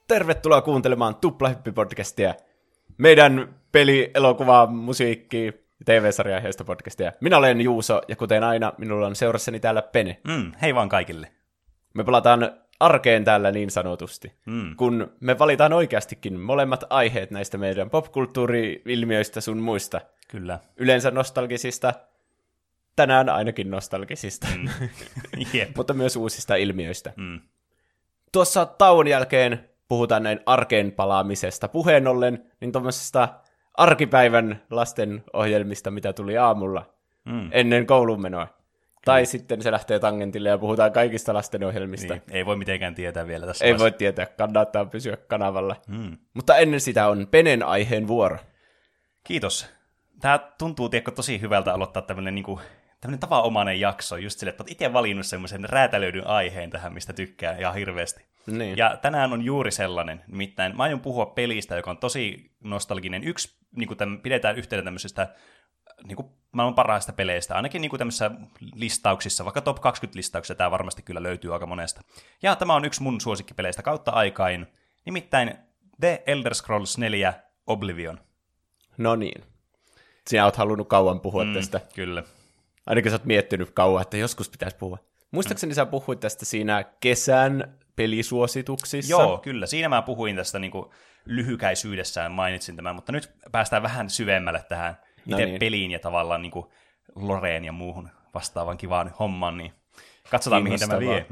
Tervetuloa kuuntelemaan Tuplahyppi-podcastia, meidän peli, elokuva, musiikki, TV-sarja-aiheista podcastia. Minä olen Juuso, ja kuten aina, minulla on seurassani täällä Pene. Hei vaan kaikille. Me palataan arkeen täällä niin sanotusti, kun me valitaan oikeastikin molemmat aiheet näistä meidän popkulttuuri-ilmiöistä sun muista. Kyllä. Yleensä nostalgisista, tänään ainakin nostalgisista, mutta myös uusista ilmiöistä. Tuossa tauon jälkeen puhutaan näin arkeen palaamisesta puheen ollen, niin tuommoisesta arkipäivän lastenohjelmista, mitä tuli aamulla ennen koulunmenoa. Tai sitten se lähtee tangentille ja puhutaan kaikista lastenohjelmista. Niin, ei voi mitenkään tietää vielä tässä. Ei voi tietää, kannattaa pysyä kanavalla. Mutta ennen sitä on Penen aiheen vuoro. Kiitos. Tämä tuntuu tosi hyvältä aloittaa tämmöinen tavanomainen jakso, just sille, että olet itse valinnut semmoisen räätälöidyn aiheen tähän, mistä tykkää ihan hirveästi. Niin. Ja tänään on juuri sellainen, nimittäin mä aion puhua pelistä, joka on tosi nostalginen. Pidetään yhteyttä tämmöisestä maailman parhaista peleistä, ainakin tämmöisissä listauksissa, vaikka top 20-listauksissa tämä varmasti kyllä löytyy aika monesta. Ja tämä on yksi mun suosikkipeleistä kautta aikain, nimittäin The Elder Scrolls 4 Oblivion. No niin. Sinä olet halunnut kauan puhua tästä. Kyllä. Ainakin sä oot miettinyt kauan, että joskus pitäisi puhua. Muistaakseni sä puhuit tästä siinä kesän pelisuosituksissa? Joo, kyllä. Siinä mä puhuin tästä lyhykäisyydessään, mainitsin tämän, mutta nyt päästään vähän syvemmälle tähän itse peliin ja tavallaan loreen ja muuhun vastaavan kivaan homman, niin katsotaan mihin tämä vie.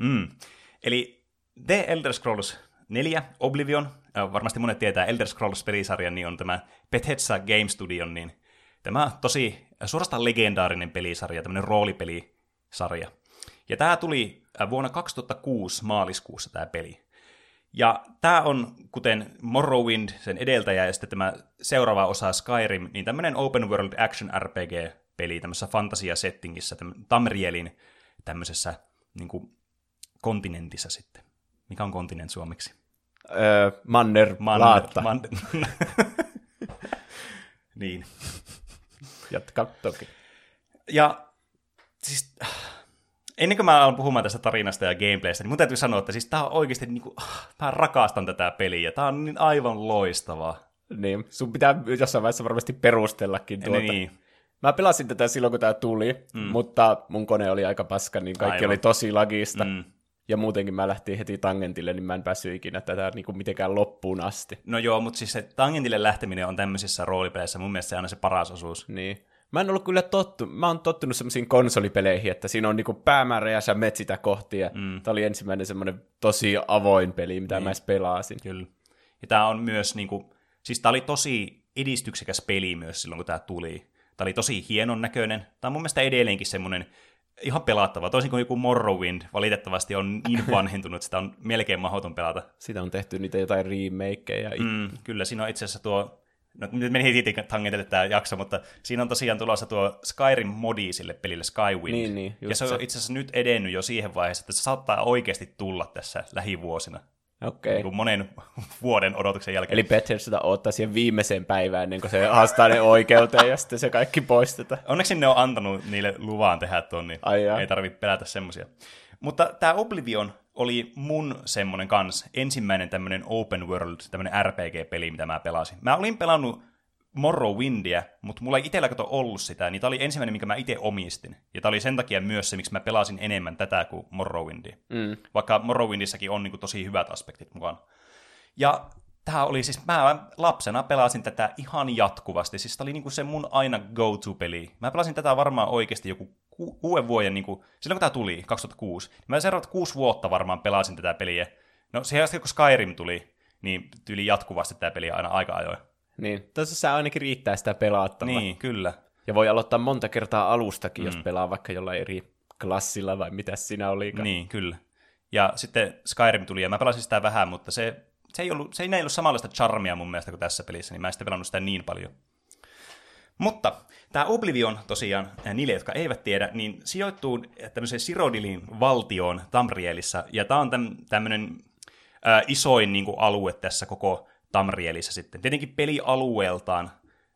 Eli The Elder Scrolls 4 Oblivion, varmasti monet tietää Elder Scrolls-pelisarjan, niin on tämä Bethesda Game Studion, niin tämä tosi suorastaan legendaarinen pelisarja, tämmöinen roolipelisarja. Ja tämä tuli vuonna 2006 maaliskuussa tämä peli. Ja tämä on, kuten Morrowind, sen edeltäjä, ja sitten tämä seuraava osa Skyrim, niin tämmöinen open world action RPG-peli tämmöisessä fantasia-settingissä, Tamrielin tämmöisessä kontinentissa sitten. Mikä on kontinent suomeksi? Manner. Niin. Jatka toki. Ja siis ennen kuin mä alan puhumaan tästä tarinasta ja gameplaystä, niin mun täytyy sanoa, että siis tää on oikeasti, mä rakastan tätä peliä, tää on niin aivan loistavaa. Niin, sun pitää jossain vaiheessa varmasti perustellakin tuota. Niin. Mä pelasin tätä silloin, kun tää tuli, mutta mun kone oli aika paska, niin kaikki oli tosi lagista. Ja muutenkin mä lähtiin heti tangentille, niin mä en päässyt ikinä tätä mitenkään loppuun asti. No joo, mutta siis se tangentille lähteminen on tämmöisissä roolipeleissä mun mielestä se aina se paras osuus. Niin. Mä en ollut kyllä mä oon tottunut semmoisiin konsolipeleihin, että siinä on päämäärä ja sä met sitä kohti. Ja tää oli ensimmäinen semmoinen tosi avoin peli, mitä mä edes pelasin. Kyllä. Ja tää on myös siis tää oli tosi edistyksekäs peli myös silloin, kun tää tuli. Tää oli tosi hienon näköinen. Tää on mun mielestä edelleenkin semmoinen ihan pelattava. Toisin kuin joku Morrowind valitettavasti on niin vanhentunut, että sitä on melkein mahdoton pelata. Siitä on tehty niitä jotain remakeja. Kyllä, siinä on itse asiassa nyt meni heti tangentille tämä jakso, mutta siinä on tosiaan tulossa tuo Skyrim-modi sille pelille Skywind. Niin, ja se on itse asiassa nyt edennyt jo siihen vaiheeseen, että se saattaa oikeasti tulla tässä lähivuosina. Okei. Monen vuoden odotuksen jälkeen. Eli Bethesda odottaa siihen viimeiseen päivään, ennen kuin se haastaa ne oikeuteen ja sitten se kaikki poistetaan. Onneksi ne on antanut niille luvan tehdä tuon, niin ei tarvitse pelätä semmoisia. Mutta tämä Oblivion oli mun semmoinen kans ensimmäinen tämmöinen open world, tämmöinen RPG-peli, mitä mä pelasin. Mä olin pelannut Morrowindia, mutta mulla ei itsellä ollut sitä, niin tää oli ensimmäinen, minkä mä itse omistin. Ja tää oli sen takia myös se, miksi mä pelasin enemmän tätä kuin Morrowindia. Vaikka Morrowindissakin on tosi hyvät aspektit mukana. Ja tää oli siis, mä lapsena pelasin tätä ihan jatkuvasti. Siis tää oli se mun aina go-to-peli. Mä pelasin tätä varmaan oikeasti joku 6 vuoden, silloin kun tää tuli, 2006. Niin mä seuraavat 6 vuotta varmaan pelasin tätä peliä. No siihen asti, kun Skyrim tuli, niin tyyli jatkuvasti tää peli aina aika ajoin. Niin, tässä ainakin riittää sitä pelattavaa. Niin, kyllä. Ja voi aloittaa monta kertaa alustakin, jos pelaa vaikka jollain eri klassilla vai mitä siinä olikaan. Niin, kyllä. Ja sitten Skyrim tuli ja mä pelasin sitä vähän, mutta se ei ollut samanlaista charmia mun mielestä kuin tässä pelissä, niin mä en sitten pelannut sitä niin paljon. Mutta tämä Oblivion tosiaan, niille jotka eivät tiedä, niin sijoittuu tämmöiseen Cyrodiilin valtioon Tamrielissa, ja tämä on tämmöinen isoin alue tässä koko Tamrielissä sitten. Tietenkin pelialueeltaan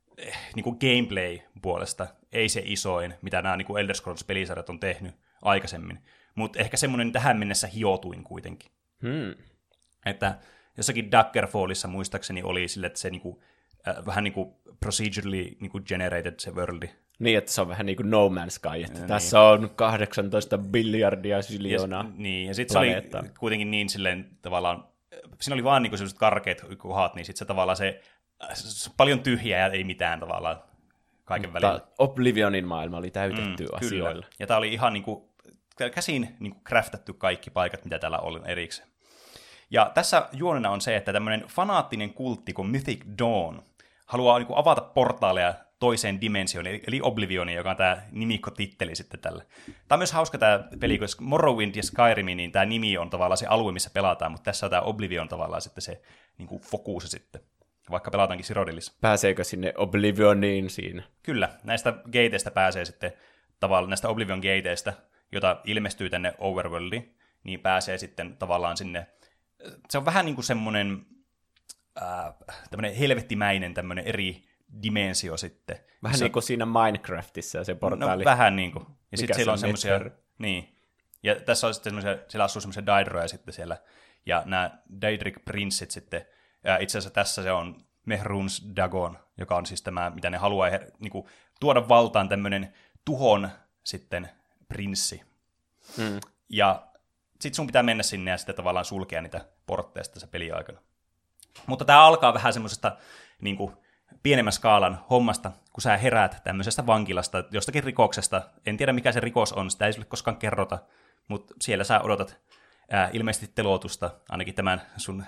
gameplay-puolesta ei se isoin, mitä nämä Elder Scrolls-pelisarjat on tehnyt aikaisemmin, mutta ehkä semmoinen tähän mennessä hiotuin kuitenkin. Hmm. Että jossakin Daggerfallissa muistaakseni oli sille, että se niinku, vähän niin kuin procedurally niinku generated se worldi. Niin, että se on vähän niin kuin No Man's Sky, että niin. Tässä on 18 biljardia siljoonaa ja sitten se oli kuitenkin niin silleen tavallaan, siinä oli vaan niinku sellaiset karkeat kohdat, niin sitten se tavallaan se paljon tyhjää ja ei mitään tavallaan kaiken välillä. Oblivionin maailma oli täytetty asioilla. Kyllä. Ja tämä oli ihan niinku, käsin niinku craftattu kaikki paikat, mitä täällä oli erikseen. Ja tässä juonena on se, että tämmöinen fanaattinen kultti kuin Mythic Dawn haluaa niinku avata portaaleja toiseen dimensioon, eli Oblivioniin, joka on tämä nimikkotitteli sitten tälle. Tämä on myös hauska tämä peli, koska Morrowind ja Skyrim, niin tämä nimi on tavallaan se alue, missä pelataan, mutta tässä on tämä Oblivion tavallaan sitten se niinku fokus sitten, vaikka pelataankin Cyrodiilissa. Pääseekö sinne Oblivioniin siinä? Kyllä, näistä gateista pääsee sitten tavallaan, näistä Oblivion gateista, jota ilmestyy tänne Overworldiin, niin pääsee sitten tavallaan sinne. Se on vähän niin kuin semmoinen tämmöinen helvettimäinen tämmöinen eri dimensio sitten. Vähän niin kuin siinä Minecraftissa se portaali. No vähän niin kuin. Ja sitten siellä on semmoisia, niin. Ja tässä on sitten semmoisia, siellä asuu semmoisia Daedroja sitten siellä. Ja nämä Daedric Princeit sitten, itse asiassa tässä se on Mehrunes Dagon, joka on siis tämä, mitä ne haluaa niin kuin, tuoda valtaan tämmöinen tuhon sitten prinssi. Ja sitten sun pitää mennä sinne ja sitten tavallaan sulkea niitä portteja tässä peliaikana. Mutta tämä alkaa vähän semmoisesta niin kuin pienemmän skaalan hommasta, kun sä heräät tämmöisestä vankilasta, jostakin rikoksesta. En tiedä, mikä se rikos on, sitä ei sulle koskaan kerrota, mutta siellä sä odotat ilmeisesti telotusta, ainakin tämän sun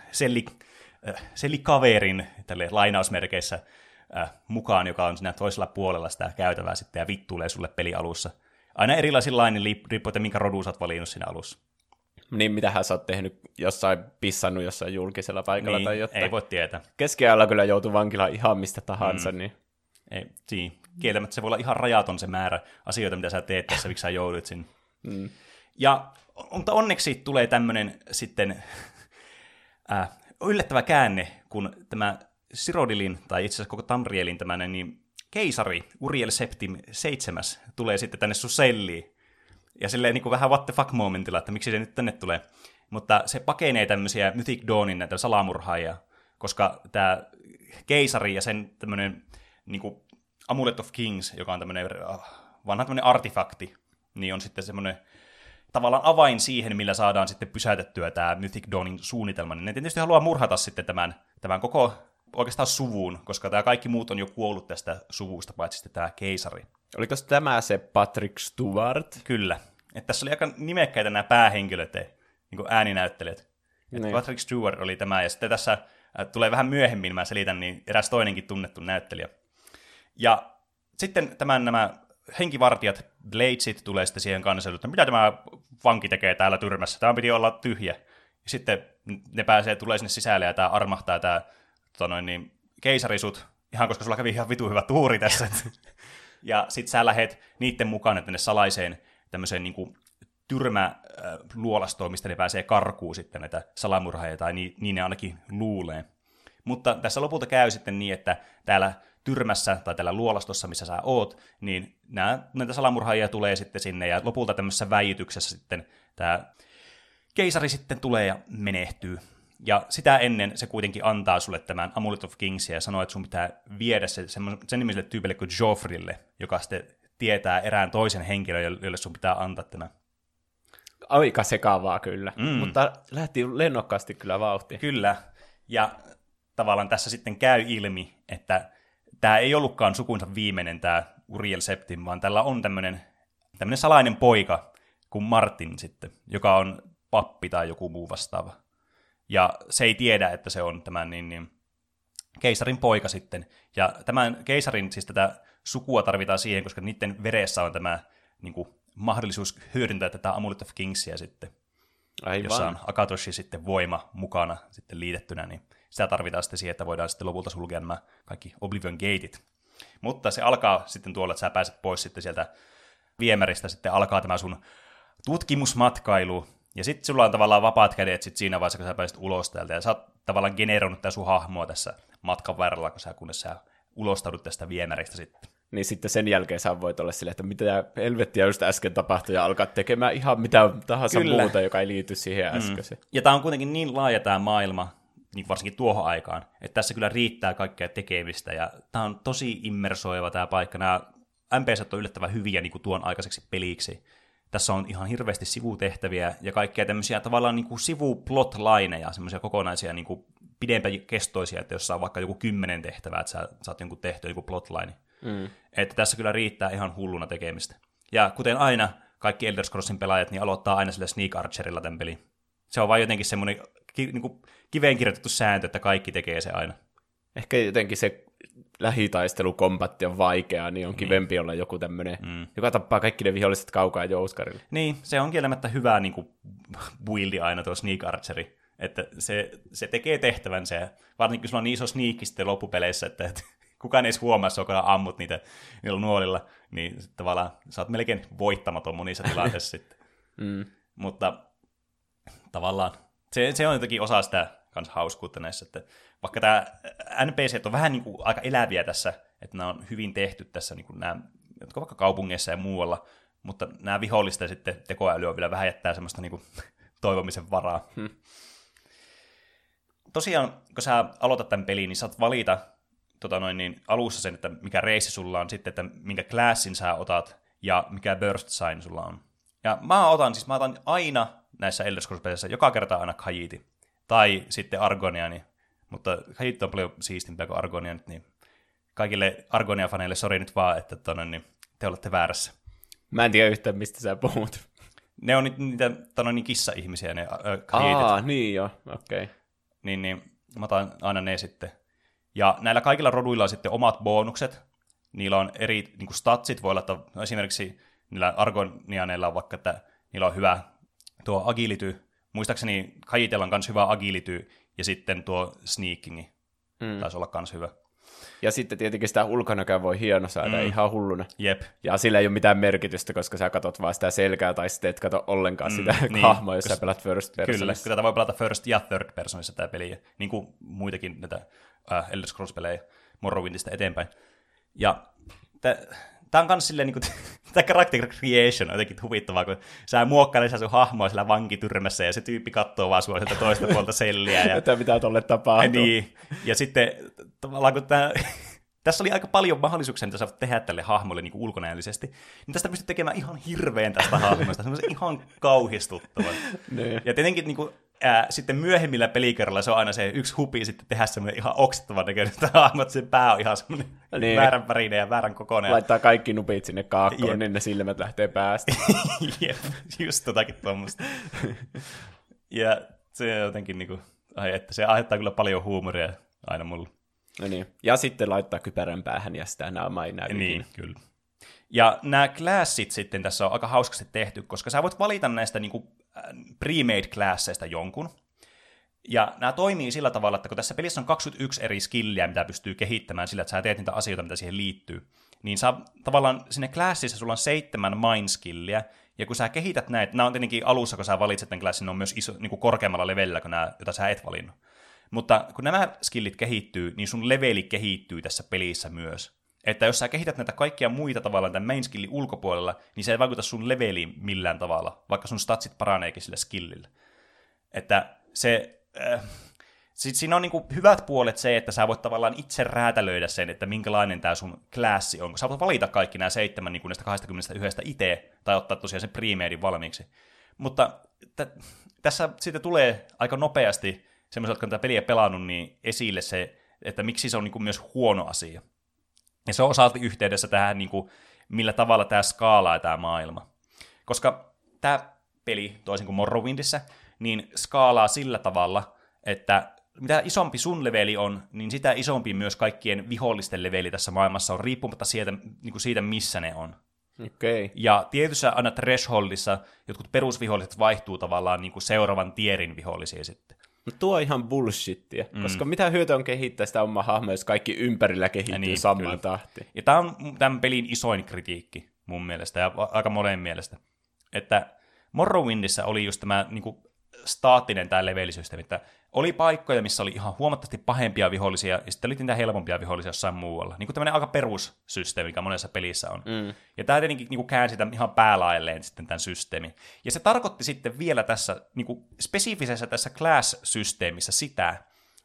sellikaverin tälle lainausmerkeissä mukaan, joka on siinä toisella puolella sitä käytävää sitten ja vittuilee sulle pelialussa. Aina erilaisin lainin riippuu, että minkä rodun sä oot valinnut siinä alussa. Niin, mitähän sä oot tehnyt jossain, pissannut jossain julkisella paikalla niin, tai jotain. Ei voi tietää. Keskiajalla kyllä joutuu vankilaan ihan mistä tahansa. Niin. Ei, kieltämättä se voi olla ihan rajaton se määrä asioita, mitä sä teet tässä, miksi sä joudut sinne. Mutta onneksi tulee tämmöinen sitten yllättävä käänne, kun tämä Cyrodiilin, tai itse asiassa koko Tamrielin tämmöinen niin keisari Uriel Septim 7 tulee sitten tänne sun selliin. Ja silleen niin kuin vähän what the fuck momentilla, että miksi se nyt tänne tulee. Mutta se pakenee tämmöisiä Mythic Dawnin näitä salamurhaajia, koska tämä keisari ja sen tämmöinen niin kuin Amulet of Kings, joka on tämmöinen vanha tämmöinen artefakti, niin on sitten semmoinen tavallaan avain siihen, millä saadaan sitten pysäytettyä tämä Mythic Dawnin suunnitelma. Niin ne tietysti haluaa murhata sitten tämän koko oikeastaan suvuun, koska tämä kaikki muut on jo kuollut tästä suvusta, paitsi sitten tämä keisari. Oliko tämä se Patrick Stewart? Kyllä. Että tässä oli aika nimekkäitä nämä päähenkilöt, niin kuin ääninäyttelijät. Niin. Patrick Stewart oli tämä, ja sitten tässä tulee vähän myöhemmin, mä selitän, niin eräs toinenkin tunnettu näyttelijä. Ja sitten nämä henkivartijat, Bladesit, tulee sitten siihen kanssa, että mitä tämä vanki tekee täällä tyrmässä, tämä piti olla tyhjä. Ja sitten ne tulee sinne sisälle, ja tämä armahtaa tämä keisarisut, ihan koska sulla kävi ihan vitu hyvä tuuri tässä. Ja sitten sä lähet niiden mukaan, että ne salaiseen tämmöiseen niin kuin tyrmäluolastoon, mistä ne pääsee karkuun sitten näitä salamurhaajia, tai niin ne ainakin luulee. Mutta tässä lopulta käy sitten niin, että täällä tyrmässä tai täällä luolastossa, missä sä oot, niin näitä salamurhaajia tulee sitten sinne, ja lopulta tämmöisessä väijytyksessä sitten tämä keisari sitten tulee ja menehtyy. Ja sitä ennen se kuitenkin antaa sulle tämän Amulet of Kingsia ja sanoo, että sun pitää viedä sen nimiselle tyypille kuin Joffrille, joka sitten tietää erään toisen henkilön, jolle sun pitää antaa tämä. Aika sekavaa kyllä, mutta lähti lennokkaasti kyllä vauhtiin. Kyllä, ja tavallaan tässä sitten käy ilmi, että tämä ei ollutkaan sukunsa viimeinen tämä Uriel Septim, vaan tällä on tämmöinen salainen poika kuin Martin sitten, joka on pappi tai joku muu vastaava. Ja se ei tiedä, että se on tämän keisarin poika sitten. Ja tämän keisarin, siis tätä sukua tarvitaan siihen, koska niiden veressä on tämä niin kuin, mahdollisuus hyödyntää tätä Amulet of Kingsia sitten. Aivan. Jossa on Akatoshi sitten voima mukana sitten liitettynä, niin sitä tarvitaan sitten siihen, että voidaan sitten lopulta sulkea nämä kaikki Oblivion Gateit. Mutta se alkaa sitten tuolla, että sä pääset pois sitten sieltä viemäristä, sitten alkaa tämä sun tutkimusmatkailu. Ja sitten sulla on tavallaan vapaat kädet sit siinä vaiheessa, kun sä pääset ulos täältä. Ja sä oot tavallaan generoinut tää sun hahmoa tässä matkan varrella, kunnes sä ulostaudut tästä viemäristä sitten. Niin sitten sen jälkeen sä voit olla silleen, että mitä helvettiä just äsken tapahtui, ja alkaa tekemään ihan mitä tahansa muuta, joka ei liity siihen äskeiseen. Ja tää on kuitenkin niin laaja tää maailma, niin varsinkin tuohon aikaan. Että tässä kyllä riittää kaikkea tekemistä, ja tämä on tosi immersoiva tämä paikka. Nämä NPC:t on yllättävän hyviä niin kuin tuon aikaiseksi peliksi. Tässä on ihan hirveästi sivutehtäviä ja kaikkea tämmöisiä tavallaan niin kuin sivuplotlineja, semmoisia kokonaisia niin kuin pidempäkestoisia, että jos saa vaikka joku 10 tehtävää, että sä saat jonkun tehtyä joku plotline. Että tässä kyllä riittää ihan hulluna tekemistä. Ja kuten aina, kaikki Elder Scrollsin pelaajat niin aloittaa aina sillä Sneak Archerilla tämän pelin. Se on vain jotenkin semmoinen niin kuin kiveen kirjoitettu sääntö, että kaikki tekee se aina. Ehkä jotenkin se lähitaistelukombatti on vaikeaa, niin on kivempi olla joku tämmöinen, joka tappaa kaikki ne viholliset kaukaa jouskarille. Niin, se on kieltämättä hyvä niin kuin buildi aina tuo Sneak Archeri, että se tekee tehtävänsä, varsinkin kun sulla on niin iso sneakki sitten loppupeleissä, että kukaan ei edes huomaa, jos ammut niitä niillä nuolilla, niin tavallaan sä oot melkein voittamaton monissa tilanteissa sitten. Mutta tavallaan se on jotenkin osa sitä kans hauskuutta näissä, että vaikka tämä NPC on vähän niin kuin aika eläviä tässä, että nämä on hyvin tehty tässä, niin kuin nämä, jotka vaikka kaupungeissa ja muualla, mutta nämä vihollista ja sitten tekoäly on vielä vähän jättää semmoista niin kuin toivomisen varaa. Tosiaan, kun sä aloitat tämän pelin, niin saat valita alussa sen, että mikä reissi sulla on, sitten, että minkä klassin sä otat ja mikä burst sign sulla on. Ja mä otan aina näissä Elder Scrolls-peleissä joka kerta aina Khajiiti. Tai sitten Argoniani. Mutta Khajiit on paljon siistimpiä kuin Argonianit, niin kaikille Argonia-faneille sori nyt vaan, että niin te olette väärässä. Mä en tiedä yhtään, mistä sä puhut. Ne on niitä kissa-ihmisiä, ne Khajiitit. Niin joo, okei. Okay. Niin, mä otan aina ne sitten. Ja näillä kaikilla roduilla on sitten omat bonukset. Niillä on eri niin kuin statsit, voi olla, että esimerkiksi niillä Argonianeilla on vaikka, että niillä on hyvä tuo agility. Muistaakseni Khajiitilla on myös hyvä agility, ja sitten tuo sneakingi taisi olla myös hyvä. Ja sitten tietenkin sitä ulkonäköä voi saada ihan hulluna. Jep. Ja sillä ei ole mitään merkitystä, koska sä katot vaan sitä selkää, tai sitten et kato ollenkaan sitä hahmoa, jos sä pelat first personissa. Kyllä, tätä voi pelata first ja third personissa tämä peli, niin kuin muitakin näitä Elder Scrolls-pelejä Morrowindista eteenpäin. Ja tämä on myös silleen, niin tämä character creation on jotenkin huvittavaa, kun sä muokkailet sun hahmoa sillä vankityrmässä, ja se tyyppi katsoo vaan sua sieltä toista puolta selliä. Ja mitä tolle tapahtuu. Niin, ja sitten tavallaan kun tässä oli aika paljon mahdollisuuksia, mitä sä voit tehdä tälle hahmolle niin kuin ulkonäöllisesti, niin tästä pystyt tekemään ihan hirveän tästä hahmosta, semmoisen ihan kauhistuttavan. Ja tietenkin niin kuin, sitten myöhemmillä pelikerralla se on aina se yksi hupi sitten tehdä semmoinen ihan oksettavan näköinen hahmo, että sen pää on ihan semmoinen väärän värinen ja väärän kokoinen. Laittaa kaikki nupit sinne kaakkoon, niin ne silmät lähtee päästä. Jep, just totakin tuommoista. Ja se jotenkin niinku, että se aiheuttaa kyllä paljon huumoria aina mulle. No niin. Ja sitten laittaa kypärän päähän ja sitä naamaa ei näy. Niin, kyllä. Ja nämä klassit sitten tässä on aika hauskasti tehty, koska sä voit valita näistä niinku pre-made klasseista jonkun. Ja nämä toimii sillä tavalla, että kun tässä pelissä on 21 eri skilliä, mitä pystyy kehittämään sillä, että sä teet niitä asioita, mitä siihen liittyy, niin tavallaan sinne classissa sulla on 7 mind-skilliä, ja kun sä kehität näitä, nämä on tietenkin alussa, kun sä valitset tämän classin, ne on myös niin kuin korkeammalla levelillä kuin nämä, joita sä et valinnut. Mutta kun nämä skillit kehittyy, niin sun leveli kehittyy tässä pelissä myös. Että jos sä kehität näitä kaikkia muita tavallaan tämän main skillin ulkopuolella, niin se ei vaikuta sun leveliin millään tavalla, vaikka sun statsit paraneekin sillä skillillä. Että siinä on niinku hyvät puolet se, että sä voit tavallaan itse räätälöidä sen, että minkälainen tää sun klassi on. Sä voit valita kaikki nämä 7 niin näistä 21 itse, tai ottaa tosiaan sen pre-madein valmiiksi. Mutta tässä siitä tulee aika nopeasti semmoiset, jotka on tätä peliä pelannut, niin esille se, että miksi se on niinku myös huono asia. Ja se on osalti yhteydessä tähän, niinku, millä tavalla tämä skaalaa tämä maailma. Koska tämä peli, toisin kuin Morrowindissä, niin skaalaa sillä tavalla, että mitä isompi sun leveli on, niin sitä isompi myös kaikkien vihollisten leveli tässä maailmassa on, riippumatta siitä missä ne on. Okay. Ja tietyssä aina thresholdissa jotkut perusviholliset vaihtuu tavallaan niin kuin seuraavan tierin vihollisia sitten. No tuo on ihan bullshittia, koska mitä hyötyä on kehittää sitä omaa hahmoa, jos kaikki ympärillä kehittyy niin, samaan tahtiin. Ja tämä on tämän pelin isoin kritiikki mun mielestä, ja aika monen mielestä. Että Morrowindissä oli just tämä niin kuin staattinen tämä levelisysteemi, että oli paikkoja, missä oli ihan huomattavasti pahempia vihollisia, ja sitten oli niitä helpompia vihollisia jossain muualla. Niin kuin tämmöinen aika perussysteemi, mikä monessa pelissä on. Ja tämä tietenkin niin kuin käänsi tämän ihan päälaelleen sitten tämän systeemin. Ja se tarkoitti sitten vielä tässä niin kuin spesifisessä tässä class-systeemissä sitä,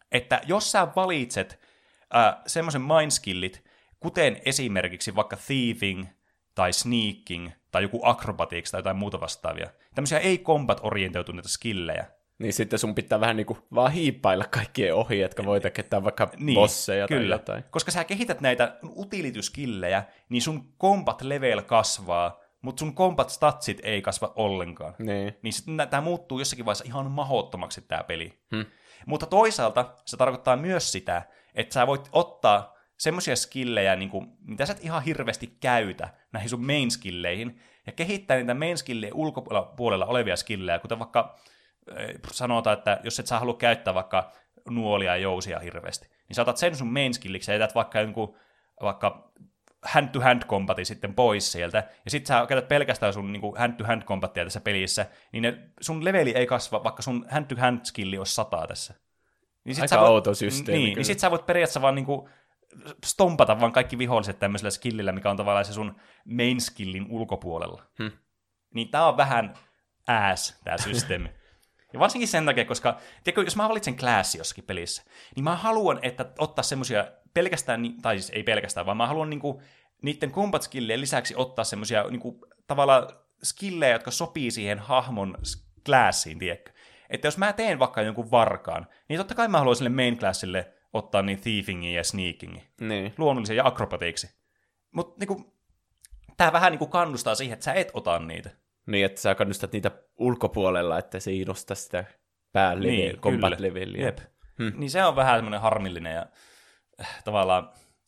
että jos sä valitset semmoisen mindskillit, kuten esimerkiksi vaikka thieving tai sneaking tai joku acrobatics tai jotain muuta vastaavia, tämmöisiä ei-combat-orientoituneita skillejä, niin sitten sun pitää vähän niin kuin vaan hiippailla kaikkien ohi, jotka voi tehdä vaikka bosseja tai jotain. Koska sä kehität näitä utility-skillejä, niin sun combat level kasvaa, mutta sun combat statsit ei kasva ollenkaan. Niin sitten tämä muuttuu jossakin vaiheessa ihan mahdottomaksi tämä peli. Mutta toisaalta se tarkoittaa myös sitä, että sä voit ottaa semmoisia skillejä, niin kuin, mitä sä et ihan hirveästi käytä näihin sun main skilleihin, ja kehittää niitä main skillejä ulkopuolella olevia skillejä, kuten vaikka sanotaan, että jos et sä halua käyttää vaikka nuolia ja jousia hirveästi, niin sä otat sen sun main skilliksi ja jätät vaikka hand-to-hand combatin sitten pois sieltä, ja sit sä käytät pelkästään sun niin kuin hand-to-hand combatia tässä pelissä, niin sun leveli ei kasva, vaikka sun hand-to-hand skilli olisi 100 tässä. Niin aika outo systeemi. Niin sit sä voit periaatteessa vaan niinku stompata vaan kaikki viholliset tämmöisellä skillillä, mikä on tavallaan se sun main skillin ulkopuolella. Niin tää on vähän tää systeemi. Ja varsinkin sen takia, koska tiedätkö, jos mä valitsen classi jossakin pelissä, niin mä haluan, että ottaa semmosia pelkästään, tai siis ei pelkästään, vaan mä haluan niinku niiden combat skillien lisäksi ottaa semmosia niinku tavallaan skillejä, jotka sopii siihen hahmon classiin, tiedätkö. Että jos mä teen vaikka jonkun varkaan, niin totta kai mä haluan sille main classille ottaa niin thievingin ja sneakingin. Niin. Luonnollisen ja acrobatiiksi. Mutta niinku, tää vähän niinku kannustaa siihen, että sä et ota niitä. Niin, että sä kannustat niitä ulkopuolella, että se ei nosta sitä combat-leveliä. Jep. Niin se on vähän semmoinen harmillinen ja tavallaan,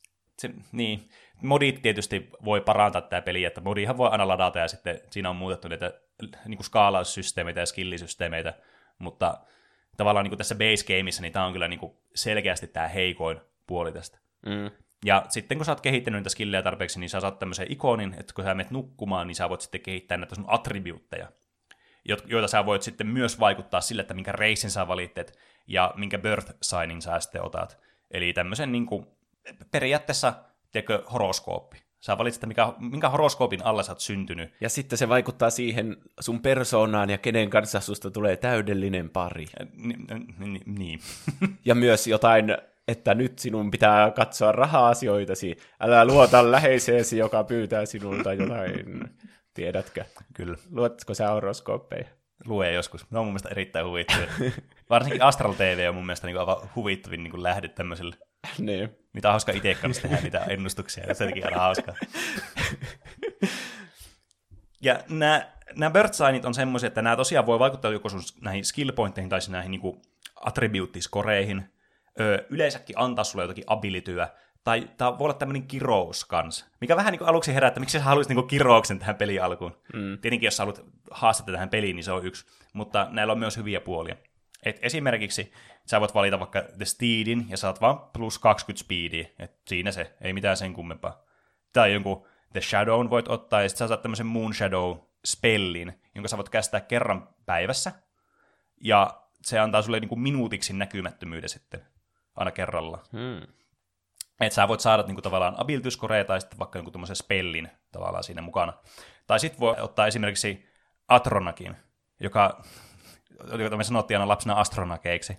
niin, modit tietysti voi parantaa tää peliä, että modihan voi aina ladata ja sitten siinä on muutettu niitä niinku skaalaussysteemeitä ja skillisysteemeitä, mutta tavallaan niinku tässä base gameissa niin tää on kyllä niinku selkeästi tää heikoin puoli tästä. Ja sitten kun sä oot kehittänyt niitä skillejä tarpeeksi, niin sä saat tämmöisen ikonin, että kun sä menet nukkumaan, niin sä voit sitten kehittää näitä sun attribuutteja, joita sä voit sitten myös vaikuttaa sille, että minkä reissin sä valitset ja minkä birth signin sä sitten otat. Eli tämmöisen niinku, periaatteessa, tiedätkö, horoskooppi. Sä valitset, minkä horoskoopin alla sä oot syntynyt. Ja sitten se vaikuttaa siihen sun persoonaan ja kenen kanssa susta tulee täydellinen pari. Niin. Ja myös jotain, että nyt sinun pitää katsoa raha-asioitasi. Älä luota läheiseesi, joka pyytää sinulta jotain. Tiedätkö? Kyllä. Luotko sä horoskooppeja? Lue joskus. Ne on mun mielestä erittäin huvittavia. Varsinkin Astral TV on mun mielestä niin aivan huvittavin niin lähde tämmöiselle. Niin. Mitä on hauska itse kanssa tehdä niitä ennustuksia, ja se jotenkin aina hauskaa. Ja nämä birth signit on semmoisia, että nämä tosiaan voi vaikuttaa joko sun näihin skill pointteihin tai näihin niinku attribute-skoreihin, yleensäkin antaa sulle jotakin abilityä, tai tämä voi olla tämmöinen kirous kanssa, mikä vähän niin kuin aluksi herää, että miksi sä haluaisit niin kuin kirouksen tähän pelin alkuun. Tietenkin, jos sä haluat haastata tähän peliin, niin se on yksi, mutta näillä on myös hyviä puolia. Et esimerkiksi sä voit valita vaikka The Steedin, ja saat vaan plus 20 speedia, että siinä se, ei mitään sen kummempaa. Tai jonkun The Shadown voit ottaa, ja sitten sä saat tämmöisen Moon Shadow-spellin, jonka sä voit kästää kerran päivässä, ja se antaa sulle niinku minuutiksi näkymättömyyden sitten, aina kerralla. Että sä voit saada niinku tavallaan ability-scorea, tai sitten vaikka jonkun tommosen spellin tavallaan siinä mukana. Tai sitten voi ottaa esimerkiksi Atronakin, joka me sanottiin aina lapsena astronakeiksi,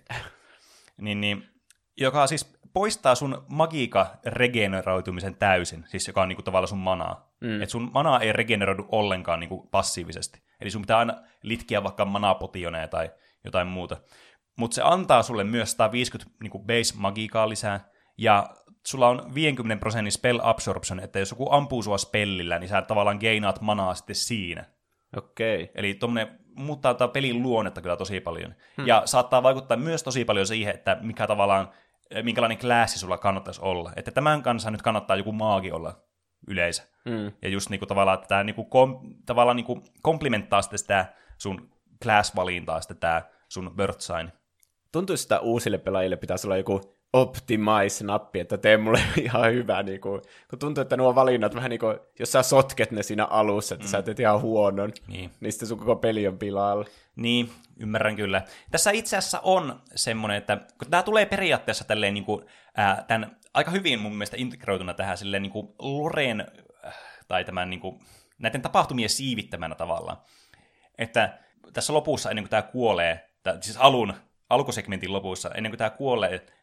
joka siis poistaa sun magiikka regeneroitumisen täysin, siis joka on niinku tavallaan sun manaa. Et sun manaa ei regeneroidu ollenkaan niinku passiivisesti. Eli sun pitää aina litkiä vaikka manaa-potioneja tai jotain muuta. Mutta se antaa sulle myös 150 niinku base-magiikaa lisää, ja sulla on 50% spell absorption, että jos joku ampuu sua spellillä, niin sä tavallaan gainaat manaa sitten siinä. Okei. Eli tuommoinen muuttaa tätä pelin luonnetta kyllä tosi paljon. Ja saattaa vaikuttaa myös tosi paljon siihen, että minkälainen klassi sulla kannattaisi olla. Että tämän kanssa nyt kannattaa joku maagi olla yleensä. Ja just niinku tavallaan, että tämä niinku tavallaan niinku komplementtaa sitten sitä sun class-valintaa, sitten tämä sun birth sign. Tuntuisi, että uusille pelaajille pitäisi olla joku optimize-nappi, että tee mulle ihan hyvä, niin kun tuntuu, että nuo valinnat vähän niin kuin, jos sä sotket ne siinä alussa, että sä teet ihan huonon, niin sitten sun koko peli on pilalla. Niin, ymmärrän kyllä. Tässä itse asiassa on semmoinen, että kun tämä tulee periaatteessa tälleen niin kuin, tämän aika hyvin mun mielestä integroituna tähän silleen niin kuin Loren, tai tämän niin kuin, näiden tapahtumien siivittämänä tavallaan, että tässä lopussa ennen kuin tämä kuolee, siis alkusegmentin lopussa, ennen kuin tämä kuolee,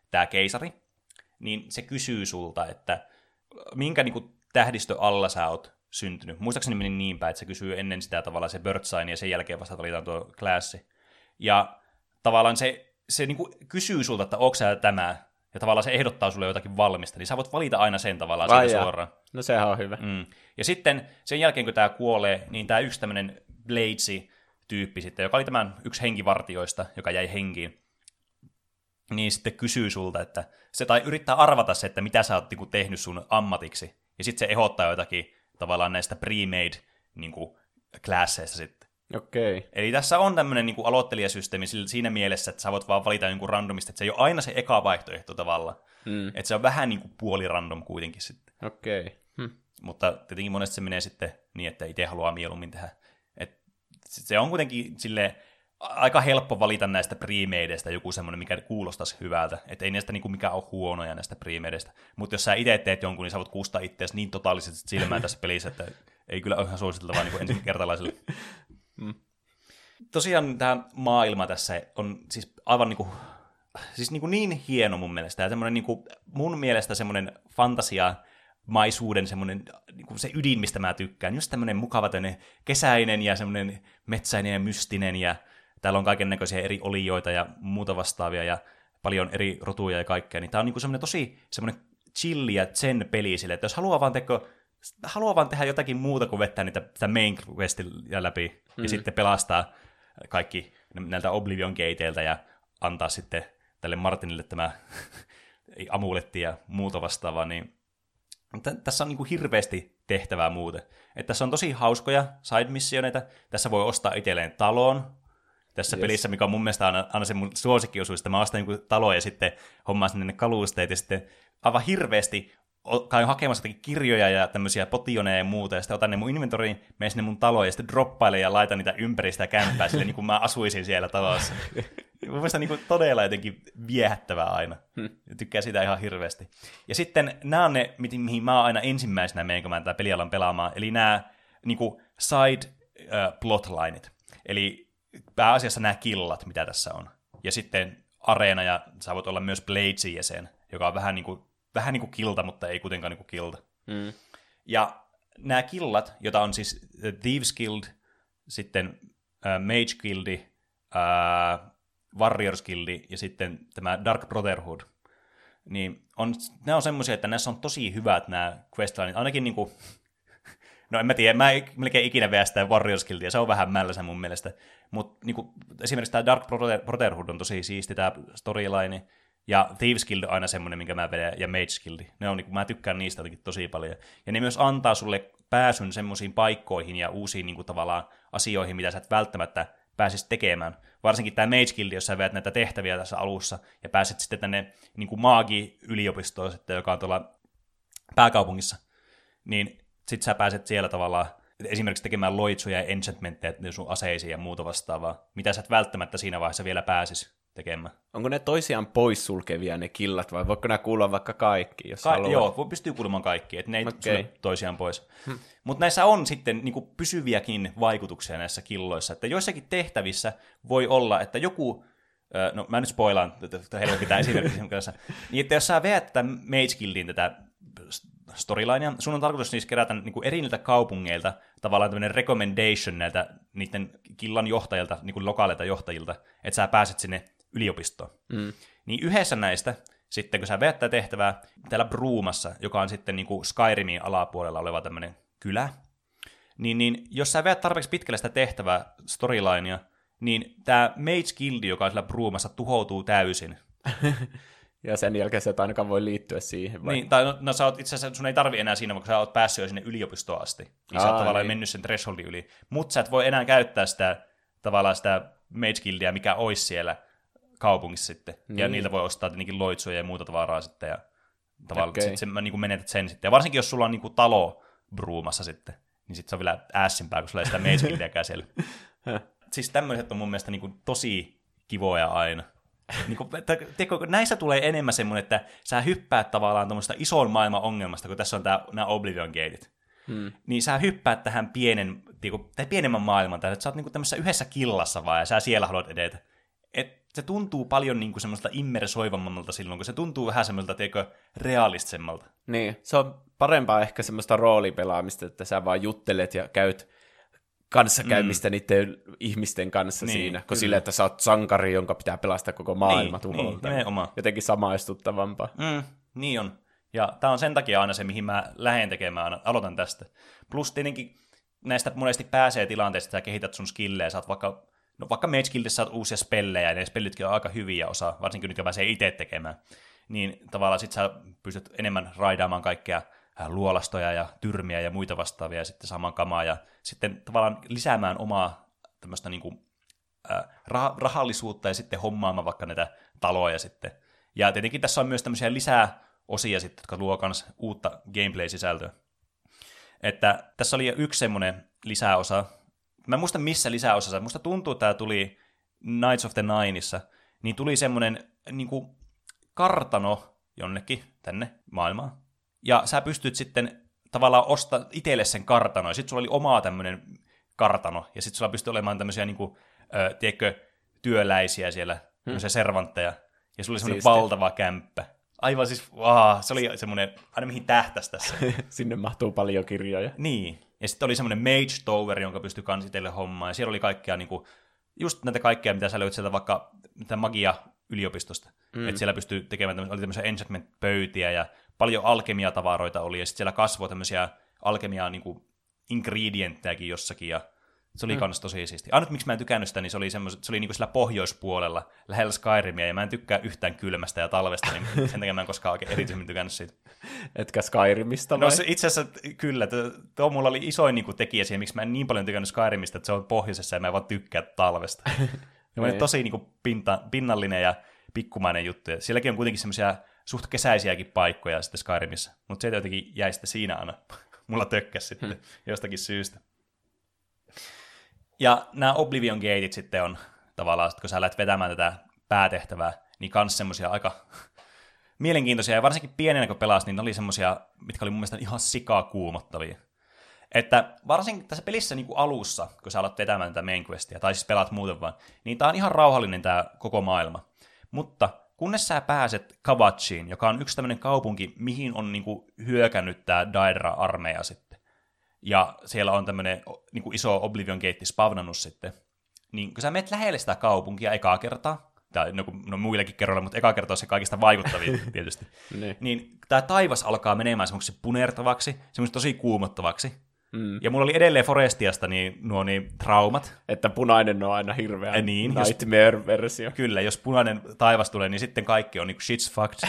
tämä keisari, niin se kysyy sulta, että minkä niin kuin tähdistö alla sä oot syntynyt. Muistaakseni meni niin päin, että se kysyy ennen sitä tavallaan se birth sign, ja sen jälkeen vasta valitaan tuo klassi. Ja tavallaan se niin kuin kysyy sulta, että onko sä tämä, ja tavallaan se ehdottaa sulle jotakin valmista, niin sä voit valita aina sen tavallaan siitä suoraan. No sehän on hyvä. Ja sitten sen jälkeen, kun tämä kuolee, niin tämä yksi tämmöinen Bladesi-tyyppi sitten, joka oli tämän yksi henkivartioista, joka jäi henkiin, niin sitten kysyy sulta, että tai yrittää arvata se, että mitä sä oot niin kuin tehnyt sun ammatiksi, ja sitten se ehdottaa jotakin tavallaan näistä pre-made niin kuin klasseista sitten. Okei. Eli tässä on tämmöinen niin kuin aloittelijasysteemi siinä mielessä, että sä voit vaan valita jonkun randomista, että se ei ole aina se eka vaihtoehto tavallaan. Että se on vähän niin kuin puolirandom kuitenkin sitten. Okei. Mutta tietenkin monesti se menee sitten niin, että itse haluaa mieluummin tehdä. Et se on kuitenkin silleen aika helppo valita näistä pre-madeista joku semmoinen, mikä kuulostaisi hyvältä. Että ei näistä niin kuin mikään ole huonoja näistä pre-madeista. Mutta jos sä itse teet jonkun, niin sä voit kuustaa itseäsi niin totaalisesti silmään tässä pelissä, että ei kyllä ole ihan suositeltavaa niin kuin ensikertalaiselle. Tosiaan tämä maailma tässä on siis aivan niin hieno mun mielestä. Ja semmoinen mun mielestä semmoinen fantasiamaisuuden semmoinen se ydin, mistä mä tykkään. Just tämmöinen mukava kesäinen ja semmoinen metsäinen ja mystinen. Ja täällä on kaiken näköisiä eri olioita ja muuta vastaavia ja paljon eri rotuja ja kaikkea. Niin tää on semmoinen tosi semmoinen chill ja zen peli sille, että jos haluaa vaan tehdä jotakin muuta kuin vettää sitä main questia läpi ja sitten pelastaa kaikki näiltä Oblivion gateilta ja antaa sitten tälle Martinille tämä amuletti ja muuta vastaavaa, niin tässä on niin kuin hirveästi tehtävää muuten. Että tässä on tosi hauskoja side-missioneita. Tässä voi ostaa itselleen talon. Tässä pelissä, mikä on mun mielestä aina se mun suosikkiosuus, että mä ostan niin taloja ja sitten hommaan sinne ne kalusteet ja sitten aivan hirveästi käyn hakemassa kirjoja ja tämmöisiä potioneja ja muuta, ja sitten otan ne mun inventoriin, menen sinne mun taloon, ja sitten droppailen ja laitan niitä ympäri sitä kämppää, sille niin kuin mä asuisin siellä talossa. Mun mielestä niin kuin todella jotenkin viehättävää aina. Tykkään siitä ihan hirveästi. Ja sitten nämä on ne, mihin mä oon aina ensimmäisenä menen, kun mä tätä peliä alan pelaamaan, eli nämä niin kuin side plotlineit. Eli pääasiassa nämä killat, mitä tässä on. Ja sitten areena, ja sä voit olla myös Bladesin jäsen, joka on vähän niin kuin kilta, mutta ei kuitenkaan niin kuin kilta. Ja nämä killat, joita on siis Thieves Guild, sitten Mage Guildi, Warriors Guildi ja sitten tämä Dark Brotherhood, niin nämä on semmoisia, että näissä on tosi hyvät nämä questlineit. Ainakin niin kuin, no en mä tiedä, mä melkein ikinä veä sitä Warriors Guildia, se on vähän mällänsä mun mielestä. Mutta niin esimerkiksi tämä Dark Brotherhood on tosi siisti, tämä storyline. Ja Thieves Guild on aina semmoinen, minkä mä vedän, ja Mage Guild. Ne on, mä tykkään niistä jotenkin tosi paljon. Ja ne myös antaa sulle pääsyn semmoisiin paikkoihin ja uusiin niin kuin, tavallaan asioihin, mitä sä et välttämättä pääsisi tekemään. Varsinkin tämä Mage Guild, jos sä vedät näitä tehtäviä tässä alussa, ja pääset sitten tänne niin kuin maagi-yliopistoon, sitten, joka on tuolla pääkaupungissa, niin sit sä pääset siellä tavallaan esimerkiksi tekemään loitsuja ja enchantmentteja sun aseisiin ja muuta vastaavaa, mitä sä et välttämättä siinä vaiheessa vielä pääsis tekemään. Onko ne toisiaan poissulkevia ne killat, vai voiko ne kuulla vaikka kaikki, jos haluaa? Joo, pystyy kuulemaan kaikki, että ne ei sulle toisiaan pois. Mutta näissä on sitten niinku pysyviäkin vaikutuksia näissä killoissa, että joissakin tehtävissä voi olla, että joku, no mä nyt spoilaan, helpokin tämä esimerkki sen kanssa, niin että jos sä veät tätä Mage Guildiin tätä storylinea, sun on tarkoitus siis kerätä niinku eri niiltä kaupungeilta tavallaan tämmöinen recommendation näiltä niiden killan johtajilta, niinku lokaaleilta johtajilta, että sä pääset sinne yliopistoon. Niin yhdessä näistä, sitten kun sä veät tätä tehtävää, täällä Bruumassa, joka on sitten niinku Skyrimin alapuolella oleva tämmöinen kylä, niin jos sä veät tarpeeksi pitkälle sitä tehtävää storylinea, niin tämä Mage Guildi, joka on siellä Bruumassa, tuhoutuu täysin. Ja sen jälkeen sä et ainakaan voi liittyä siihen. Vai? Niin, tai no sä oot itse asiassa, sun ei tarvi enää siinä, vaikka sä oot päässyt jo sinne yliopistoon asti. Niin sä oot tavallaan mennyt sen thresholdin yli. Mutta sä et voi enää käyttää sitä tavallaan sitä Mage Guildia, mikä olisi siellä kaupungissa sitten. Niin. Ja niiltä voi ostaa tietenkin loitsuja ja muuta tavaraa sitten. Ja tavallaan sitten niin menetät sen sitten. Ja varsinkin jos sulla on niin talo Bruumassa sitten, niin sitten se on vielä ässimpää, kun sulla ei sitä Mage Guildiäkään siellä. Siis tämmöiset on mun mielestä niin tosi kivoja aina. Näissä tulee enemmän semmoinen, että sä hyppäät tavallaan tuommoista ison maailman ongelmasta, kun tässä on nämä Oblivion Gateit. Niin sä hyppäät tähän pienemmän maailman, että sä oot niinku tämmöisessä yhdessä killassa vaan, ja sä siellä haluat edetä. se tuntuu paljon niin kuin semmoista immersoivammalta silloin, kun se tuntuu vähän semmoilta, realistisemmalta. Niin, se on parempaa ehkä semmoista roolipelaamista, että sä vaan juttelet ja käyt kanssakäymistä niiden ihmisten kanssa siinä, kun sille, että sä oot sankari, jonka pitää pelastaa koko maailma tuholta. Jotenkin samaistuttavampaa. Niin on. Ja tää on sen takia aina se, mihin mä lähden tekemään, aloitan tästä. Plus tietenkin näistä monesti pääsee tilanteesta, että sä kehität sun skillejä, sä oot vaikka Mage Guildissa saat uusia spellejä, ja ne spellitkin on aika hyviä osa, varsinkin nyt, kun pääsee itse tekemään. Niin tavallaan sit sä pystyt enemmän raidaamaan kaikkea luolastoja ja tyrmiä ja muita vastaavia, ja sitten saamaan kamaa, ja sitten tavallaan lisäämään omaa tämmöistä niinku, rahallisuutta, ja sitten hommaamaan vaikka näitä taloja sitten. Ja tietenkin tässä on myös tämmöisiä lisää osia sitten, jotka luo myös uutta gameplay-sisältöä. Että tässä oli yksi semmoinen lisäosa. Mä en muista missä lisäosassa. Musta tuntuu, että tämä tuli Knights of the Nineissa. Niin tuli semmoinen niin kuin kartano jonnekin tänne maailmaan. Ja sä pystyt sitten tavallaan ostaa itselle sen kartano. Ja sitten sulla oli oma tämmöinen kartano. Ja sitten sulla pystyi olemaan tämmöisiä niin kuin, tiedätkö, työläisiä siellä. Tämmöisiä servantteja. Ja sulla oli semmoinen valtava kämppä. Aivan siis, se oli semmoinen, aina mihin tähtäisi tässä. Sinne mahtuu paljon kirjoja. Niin, ja sitten oli semmoinen Mage Tower, jonka pystyi kans itselle hommaan, ja siellä oli kaikkea, niinku, just näitä kaikkea, mitä sä löyt sieltä vaikka magia-yliopistosta. Että siellä pystyi tekemään, oli tämmöisiä enchantment-pöytiä, ja paljon alkemiatavaroita oli, ja sitten siellä kasvoi tämmöisiä alkemia niinku, ingredienttejäkin jossakin, ja se oli kans tosi siisti. Ainut miksi mä en tykännyt sitä, niin se oli niinku sillä pohjoispuolella, lähellä Skyrimia, ja mä en tykkää yhtään kylmästä ja talvesta, niin sen takia mä en koskaan oikein erityisemmin tykännyt siitä. Etkä Skyrimista vai? No se itse asiassa kyllä, tuo mulla oli isoin niinku tekijä siihen, miksi mä en niin paljon tykännyt Skyrimista, että se on pohjoisessa ja mä en vaan tykkää talvesta. Se on tosi niinku pinnallinen ja pikkumainen juttu, ja sielläkin on kuitenkin semmoisia suht kesäisiäkin paikkoja sitten Skyrimissa, mutta se jotenkin jäi sitten siinä aina. Mulla tökkäsi sitten jostakin syystä. Ja nämä Oblivion Gateit sitten on tavallaan, kun sä lähdet vetämään tätä päätehtävää, niin kans semmosia aika mielenkiintoisia, ja varsinkin pienenä kun pelasit, niin ne oli semmosia, mitkä oli mun mielestä ihan sikaa kuumottavia. Että varsinkin tässä pelissä niin kuin alussa, kun sä alat vetämään tätä main questia, tai siis pelaat muuten vaan, niin tää on ihan rauhallinen tää koko maailma. Mutta kunnes sä pääset Kavachiin, joka on yksi tämmöinen kaupunki, mihin on niin kuin hyökännyt tää Daedra-armeija sitten, ja siellä on tämmöinen niin kuin iso Oblivion Gate spavnannut sitten, niin kun sä menet lähelle sitä kaupunkia ekaa kertaa, tai no muillekin kerroilla, mutta eka kertaa on se kaikista vaikuttavia tietysti, niin tämä taivas alkaa menemään semmoiksi punertavaksi, semmoiksi tosi kuumottavaksi. Ja mulla oli edelleen Forestiasta nuo traumat. Että punainen on aina hirveä nightmare-versio. Kyllä, jos punainen taivas tulee, niin sitten kaikki on niin kuin shit's fucked.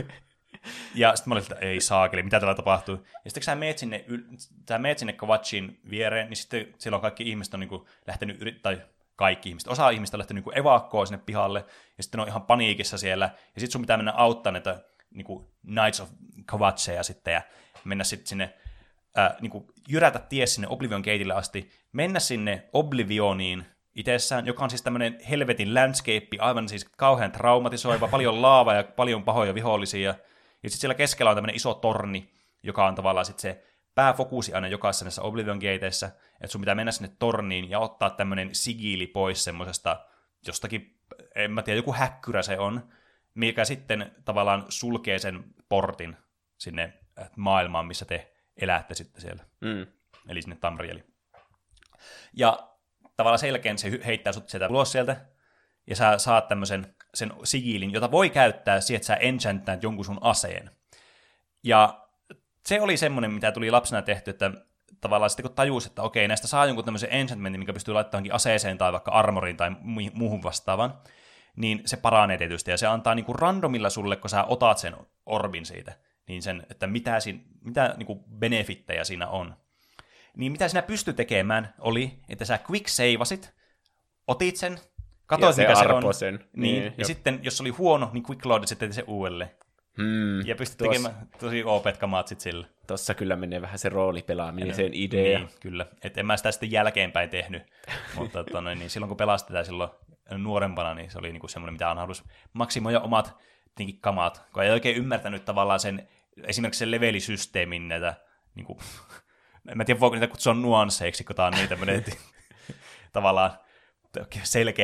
Ja sitten mä olin, että ei saakeli, mitä täällä tapahtuu. Ja sitten kun sä meet sinne Kavachin viereen, niin sitten silloin kaikki ihmiset on niin kuin lähtenyt, tai kaikki ihmiset, osa ihmistä on lähtenyt niin evakkoon sinne pihalle, ja sitten on ihan paniikissa siellä, ja sitten sun pitää mennä auttaa näitä niin kuin Knights of Kavacheja sitten, ja mennä sitten sinne, niin kuin jyrätä ties sinne Oblivion Gateille asti, mennä sinne Oblivioniin itsessään, joka on siis tämmöinen helvetin landscape, aivan siis kauhean traumatisoiva, paljon laavaa ja paljon pahoja vihollisia. Ja sitten siellä keskellä on tämmöinen iso torni, joka on tavallaan sitten se pääfokusi aina jokaisessa näissä Oblivion Gateissa, että sun pitää mennä sinne torniin ja ottaa tämmöinen sigiili pois semmoisesta jostakin, en mä tiedä, joku häkkyrä se on, mikä sitten tavallaan sulkee sen portin sinne maailmaan, missä te elätte sitten siellä. Eli sinne Tamrieliin. Ja tavallaan sen jälkeen se heittää sut sieltä ulos sieltä, ja sä saat tämmöisen sen sigiilin, jota voi käyttää siihen, että sä enchanttat jonkun sun aseen. Ja se oli semmoinen, mitä tuli lapsena tehty, että tavallaan sitten kun tajus, että okei, näistä saa jonkun tämmöisen enchantmentin, mikä pystyy laittamaan aseeseen tai vaikka armoriin tai muuhun vastaavan, niin se paranee tietysti, ja se antaa niinku randomilla sulle, kun sä otat sen orbin siitä, niin sen, että mitä niinku benefittejä siinä on. Niin mitä sinä pystyi tekemään oli, että sä quick saveasit, otit sen, katoit mikä se on, niin, ja sitten jos se oli huono, niin quick loadit sitten se uudelleen. Ja pystyt tekemään tosi OP:t kamaat sitten sillä. Tossa kyllä menee vähän se roolipelaaminen, sen idea. Niin, kyllä. Että en mä sitä sitten jälkeenpäin tehnyt, mutta niin silloin kun pelasit tätä silloin nuorempana, niin se oli niinku semmoinen, mitä on halunnut maksimoida omat kamaat, kun ei oikein ymmärtänyt tavallaan sen, esimerkiksi sen levelisysteemin näitä, niinku, en mä tiedä voiko niitä kutsua nuansseiksi, kun tää on niin tämmöinen tavallaan selkeä ja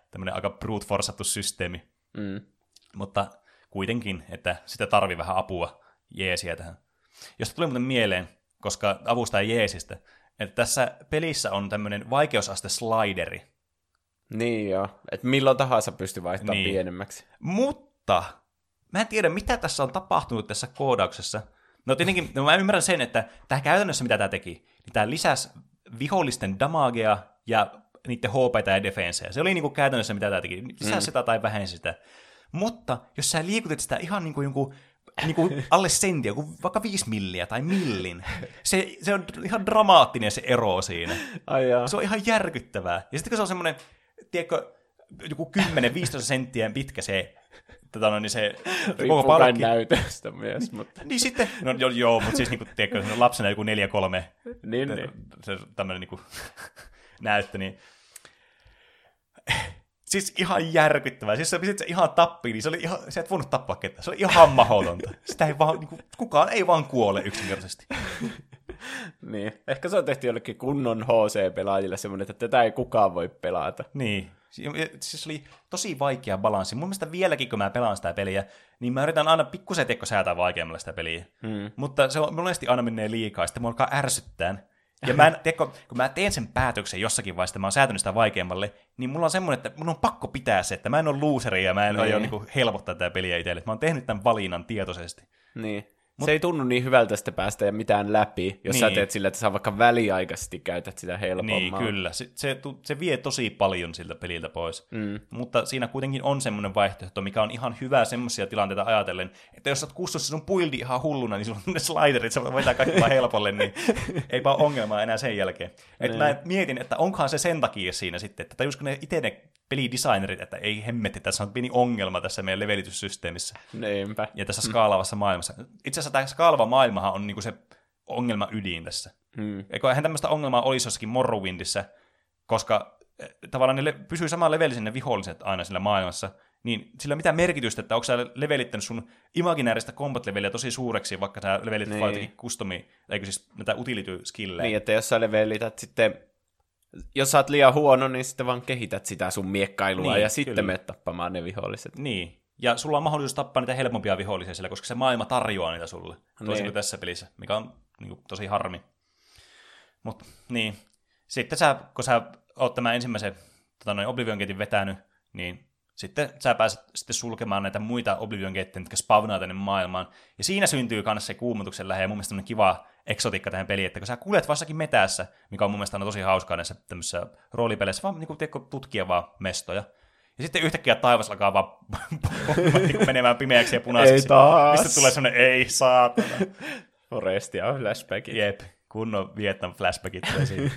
tämmöinen aika brute forsattu systeemi. Mutta kuitenkin, että sitä tarvii vähän apua, jeesiä tähän. Josta tuli muuten mieleen, koska avustaa jeesistä, että tässä pelissä on tämmöinen vaikeusaste slideri. Niin joo, että milloin tahansa pystyy vaihtamaan pienemmäksi. Mutta mä en tiedä, mitä tässä on tapahtunut tässä koodauksessa. No tietenkin, mä ymmärrän sen, että tämä käytännössä, mitä tämä teki, niin tämä lisäsi vihollisten damagea ja niiden HP:tä ja defenseä. Se oli niin kuin käytännössä, mitä tämä teki. Lisäsi sitä tai vähensi sitä. Mutta jos sä liikutit sitä ihan niin kuin jonkun alle senttiä, vaikka 5 milliä tai millin, se on ihan dramaattinen se ero siinä. Se on ihan järkyttävää. Ja sitten kun se on semmoinen, tiedätkö, joku 10-15 senttiä pitkä se se koko palkki. Näytöstä myös, mutta... Niin sitten, no joo, mutta siis niinku, tiedätkö, lapsena joku 4-3 niin. Se tämmöinen niinku näyttö, niin siis ihan järkyttävää. Siis sä pisit se ihan tappiin, niin se oli ihan, sä et voinut tappaa ketään. Se oli ihan mahdotonta. Sitä ei vaan, niinku, kukaan ei vaan kuole yksinkertaisesti. Niin, ehkä se on tehty jollekin kunnon HC-pelaajille semmoinen, että tätä ei kukaan voi pelata. Niin. Siis oli tosi vaikea balanssi. Mun mielestä vieläkin, kun mä pelaan sitä peliä, niin mä yritän aina pikkusen säätää vaikeammalla sitä peliä. Mutta se on monesti aina menee liikaa, sitten mun alkaa ärsyttää. Ja mä kun mä teen sen päätöksen jossakin vaiheessa, että mä oon säätänyt sitä vaikeammalle, niin mulla on semmoinen, että mun on pakko pitää se, että mä en ole looseri ja mä en ole niin helpottaa tätä peliä itselle. Mä oon tehnyt tämän valinnan tietoisesti. Niin. Se ei tunnu niin hyvältä sitä päästä ja mitään läpi, jos sä teet sillä, että sä vaikka väliaikaisesti käytät sitä helpommaa. Niin, kyllä. Se vie tosi paljon siltä peliltä pois. Mutta siinä kuitenkin on semmoinen vaihtoehto, mikä on ihan hyvä semmoisia tilanteita ajatellen, että jos sä oot kustossa sun buildi ihan hulluna, niin sulla on ne sliderit, sä voit kaikki vaan helpolle, niin eipä ole ongelmaa enää sen jälkeen. Että mä mietin, että onkohan se sen takia siinä sitten, että tajusko ne itse ne pelidesignerit, että ei hemmetti, tässä on pieni ongelma tässä meidän levelityssysteemissä. Niinpä. Ja tässä skaalavassa maailmassa. Itse asiassa tämä skaalava maailmahan on niinku se ongelma ydin tässä. Eihän tämmöistä ongelmaa olisi jossakin Morrowindissä, koska tavallaan ne pysyy saman levelisen ne viholliset aina sillä maailmassa, niin sillä mitä merkitystä, että onko sä levelittänyt sun imaginääristä combat-leveliä tosi suureksi, vaikka sä levelität vaan jotenkin customia, eikö siis näitä utility-skillejä. Niin, että jos sä levelität sitten, jos sä oot liian huono, niin sitten vaan kehität sitä sun miekkailua ja sitten menet tappamaan ne viholliset. Niin. Ja sulla on mahdollisuus tappaa niitä helpompia vihollisia sillä, koska se maailma tarjoaa niitä sulle. Toisin kuin tässä pelissä, mikä on niin kuin, tosi harmi. Mutta niin. Sitten kun sä oot tämän ensimmäisen Oblivion Gatein vetänyt, niin sitten sä pääset sitten sulkemaan näitä muita Oblivion Gateja, jotka spawnaa tänne maailmaan. Ja siinä syntyy myös se kuumotuksen lähe ja mun mielestä kiva eksotiikka tähän peliin, että kun sä kuljet vassakin metässä, mikä on mun mielestä tosi hauskaa näissä tämmöisissä roolipeleissä, vaan niin kuin, tutkia vaan mestoja. Ja sitten yhtäkkiä taivas alkaa vaan menemään pimeäksi ja punaiseksi. Ei taas. Mistä tulee semmoinen, ei saatana. Forestia flashbackit. Jep, kunnon Vietnam flashbackit tulee siinä.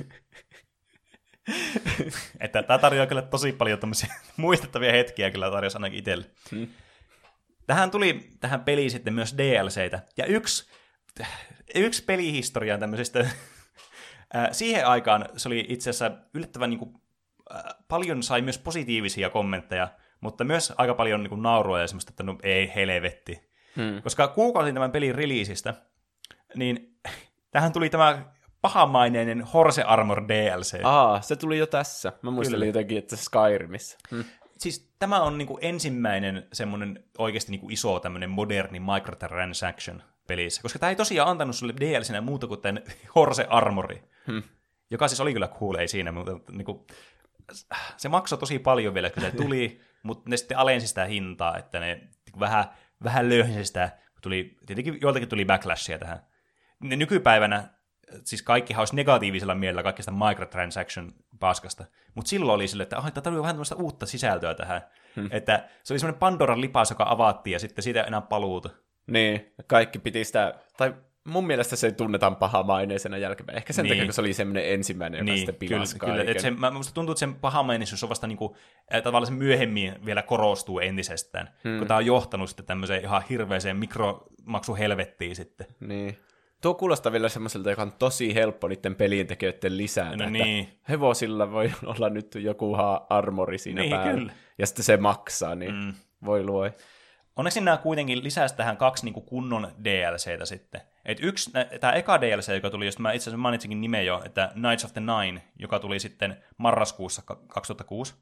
Että tämä tarjoaa kyllä tosi paljon tämmöisiä muistettavia hetkiä kyllä tarjosi ainakin itselle. Tähän tuli tähän peliin sitten myös DLCtä. Ja yksi pelihistorian tämmöisistä, siihen aikaan se oli itse asiassa yllättävän niin kuin, paljon sai myös positiivisia kommentteja, mutta myös aika paljon niin kuin naurua ja semmoista, että no ei helvetti. Koska kuukausi tämän pelin releasistä, niin tähän tuli tämä pahamaineinen Horse Armor DLC. Se tuli jo tässä. Mä muistelin jotenkin, että Skyrimissa. Siis tämä on niin kuin ensimmäinen semmoinen oikeasti niin kuin iso tämmöinen moderni microtransaction pelissä, koska tämä ei tosiaan antanut sulle DLCnä muuta kuin tämän Horse Armori, joka siis oli kyllä cool, ei siinä, mutta niin kuin, se maksoi tosi paljon vielä, kun se tuli, mutta ne sitten alensi sitä hintaa, että ne vähän löyhensivät sitä, tietenkin joiltakin tuli backlashia tähän. Ne nykypäivänä, siis kaikkihan olisi negatiivisella mielellä kaikista microtransaction-paskasta, mutta silloin oli sille, että tämä tarvitsee vähän tämmöistä uutta sisältöä tähän, että se oli semmoinen Pandoran lipas, joka avattiin, ja sitten siitä ei enää paluuta. Niin, kaikki piti sitä, tai mun mielestä se tunnetaan pahamaineisena jälkeenpäin. Ehkä sen takia, kun se oli semmoinen ensimmäinen, joka sitten pilasi kaiken. Kyllä. Musta tuntuu, että sen pahamaineisuus on vasta niinku, tavallaan se myöhemmin vielä korostuu entisestään, kun tämä on johtanut sitten tämmöiseen ihan hirveäseen mikromaksuhelvettiin sitten. Niin. Tuo kuulostaa vielä semmoiselta, joka on tosi helppo niiden pelintekijöiden lisätä. No niin. Hevosilla voi olla nyt joku armori siinä päällä. Kyllä. Ja sitten se maksaa, niin voi luo. Onneksi nämä kuitenkin lisäsi tähän 2 niin kuin kunnon DLCtä sitten. Et yksi, tämä eka DLC, joka tuli, josta mä itse asiassa mainitsinkin nimen jo, että Knights of the Nine, joka tuli sitten marraskuussa 2006,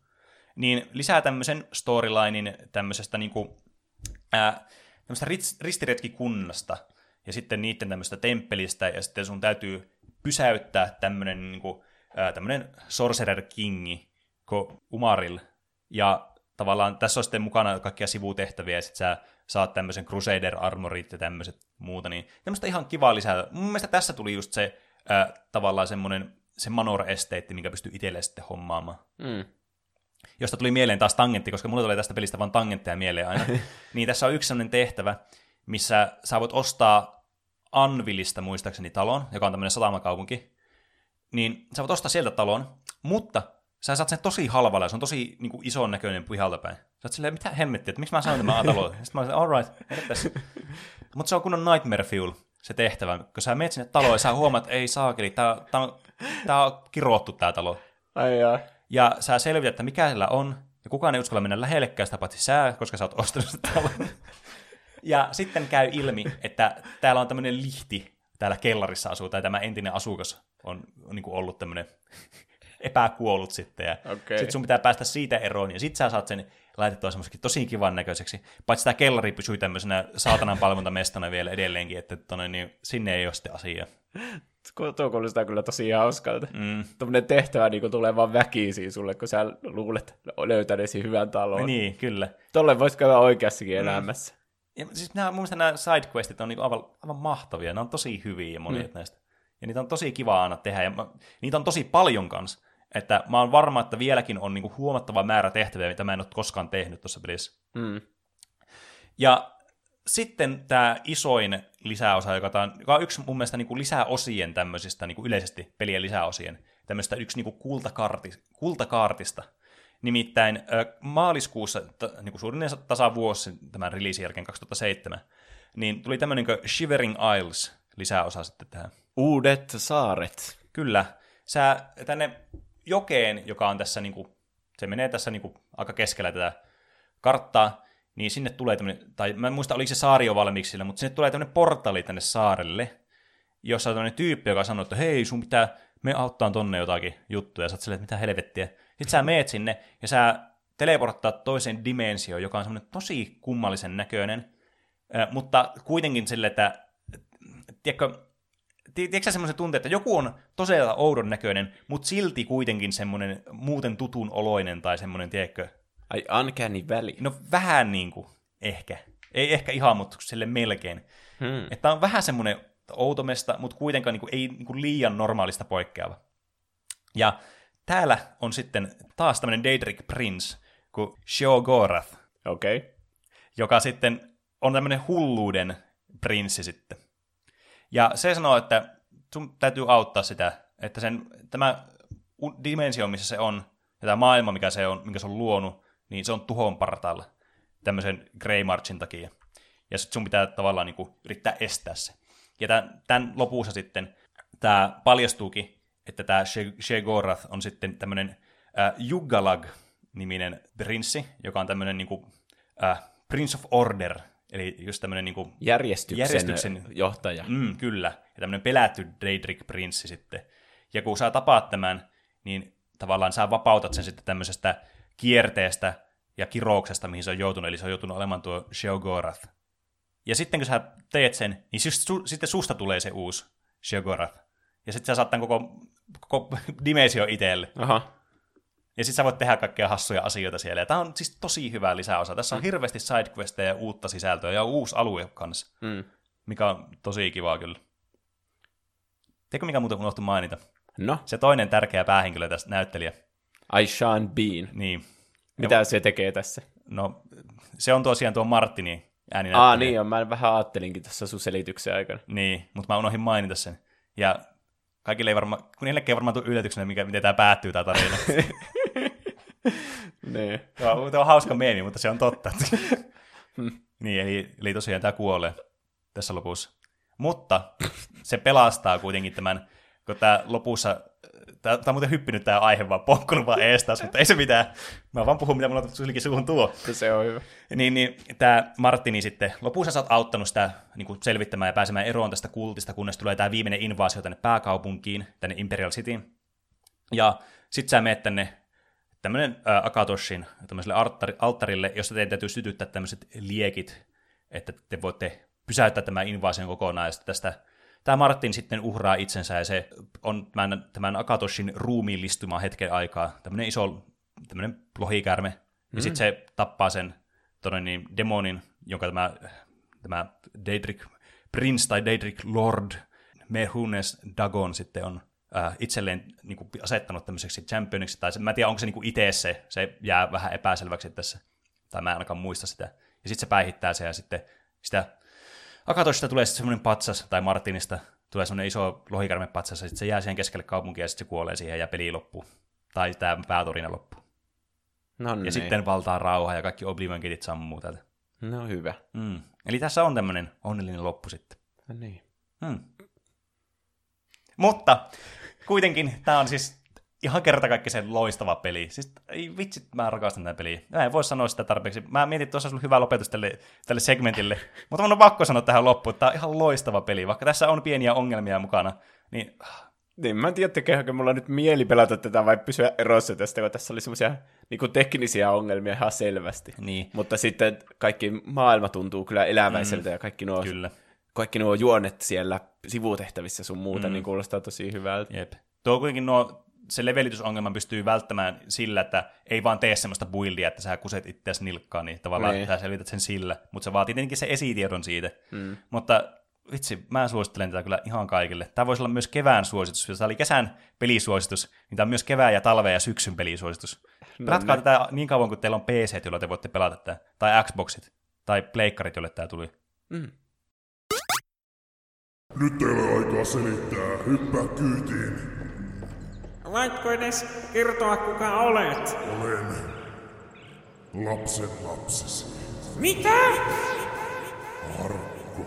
niin lisää tämmöisen storylinein tämmöisestä niinku, tämmöistä ristiretkikunnasta, ja sitten niiden tämmöistä temppelistä, ja sitten sun täytyy pysäyttää tämmöinen niinku, Sorcerer Kingi, Umaril, ja tavallaan tässä on sitten mukana kaikkia sivutehtäviä, ja sitten sä saat tämmöisen Crusader-armorit ja tämmöiset muuta, niin tämmöistä ihan kivaa lisää. Mun mielestä tässä tuli just se tavallaan semmoinen se Manor-esteetti, minkä pystyy itselleen sitten hommaamaan. Josta tuli mieleen taas tangentti, koska mulle tulee tästä pelistä vaan tangentteja mieleen aina. Niin tässä on yksi semmoinen tehtävä, missä sä voit ostaa Anvilista muistaakseni talon, joka on tämmöinen satamakaupunki. Niin sä voit ostaa sieltä talon, mutta sä saat sen tosi halvalla, ja se on tosi niin kuin, ison näköinen pihalta päin. Sä oot silleen, mitä hemmettiä, että miksi mä saan tämän talon? Sitten mä olin, alright, edepäs. Mutta se on kunnon Nightmare Fuel, se tehtävä. Kun sä menet sinne taloon ja sä huomaat, että ei saakeli, tää on kirottu tää talo. Ai. Ja sä selvität, että mikä siellä on, ja kukaan ei uskalla mennä lähellekään sitä paitsi sä, koska sä oot ostanut sitä talon. Ja sitten käy ilmi, että täällä on tämmöinen lihti, täällä kellarissa asuu, tai tämä entinen asukas on niin kuin ollut tämmöinen epäkuollut sitten, ja sitten sun pitää päästä siitä eroon, ja sitten sä saat sen laitettua semmoiseksi tosi kivan näköiseksi, paitsi tämä kellari pysyy tämmöisenä saatanan palvontamestana vielä edelleenkin, että niin sinne ei ole sitten asiaa. Tuo kuulostaa kyllä tosi hauskalta. Tuommoinen tehtävä niin tulee vaan väkisin sulle, kun sä luulet löytäneesi hyvän talon. Niin, kyllä. Tolleen voisi käydä oikeassakin elämässä. Ja siis mun mielestä nämä sidequestit on niin aivan mahtavia, ne on tosi hyviä monet näistä. Ja niitä on tosi kiva aina tehdä, ja niitä on tosi paljon kanssa. Että mä oon varma, että vieläkin on niinku huomattava määrä tehtäviä, mitä mä en ole koskaan tehnyt tuossa pelissä. Ja sitten tämä isoin lisäosa, joka on yksi mun mielestä niinku lisäosien tämmöisistä niinku yleisesti pelien lisäosien, tämmöistä yksi niinku kultakaartista. Nimittäin maaliskuussa, niinku suurin tasavuosi tämän releasin jälkeen 2007, niin tuli tämmöinen kuin Shivering Isles lisäosa sitten tähän. Uudet saaret. Kyllä. Sä tänne jokeen, joka on tässä, niinku, se menee tässä niinku aika keskellä tätä karttaa, niin sinne tulee tämmöinen, tai mä en muista, oliko se saari jo valmiiksi sillä, mutta sinne tulee tämmöinen portaali tänne saarelle, jossa on tämmöinen tyyppi, joka sanoo, että hei, sun pitää me auttaa tonne jotakin juttuja, ja sä oot silleen, että mitä helvettiä. Sitten sä meet sinne, ja sä teleporttaa toiseen dimensioon, joka on semmoinen tosi kummallisen näköinen, mutta kuitenkin silleen, että tiedätkö sä semmoisen tunteen, että joku on tosiaan oudon näköinen, mutta silti kuitenkin semmoinen muuten tutun oloinen tai semmoinen, tiedätkö? Ai uncanny valley. No vähän niin kuin, ehkä. Ei ehkä ihan, mutta sille melkein. Että on vähän semmoinen outomesta, mutta kuitenkaan niin kuin, ei niin kuin liian normaalista poikkeava. Ja täällä on sitten taas tämmöinen Daedric Prince kuin Sheogorath. Joka sitten on tämmöinen hulluuden prinssi sitten. Ja se sanoo, että sun täytyy auttaa sitä, että tämä dimensio, missä se on, ja tämä maailma, minkä se on luonut, niin se on tuhon partaalla tämmöisen Greymarchin takia. Ja sitten sun pitää tavallaan niin kuin yrittää estää se. Ja tämän lopussa sitten tämä paljastuukin, että tämä Sheogorath on sitten tämmöinen Yuggalag-niminen prinssi, joka on tämmöinen niin kuin, Prince of Order, eli just tämmöinen niin kuin järjestyksen johtaja. Kyllä, ja tämmöinen pelätty Daedric prinssi sitten. Ja kun sä tapaat tämän, niin tavallaan sä vapautat sen sitten tämmöisestä kierteestä ja kirouksesta, mihin se on joutunut, eli se on joutunut olemaan tuo Sheogorath. Ja sitten kun sä teet sen, niin sitten susta tulee se uusi Sheogorath. Ja sitten sä saat tämän koko dimensio itselle. Aha. Ja sitten sä voit tehdä kaikkea hassuja asioita siellä. Ja tää on siis tosi hyvä lisäosa. Tässä on hirveästi sidequesteja ja uutta sisältöä ja uusi alue kanssa, mikä on tosi kivaa kyllä. Tiedätkö, mikä muuten unohtui mainita? No? Se toinen tärkeä päähenkilö tästä näyttelijä. Sean Bean. Niin. Mitä se tekee tässä? No, se on tosiaan tuo Martinin ääninäyttelijä. Niin on. Mä vähän ajattelinkin tuossa sun selityksen aikana. Niin, mutta mä unohdin mainita sen. Ja kaikille ei varmaan, kun niillekin ei varmaan tule yllätyksenä, miten tämä päättyy, tämä tarina. Niin. Tämä on hauska meemi, mutta se on totta. Niin, eli tosiaan tämä kuolee tässä lopussa. Mutta se pelastaa kuitenkin tämän, kun tämä lopussa, tämä on muuten hyppinyt tämä aihe vaan, ponkkunut vaan ees taas, mutta ei se mitään. Mä vaan puhun, mitä mulla on suhun tuo. Se on hyvä. Niin tämä Martini sitten, lopussa sä oot auttanut sitä niin kuin selvittämään ja pääsemään eroon tästä kultista, kunnes tulee tämä viimeinen invaasio tänne pääkaupunkiin, tänne Imperial Cityin. Ja sit sä meet tänne tämmöinen Akatoshin tämmöiselle alttarille, jossa teidän täytyy sytyttää tämmöiset liekit, että te voitte pysäyttää tämän invaasion kokonaan, ja tästä tämä Martin sitten uhraa itsensä, ja se on tämän Akatoshin ruumiillistuma hetken aikaa, tämmöinen iso tämmöinen lohikäärme, ja sitten se tappaa sen demonin, jonka tämä Daedric Prince tai Daedric Lord Merhunes Dagon sitten on itselleen niin kuin asettanut tämmöiseksi championiksi, tai mä en tiedä, onko se niin itse se jää vähän epäselväksi tässä, tai mä en ainakaan muista sitä. Ja sitten se päihittää se, ja sitten sitä Akatoshista tulee sitten semmoinen patsas, tai Martinista tulee semmoinen iso lohikärmepatsas, ja sitten se jää siihen keskelle kaupunkia, ja sitten se kuolee siihen, ja peli loppuu. Tai tämä päätorina loppuu. No niin. Ja sitten valtaa rauha, ja kaikki Oblivion Kitit sammuu täältä. No hyvä. Eli tässä on tämmöinen onnellinen loppu sitten. No niin. Mutta kuitenkin tämä on siis ihan kertakaikkisen loistava peli. Siis ei vitsi, mä rakastan tätä peliä. Mä en voi sanoa sitä tarpeeksi. Mä mietin, että tuossa olisi ollut hyvä lopetus tälle segmentille. Mutta mun on pakko sanoa tähän loppuun, että tämä on ihan loistava peli. Vaikka tässä on pieniä ongelmia mukana, niin... Niin, mä en tiedä, tekeekö mulla nyt mieli pelata tätä vai pysyä erossa tästä, kun tässä oli semmoisia niin teknisiä ongelmia ihan selvästi. Niin. Mutta sitten kaikki maailma tuntuu kyllä eläväiseltä ja kaikki nuo juonet siellä sivutehtävissä sun muuta, niin kuulostaa tosi hyvältä. Jep. Tuo kuitenkin se levelitysongelma pystyy välttämään sillä, että ei vaan tee semmoista buildia, että sä kuset itseäsi nilkkaan, niin tavallaan sä selvität sen sillä. Mutta se vaatii tietenkin se esitiedon siitä. Mutta vitsi, mä suosittelen tätä kyllä ihan kaikille. Tämä voisi olla myös kevään suositus. Jos tämä oli kesän pelisuositus, niin tämä on myös kevään ja talven ja syksyn pelisuositus. Pelatkaa tätä niin kauan, kun teillä on PC, jolla te voitte pelata tätä. Tai Xboxit. Tai pleikkarit, jolle tämä tuli. Nyt ei ole aikaa selittää. Hyppää kyytiin. Voitko edes kertoa, kuka olet? Olen lapsen lapsesi. Mitä? Harkko.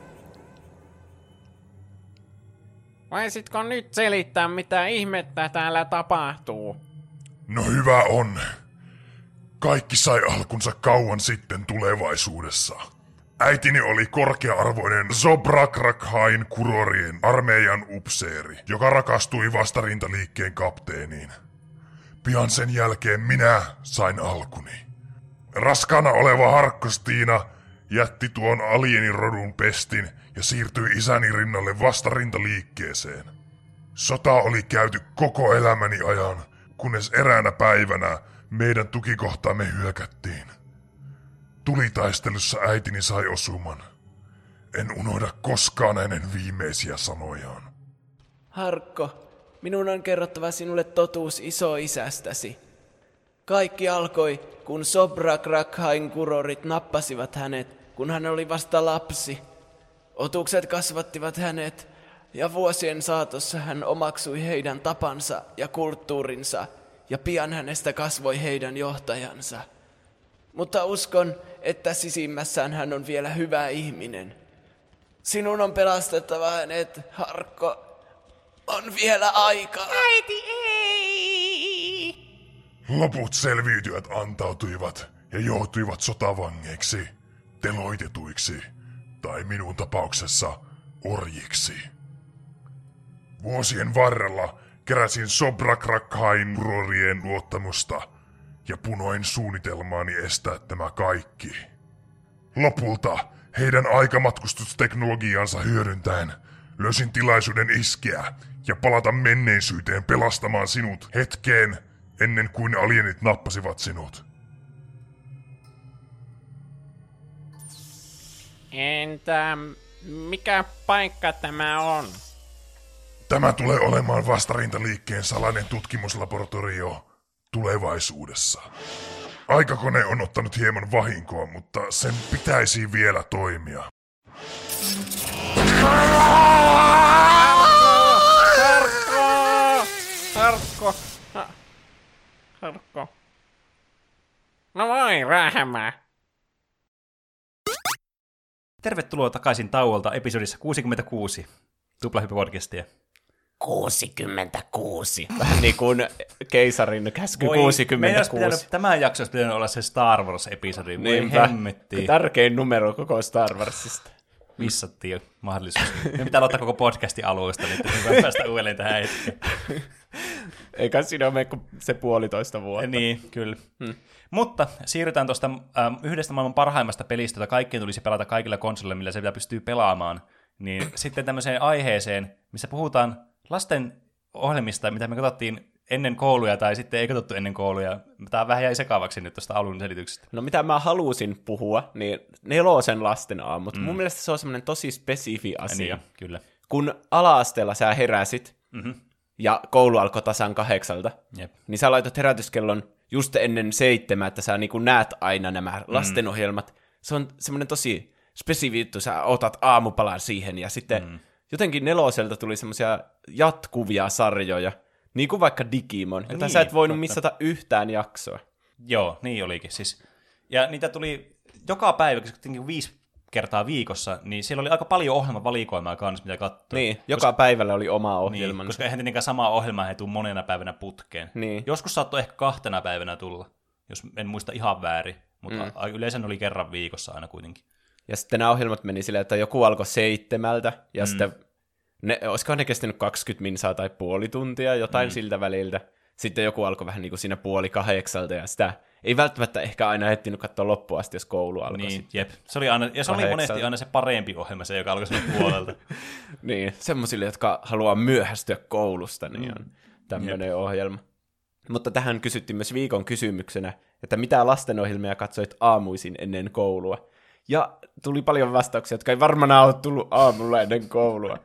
Voisitko nyt selittää, mitä ihmettä täällä tapahtuu? No hyvä on. Kaikki sai alkunsa kauan sitten tulevaisuudessa. Äitini oli korkea-arvoinen Zobrakrakhain Kurorien armeijan upseeri, joka rakastui vastarintaliikkeen kapteeniin. Pian sen jälkeen minä sain alkuni. Raskaana oleva Harkko-Stiina jätti tuon alienirodun pestin ja siirtyi isäni rinnalle vastarintaliikkeeseen. Sota oli käyty koko elämäni ajan, kunnes eräänä päivänä meidän tukikohtaamme hyökättiin. Tulitaistelussa äitini sai osuman. En unohda koskaan hänen viimeisiä sanojaan. Harkko, minun on kerrottava sinulle totuus isoisästäsi. Kaikki alkoi, kun Zobrakrakhain kurorit nappasivat hänet, kun hän oli vasta lapsi. Otukset kasvattivat hänet, ja vuosien saatossa hän omaksui heidän tapansa ja kulttuurinsa, ja pian hänestä kasvoi heidän johtajansa. Mutta uskon, että sisimmässään hän on vielä hyvä ihminen. Sinun on pelastettava hänet, Harkko. On vielä aikaa. Äiti, ei! Loput selviytyjät antautuivat ja joutuivat sotavangeiksi, teloitetuiksi tai minun tapauksessa orjiksi. Vuosien varrella keräsin Zobrakrakhain kurorien luottamusta ja punoin suunnitelmaani estää tämä kaikki. Lopulta heidän aikamatkustusteknologiansa hyödyntäen löysin tilaisuuden iskeä ja palata menneisyyteen pelastamaan sinut hetkeen ennen kuin alienit nappasivat sinut. Entä mikä paikka tämä on? Tämä tulee olemaan vastarintaliikkeen salainen tutkimuslaboratorio tulevaisuudessa. Aikakone on ottanut hieman vahinkoa, mutta sen pitäisi vielä toimia. Harkko. No voi rähmä. Tervetuloa takaisin tauolta episodissa 66 Tuplahyppy-podcastia. 66. Vähän niin kuin keisarin käsky 66. Tämän jakso olisi pitänyt olla se Star Wars-episodi. Voi hemmettiin. Tärkein numero koko Star Warsista. Missattiin mahdollisuus. Me pitää aloittaa koko podcastin alusta, niin päästä uudelleen tähän hetkeen. Eikä siinä ole kuin se 1,5 vuotta. Niin, kyllä. Mutta siirrytään tuosta yhdestä maailman parhaimmasta pelistä, jota kaikkien tulisi pelata kaikilla konsoleilla, millä se pystyy pelaamaan, niin sitten tämmöiseen aiheeseen, missä puhutaan lasten ohjelmista, mitä me katsottiin ennen kouluja tai sitten ei katsottu ennen kouluja. Tämä vähän jäi sekavaksi nyt tuosta alun selityksestä. No mitä mä halusin puhua, niin 4 lasten aamut. Mun mielestä se on semmoinen tosi spesifi asia. Niin, kyllä. Kun ala-asteella sä heräsit, ja koulu alkoi tasan 8, niin sä laitat herätyskellon just ennen 7, että sä niin kuin näet aina nämä lastenohjelmat. Se on semmoinen tosi spesifi juttu, sä otat aamupalan siihen, ja sitten jotenkin 4 tuli semmoisia jatkuvia sarjoja, niin kuin vaikka Digimon, jota niin, sä et voinut missata yhtään jaksoa. Joo, niin olikin. Siis. Ja niitä tuli joka päivä, koska 5 kertaa viikossa, niin siellä oli aika paljon ohjelmavalikoimaa kanssa, mitä katsoi. Niin, joka päivällä oli oma ohjelma. Niin, koska eihän tietenkään samaa ohjelmaa ei tule monena päivänä putkeen. Niin. Joskus saattoi ehkä 2 päivänä tulla, jos en muista ihan väärin, mutta yleensä ne oli kerran viikossa aina kuitenkin. Ja sitten nämä ohjelmat meni silleen, että joku alkoi 7, ja sitten olisikohan ne kestänyt 20 minsaa tai puoli tuntia, jotain siltä väliltä. Sitten joku alkoi vähän niin kuin siinä 7:30, ja sitä ei välttämättä ehkä aina ehtinyt katsoa loppuun asti, jos koulu alkoi. Niin, jep. Se oli aina, ja se oli monesti aina se parempi ohjelma, se joka alkoi sinne puolelta. Niin, semmoisille, jotka haluaa myöhästyä koulusta, niin on tämmöinen ohjelma. Mutta tähän kysyttiin myös viikon kysymyksenä, että mitä lastenohjelmia katsoit aamuisin ennen koulua. Ja tuli paljon vastauksia, jotka ei varmaan ole tullut aamulla ennen koulua.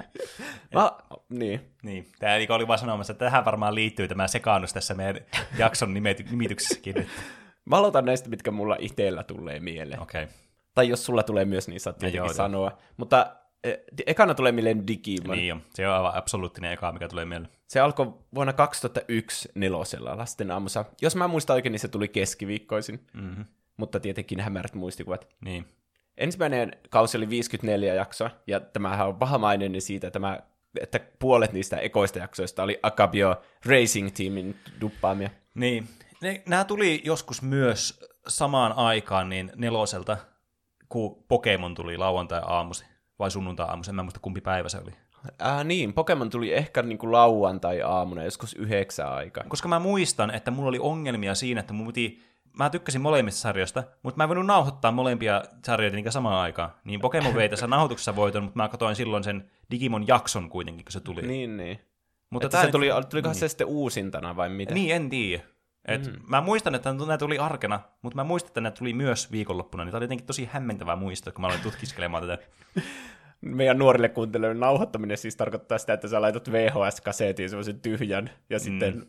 Niin. Tämä oli vaan sanomassa, että tähän varmaan liittyy tämä sekaannus tässä meidän jakson nimityksessäkin. Mä aloitan näistä, mitkä mulla itsellä tulee mieleen. Okay. Tai jos sulla tulee myös, niin saat tietenkin sanoa. Mutta ekana tulee mieleen Digimon. Niin jo, se on aivan absoluuttinen eka, mikä tulee mieleen. Se alkoi vuonna 2001 4 lasten aamussa. Jos mä muistan oikein, niin se tuli keskiviikkoisin. Mutta tietenkin hämärät muistikuvat. Niin. Ensimmäinen kausi oli 54 jaksoa, ja tämähän on pahamainen siitä, että puolet niistä ekoista jaksoista oli Akabio Racing Teamin duppaamia. Niin. Nämä tuli joskus myös samaan aikaan niin 4, kun Pokemon tuli lauantai-aamusi, vai sunnuntai-aamusi, en mä muista kumpi päivä se oli. Niin, Pokemon tuli ehkä niin kuin lauantai-aamuna, joskus 9 aikaan. Koska mä muistan, että mulla oli ongelmia siinä, että mä tykkäsin molemmista sarjoista, mutta mä en voinut nauhoittaa molempia sarjoita niin samaan aikaan. Niin Pokemon vei tässä nauhoituksessa voiton, mutta mä katsoin silloin sen Digimon jakson kuitenkin, kun se tuli. Niin. Mutta se tulikohan se sitten uusintana vai mitä? Niin, en tiedä. Mä muistan, että nämä tuli arkena, mutta mä muistan, että nämä tuli myös viikonloppuna. Niin tämä oli jotenkin tosi hämmentävää muistaa, kun mä aloin tutkiskelemaan tätä. Meidän nuorille kuuntelijoille nauhoittaminen siis tarkoittaa sitä, että sä laitat VHS-kaseetiin semmoisen tyhjän, ja sitten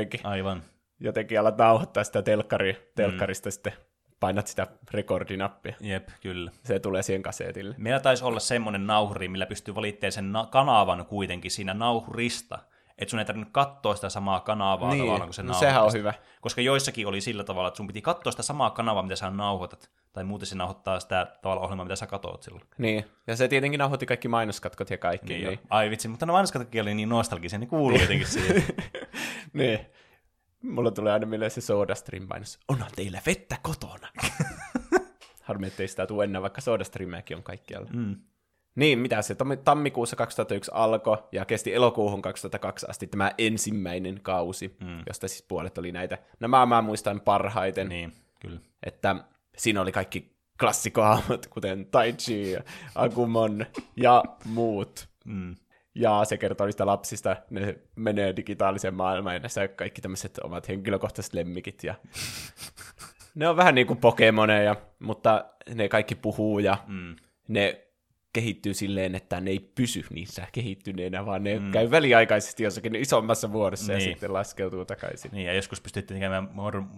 jotenkin alat nauhoittaa sitä telkkarista sitten painat sitä rekordinappia. Jep, kyllä. Se tulee siihen kaseetille. Meillä taisi olla semmoinen nauhuri, millä pystyy valittamaan sen kanavan kuitenkin siinä nauhurista, että sun ei tarvinnut katsoa sitä samaa kanavaa tavallaan kuin se nauhurista. Sehän on hyvä. Koska joissakin oli sillä tavalla, että sun piti katsoa sitä samaa kanavaa, mitä sä nauhoitat, tai muuten se nauhoittaa sitä tavalla ohjelmaa, mitä sä katot silloin. Niin, ja se tietenkin nauhoitti kaikki mainoskatkot ja kaikki. Niin. Ai vitsi, mutta ne mainoskatkotkin oli niin nostalgisia, ne kuuluu jotenkin siihen. Niin. Mulla tulee aina mieleen se SodaStream-mainos. Onhan teillä vettä kotona. Harmi, ettei sitä tule enää, vaikka SodaStreamiakin on kaikkialla. Niin, mitä se tammikuussa 2001 alkoi ja kesti elokuuhun 2002 asti tämä ensimmäinen kausi, josta siis puolet oli näitä. Nämä mä muistan parhaiten. Niin, kyllä. Että siinä oli kaikki klassikohahmot, kuten Taichi ja Agumon ja muut. Ja se kertoo niistä lapsista, ne menee digitaaliseen maailmaan ja näissä kaikki tämmöiset omat henkilökohtaiset lemmikit. Ja ne on vähän niin kuin Pokemoneja, mutta ne kaikki puhuu ja ne kehittyy silleen, että ne ei pysy niissä kehittyneenä, vaan ne käy väliaikaisesti jossakin isommassa vuodessa ja sitten laskeutuu takaisin. Niin, ja joskus pystytte tekemään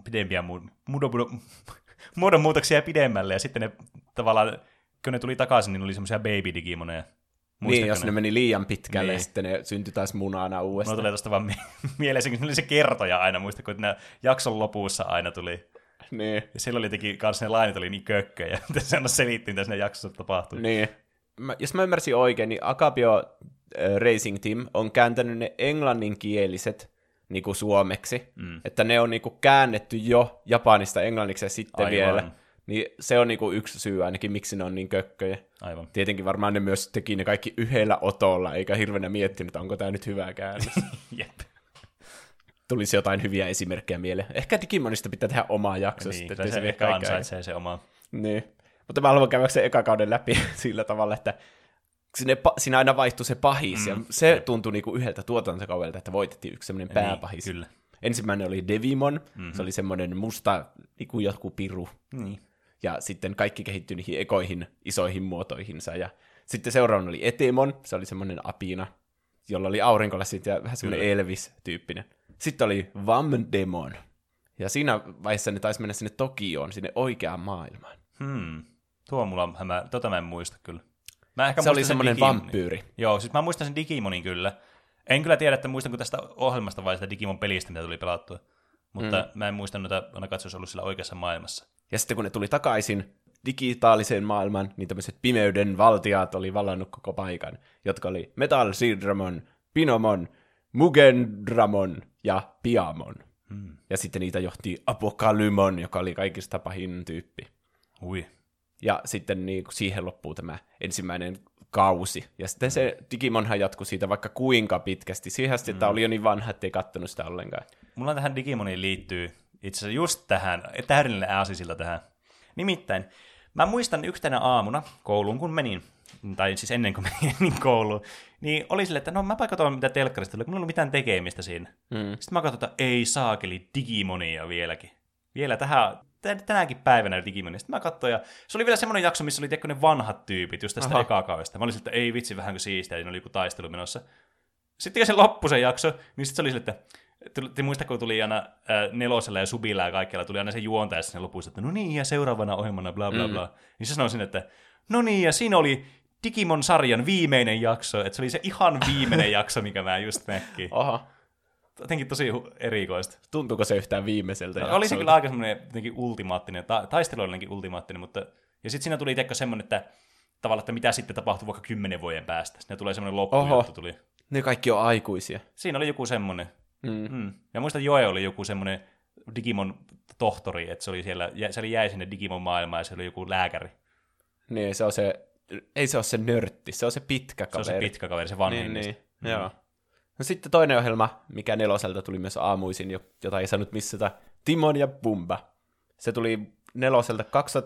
muodonmuutoksia pidemmälle, ja sitten ne tavallaan, kun ne tuli takaisin, niin oli semmoisia baby-digimoneja. Niin, jos ne meni liian pitkälle, niin. Sitten ne syntyi taas munana uudestaan. Mulla tulee tuosta vaan mieleen, kun se oli se kertoja aina, muista, kun ne jakson lopussa aina tuli. Niin. Ja silloin oli jotenkin kanssa ne lainat oli niin kökköjä, että se aina selitti, mitä siinä jaksossa tapahtui. Niin. Jos mä ymmärsin oikein, niin Akabio Racing Team on kääntänyt ne englanninkieliset niin kuin suomeksi. Että ne on niin kuin käännetty jo Japanista englanniksi ja sitten vielä. Niin se on niinku yksi syy ainakin, miksi ne on niin kökköjä. Aivan. Tietenkin varmaan ne myös teki ne kaikki yhdellä otolla, eikä hirveänä miettinyt, onko tämä nyt hyvä käännös. Jep. tulisi jotain hyviä esimerkkejä mieleen. Ehkä Digimonista pitää tehdä omaa jakso niin, sitten. Se ehkä ansaitsee se oma. Niin. Mutta mä haluan käydä sen eka kauden läpi sillä tavalla, että siinä aina vaihtui se pahis, ja se tuntui niinku yhdeltä tuotantokaudelta, että voitettiin yksi semmoinen pääpahis. Kyllä. Ensimmäinen oli Devimon, se oli semmoinen musta niinku joku piru. Niin. Ja sitten kaikki kehittyi niihin ekoihin isoihin muotoihinsa. Ja sitten seuraavana oli Etemon, se oli semmoinen apina, jolla oli aurinkolasit ja vähän semmoinen Elvis-tyyppinen. Sitten oli Vamdemon. Ja siinä vaiheessa ne taisi mennä sinne Tokioon, sinne oikeaan maailmaan. Tuo mulla on tota mä en muista kyllä. Se oli semmoinen vampyyri. Joo, siis mä muistan sen Digimonin kyllä. En kyllä tiedä, että muistanko tästä ohjelmasta vai sitä Digimon-pelistä, mitä tuli pelattua. Mutta mä en muista noita, ainakaan se olisi ollut sillä oikeassa maailmassa. Ja sitten kun ne tuli takaisin digitaaliseen maailmaan, niin tämmöiset pimeyden valtiaat oli vallannut koko paikan, jotka oli Metal Sidramon, Pinomon, Mugendramon ja Piamon. Ja sitten niitä johti Apokalymon, joka oli kaikista pahin tyyppi. Ui. Ja sitten niin siihen loppuu tämä ensimmäinen kausi. Ja sitten se Digimonhan jatkui siitä vaikka kuinka pitkästi. Siihen asti, että oli jo niin vanha, ettei kattonut sitä ollenkaan. Mulla tähän Digimoniin liittyy itse asiassa just tähän, täydellinen ääsisilta tähän. Nimittäin, mä muistan tänä aamuna kouluun, kun menin, tai siis ennen kuin menin kouluun, niin oli silleen, että no mä katsoin mitä telkkarista tuli, kun mulla ei ollut mitään tekemistä siinä. Sitten mä katsoin, että ei saakeli Digimonia vieläkin. Vielä tänäkin päivänä Digimonia. Sitten mä katsoin, ja se oli vielä semmoinen jakso, missä oli ne vanhat tyypit, just tästä ekaa kaudesta. Mä olin silleen, että ei vitsi, vähänkö siistiä, ja siinä oli joku taistelu menossa. Sitten kun se loppui se jakso, niin sitten se oli silleen, että te muista, kun tuli aina Nelosella ja Subilla ja kaikkialla, tuli aina se juontaja sinne lopussa, että no niin, ja seuraavana ohjelmana, bla bla bla. Niin se sanoi sinne, että no niin, ja siinä oli Digimon-sarjan viimeinen jakso, että se oli se ihan viimeinen jakso, mikä mä just näkkiin. Aha. Jotenkin tosi erikoista. Tuntuuko se yhtään viimeiseltä jaksolta? Oli se kyllä aika semmoinen jotenkin ultimaattinen, taistelu oli jotenkin ultimaattinen, mutta ja sitten siinä tuli semmoinen, että tavallaan, että mitä sitten tapahtuu vaikka 10 vuoden päästä. Siinä tulee semmoinen loppujuttu tuli. Ne kaikki on aikuisia. Siinä oli joku semmoinen. Ja muistan, että Joe oli joku semmoinen Digimon-tohtori, että se oli siellä, se jäi sinne Digimon-maailmaan ja se oli joku lääkäri. Niin, se on se, ei se ole se nörtti, se on se pitkä kaveri. Se on se pitkä kaveri, se vanhin. Niin. Joo. No sitten toinen ohjelma, mikä Neloselta tuli myös aamuisin, jota ei saanut missata, Timon ja Pumba. Se tuli Neloselta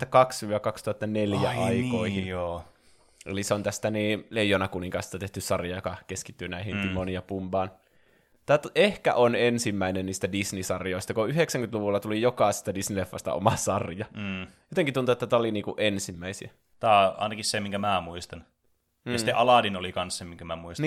2002-2004 aikoihin. Niin, joo. Eli se on tästä Leijona Kuninkasta tehty sarja, joka keskittyy näihin Timon ja Pumbaan. Tämä ehkä on ensimmäinen niistä Disney-sarjoista, kun 90-luvulla tuli jokaisesta Disney-leffasta oma sarja. Jotenkin tuntuu, että tämä oli niinku ensimmäisiä. Tämä on ainakin se, minkä mä muistan. Ja sitten Aladdin oli kans se, minkä mä muistan.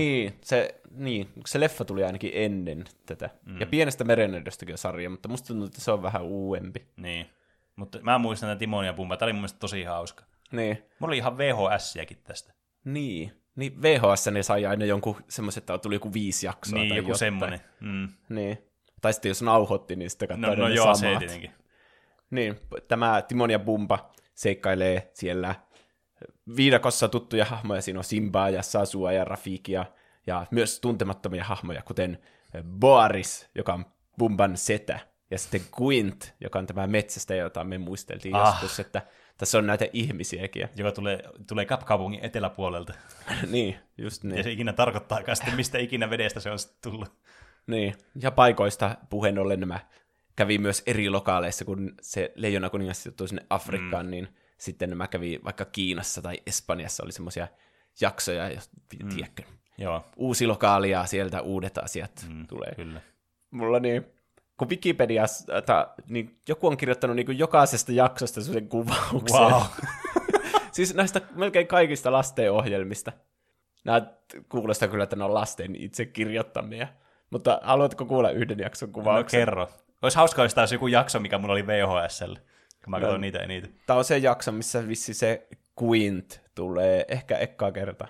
Se leffa tuli ainakin ennen tätä. Ja Pienestä merenneidöstäkin on sarja, mutta musta tuntuu, että se on vähän uudempi. Niin, mutta mä muistan tämän Timon ja Pumba. Tämä oli mun mielestä tosi hauska. Niin. Mulla oli ihan VHS-jäkin tästä. Niin VHS ne sai aina jonkun semmoisen, että tuli joku 5 jaksoa niin, tai joku jotain. semmoinen. Niin. Tai sitten jos nauhoitti, niin sitten katsoi no ne joo, samat. se tietenkin. Niin, tämä Timon ja Pumba seikkailee siellä viidakossa tuttuja hahmoja. Siinä on Simbaa ja Sasua ja Rafikia ja myös tuntemattomia hahmoja, kuten Boaris, joka on Pumban setä, ja sitten Quint, joka on tämä metsästä, jota me muisteltiin joskus, että tässä on näitä ihmisiäkin. Joka tulee Cap-kaupungin eteläpuolelta. Niin, just niin. Ja se ikinä tarkoittaakaan sitten, mistä ikinä vedestä se on sitten tullut. Niin, ja paikoista puheen ollen nämä kävi myös eri lokaaleissa, kun se Leijona kuningas joutui sinne Afrikkaan, niin sitten nämä kävi vaikka Kiinassa tai Espanjassa, oli semmoisia jaksoja, tiedätkö, uusi lokaali ja sieltä uudet asiat tulee. Kyllä. Mulla kun Wikipediassa niin joku on kirjoittanut niin jokaisesta jaksosta sen kuvauksen. Wow. Siis näistä melkein kaikista lastenohjelmista. Nämä kuulostaa kyllä, että ne on lasten itse kirjoittamia. Mutta haluatko kuulla yhden jakson kuvauksen? No kerro. Olisi hauskaa, jos taas joku jakso, mikä mulla oli VHS:llä, kun mä katson niitä ja niitä. Tämä on se jakso, missä vissi se Quint tulee ehkä ekkaa kertaa.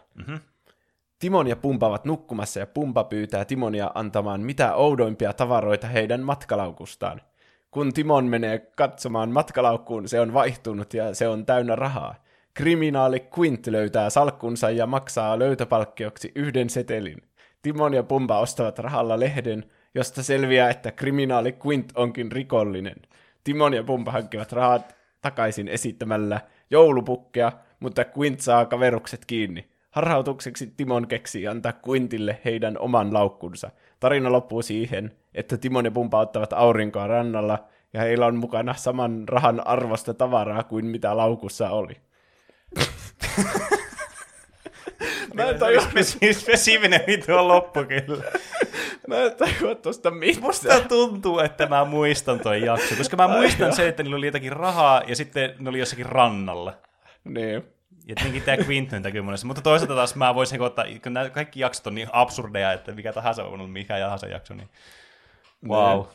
Timon ja Pumba ovat nukkumassa ja Pumba pyytää Timonia antamaan mitä oudoimpia tavaroita heidän matkalaukustaan. Kun Timon menee katsomaan matkalaukkuun, se on vaihtunut ja se on täynnä rahaa. Kriminaali Quint löytää salkkunsa ja maksaa löytöpalkkioksi 1 setelin. Timon ja Pumba ostavat rahalla lehden, josta selviää, että kriminaali Quint onkin rikollinen. Timon ja Pumba hankkivat rahat takaisin esittämällä joulupukkeja, mutta Quint saa kaverukset kiinni. Harhautukseksi Timon keksii antaa Quintille heidän oman laukkunsa. Tarina loppuu siihen, että Timon ja Pumba ottavat aurinkoa rannalla, ja heillä on mukana saman rahan arvosta tavaraa kuin mitä laukussa oli. Mä en tajua. Spesifinen tuo loppu kyllä. Mä en tajua tuosta mitään. Musta tuntuu, että mä muistan toi jakso, koska mä muistan se, että niillä oli jotakin rahaa, ja sitten ne oli jossakin rannalla. Niin. Ja tietenkin tämä Quinton näkyy monessa. Mutta toisaalta taas mä voisin ottaa, kun nämä kaikki jaksot on niin absurdeja, että mikä tahansa on ollut mikä tahansa jakso, niin wow.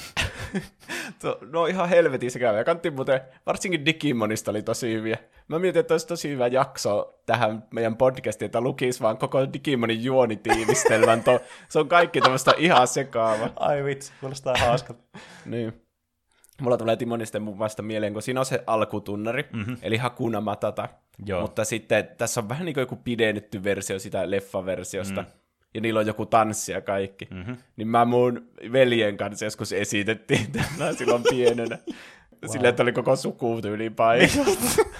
No ihan helvetin se käy. Kantti muuten, varsinkin Digimonista oli tosi hyviä. Mä mietin, että olisi tosi hyvä jakso tähän meidän podcastiin, että lukisi vaan koko Digimonin juonitiivistelmän. Se on kaikki tämmöistä ihan sekaava. Ai vitsi, kuulostaa hauskalta. Niin. Mulla tulee Timonista muun muassa mieleen, kun siinä on se alkutunnari, eli Hakuna Matata. Joo. Mutta sitten tässä on vähän niin kuin joku pidennetty versio sitä leffaversiosta. Ja niillä on joku tanssi ja kaikki. Niin mä mun veljen kanssa joskus esitettiin tällä silloin pienenä. Wow. Silleen, että oli koko sukutyyli paikalla.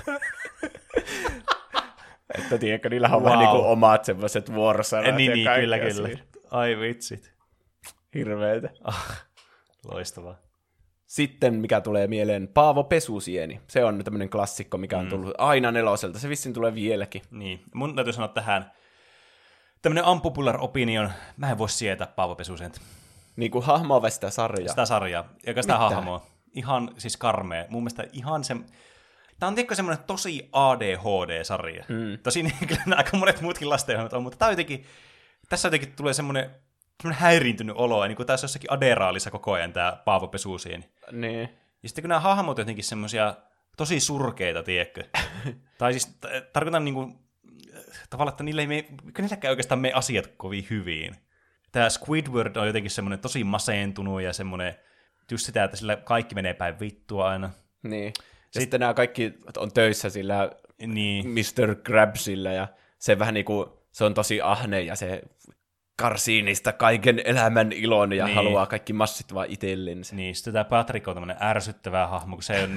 Että tiedätkö, niillä on vähän niin kuin omat semmoiset vuorosanat niin, ja kyllä. Ai vitsit. Hirveitä. Loistavaa. Sitten, mikä tulee mieleen, Paavo Pesusieni. Se on tämmöinen klassikko, mikä on tullut aina 4. Se vissiin tulee vieläkin. Niin, mun täytyy sanoa tähän, tämmöinen unpopular opinion, mä en voi sietää Paavo Pesusientä. Niin kuin hahmoa vai sitä sarjaa? Sitä sarjaa, eikä sitä hahmoa. Ihan siis karmea. Mun mielestä ihan se... Tää on tietenkin semmoinen tosi ADHD-sarja. Tosi niin kyllä aika monet muutkin lastenohjelmat on, mutta tää on jotenkin... Tässä jotenkin tulee semmoinen häiriintynyt olo, niin kuin tässä jossakin aderaalissa koko ajan tää Paavo Pesusieni. Niin. Ja sitten kun nämä hahmot on jotenkin semmoisia tosi surkeita, tiedätkö? Tai siis tarkoitan niinku... Tavallaan, että niilläkään oikeastaan mene asiat kovin hyvin. Tämä Squidward on jotenkin semmoinen tosi masentunut ja semmoinen, just sitä, että sillä kaikki menee päin vittua aina. Niin. Sitten nämä kaikki on töissä sillä Mr. Krabsillä ja se vähän niin kuin, se on tosi ahne ja se karsii niistä kaiken elämän ilon ja haluaa kaikki massit vaan itsellensä. Niin, sitten tämä Patrick on tämmöinen ärsyttävä hahmo, kun se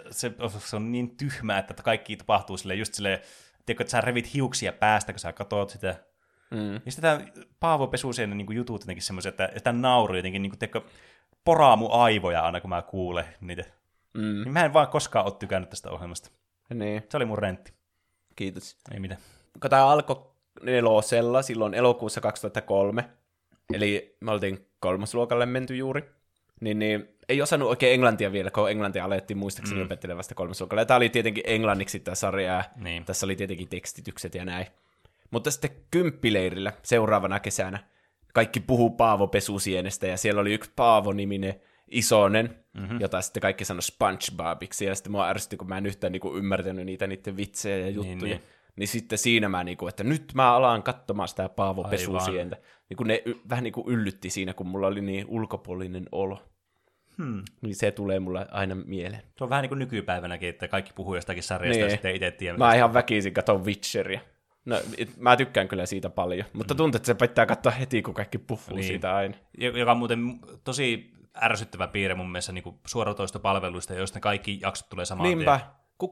on niin tyhmä, että kaikki tapahtuu silleen just silleen, tiedätkö, että sä revit hiuksia päästä, kun sä katot sitä. Ja sitten tämä Paavo Pesusienen niin jutut jotenkin semmoisia, että tämä nauru jotenkin, niin kuin, poraa mun aivoja aina, kun mä kuulen niitä. Niin mä en vaan koskaan ole tykännyt tästä ohjelmasta. Niin. Se oli mun rentti. Kiitos. Ei mitään. Kun tämä alkoi 4. silloin elokuussa 2003, eli me oltiin 3. luokalle menty juuri, niin ei osannut oikein englantia vielä, kun englantia alettiin muistaakseni opettelemaan vasta 3. luokalla. Ja tämä oli tietenkin englanniksi tämä sarja, ja tässä oli tietenkin tekstitykset ja näin. Mutta sitten kymppileirillä seuraavana kesänä kaikki puhuu Paavo Pesusienestä, ja siellä oli yksi Paavo-niminen isonen, jota sitten kaikki sanoi SpongeBobiksi, ja sitten mua ärsytti, kun mä en yhtään niinku ymmärtänyt niiden vitsejä ja juttuja. Niin sitten siinä mä, niinku, että nyt mä alan katsomaan sitä Paavo Pesusientä. Niin kun ne vähän niinku yllytti siinä, kun mulla oli niin ulkopuolinen olo. Niin se tulee mulle aina mieleen. Se on vähän niin kuin nykypäivänäkin, että kaikki puhuu jostakin sarjasta ja sitten itse tiedä. Mä ihan väkisin katon Witcheria. No, mä tykkään kyllä siitä paljon, mutta tuntuu, että se pitää katsoa heti, kun kaikki puhuu siitä aina. Joka on muuten tosi ärsyttävä piirre mun mielestä niin suoratoistopalveluista, joista kaikki jaksot tulee samaan tien. Niinpä.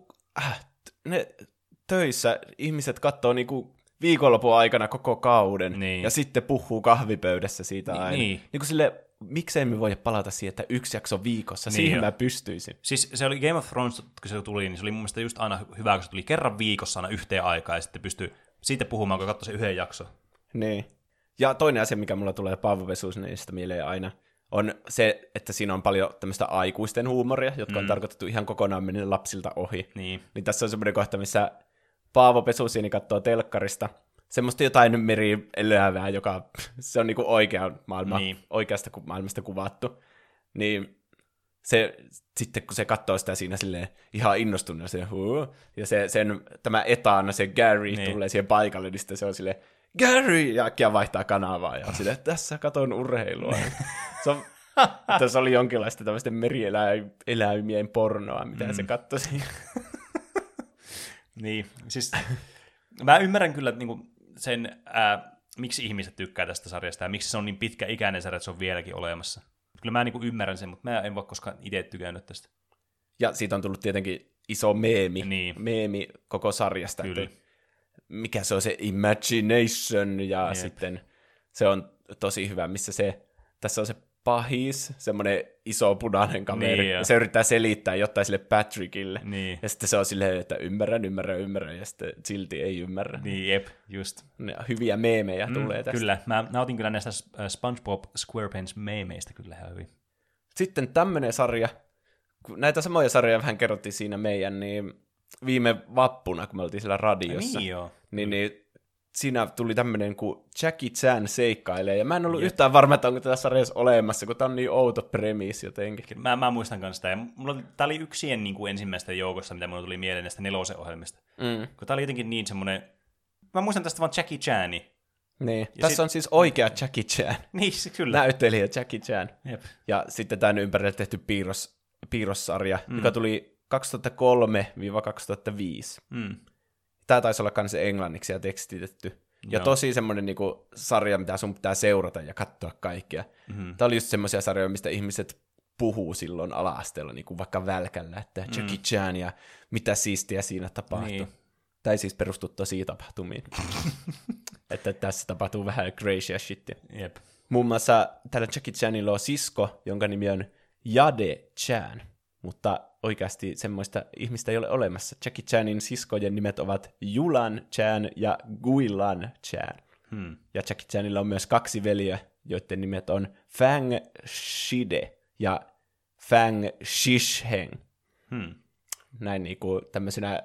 Ne töissä ihmiset katsoo niinku viikonlopun aikana koko kauden ja sitten puhuu kahvipöydässä siitä aina. Niin kuin sille, miksei me voi palata siihen, että 1 jakso viikossa, siihen mä pystyisin. Siis se oli Game of Thrones, kun se tuli, niin se oli mun mielestä just aina hyvä, kun se tuli kerran viikossa aina yhteen aikaan ja sitten pystyi siitä puhumaan, kun katsoi sen yhden jakson. Niin. Ja toinen asia, mikä mulla tulee Paavo Pesusienista mieleen aina, on se, että siinä on paljon tämmöistä aikuisten huumoria, jotka on tarkoitettu ihan kokonaan mennä lapsilta ohi. Niin tässä on semmoinen kohta, missä Paavo Pesusieni katsoo telkkarista semmoista jotain merielävää, joka se on niinku oikea maailma, oikeasta maailmasta kuvattu. Niin se, sitten kun se katsoo sitä siinä silleen ihan innostunut, ja tämä etana, se Gary tulee siihen paikalle, niin sitten se on silleen, Gary! Ja äkkiä vaihtaa kanavaa, ja silleen, tässä katon urheilua. Tässä oli jonkinlaista tämmöisten merieläimien pornoa, mitä se katsoi siinä. Niin, siis mä ymmärrän kyllä niinku sen, miksi ihmiset tykkää tästä sarjasta ja miksi se on niin pitkäikäinen sarja, että se on vieläkin olemassa. Kyllä mä niinku ymmärrän sen, mutta mä en voi koskaan itse tykännyt tästä. Ja siitä on tullut tietenkin iso meemi koko sarjasta. Kyllä. Mikä se on se Imagination, ja sitten se on tosi hyvä, missä tässä on se pahis, semmoinen iso punainen kaveri, niin, ja se yrittää selittää jotain sille Patrickille, niin. Ja sitten se on silleen, että ymmärrän, ja sitten silti ei ymmärrä. Niin, jep, just. Hyviä meemejä tulee tästä. Kyllä, mä otin kyllä näistä SpongeBob SquarePants-meemeistä kyllä ihan hyvin. Sitten tämmöinen sarja, kun näitä samoja sarjoja vähän kerrottiin siinä meidän, niin viime vappuna, kun me oltiin siellä radiossa, niin siinä tuli tämmöinen, kun Jackie Chan seikkailee, ja mä en ollut yhtään varma, että onko tätä sarjassa olemassa, kun tää on niin outo premissi jotenkin. Mä muistan kanssa sitä, ja tää oli yksien niin kuin ensimmäistä joukossa, mitä mulle tuli mieleen näistä 4 ohjelmista. Kun tää oli jotenkin niin semmoinen, mä muistan tästä vaan Jackie Chani. Niin, ja tässä on siis oikea Jackie Chan. Niin, kyllä. Näyttelijä Jackie Chan. Jep. Ja sitten tämän ympärille tehty piirrossarja, joka tuli 2003-2005. Tämä taisi olla myös englanniksi ja tekstitetty. Ja tosi semmoinen niinku sarja, mitä sun pitää seurata ja katsoa kaikkea. Tämä oli just semmoisia sarjoja, mistä ihmiset puhuu silloin ala-asteella, niinku vaikka välkällä, että Jackie Chan ja mitä siistiä siinä tapahtui. Niin. Tai siis perustu tosi tapahtumiin. Että tässä tapahtuu vähän crazy shitia. Jep. Muun muassa tällä Jackie Chanilla on sisko, jonka nimi on Jade Chan. Mutta oikeasti semmoista ihmistä ei ole olemassa. Jackie Chanin siskojen nimet ovat Yulan Chan ja Guilan Chan. Ja Jackie Chanilla on myös 2 veliä, joiden nimet on Fang Shide ja Fang Shisheng. Näin niinku tämmöisenä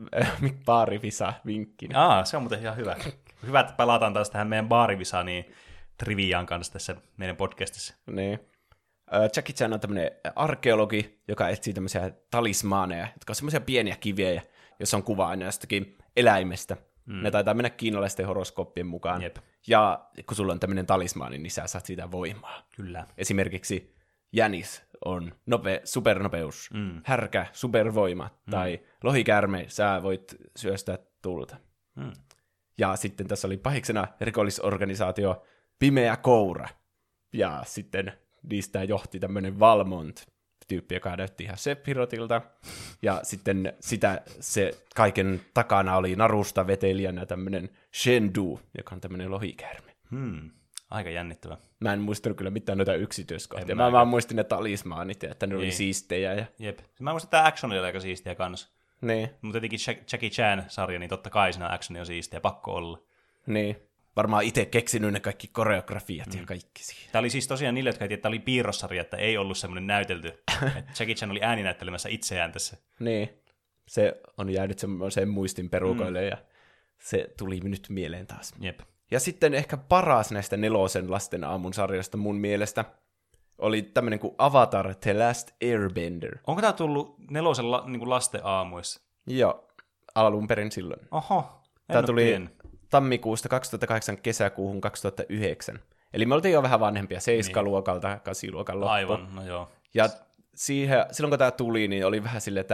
baarivisa-vinkkinä. Se on muuten ihan hyvä. Hyvä, että palataan taas tähän meidän baarivisa niin triviaan kanssa tässä meidän podcastissa. Niin. Jackie Chan on tämmöinen arkeologi, joka etsii tämmöisiä talismaaneja, jotka on semmoisia pieniä kiviä, jossa on kuva aina jostakin eläimestä. Ne taitaa mennä kiinalaisten horoskooppien mukaan. Jep. Ja kun sulla on tämmöinen talismaani, niin sä saat siitä voimaa. Kyllä. Esimerkiksi jänis on supernopeus, härkä supervoima, tai lohikäärme, sä voit syöstää tulta. Ja sitten tässä oli pahiksena rikollisorganisaatio Pimeä Koura. Ja sitten niistä johti tämmöinen Valmont-tyyppi, joka näytti ihan Sephirothilta. Ja sitten se kaiken takana oli narusta vetelijänä tämmöinen Shendu, joka on tämmöinen lohikäärme. Aika jännittävä. Mä en muistanut kyllä mitään noita yksityiskohtia. Mä vaan muistin ne talismaanit ja että ne oli siistejä. Jep. Mä muistan, että tämä action oli aika siistiä kanssa. Niin. Mutta tietenkin Jackie Chan-sarja, niin totta kai siinä action on siistiä, pakko olla. Niin. Varmaan itse keksinyt ne kaikki koreografiat ja kaikki siihen. Tämä oli siis tosiaan niille, jotka ei tiedä, että tämä oli piirrossarja, että ei ollut semmoinen näytelty. Että Jackie Chan oli ääninäyttelemässä itseään tässä. Niin. Se on jäänyt semmoiseen muistin perukoille ja se tuli nyt mieleen taas. Jep. Ja sitten ehkä paras näistä 4 lasten aamun sarjoista mun mielestä oli tämmöinen kuin Avatar The Last Airbender. Onko tämä tullut 4 niin lasten aamuissa? Joo, alun perin silloin. Oho, tämä tuli tammikuusta 2008 kesäkuuhun 2009. Eli me oltiin jo vähän vanhempia, 7-luokalta, 8-luokan loppu. Aivan, no joo. Ja silloin kun tämä tuli, niin oli vähän silleen,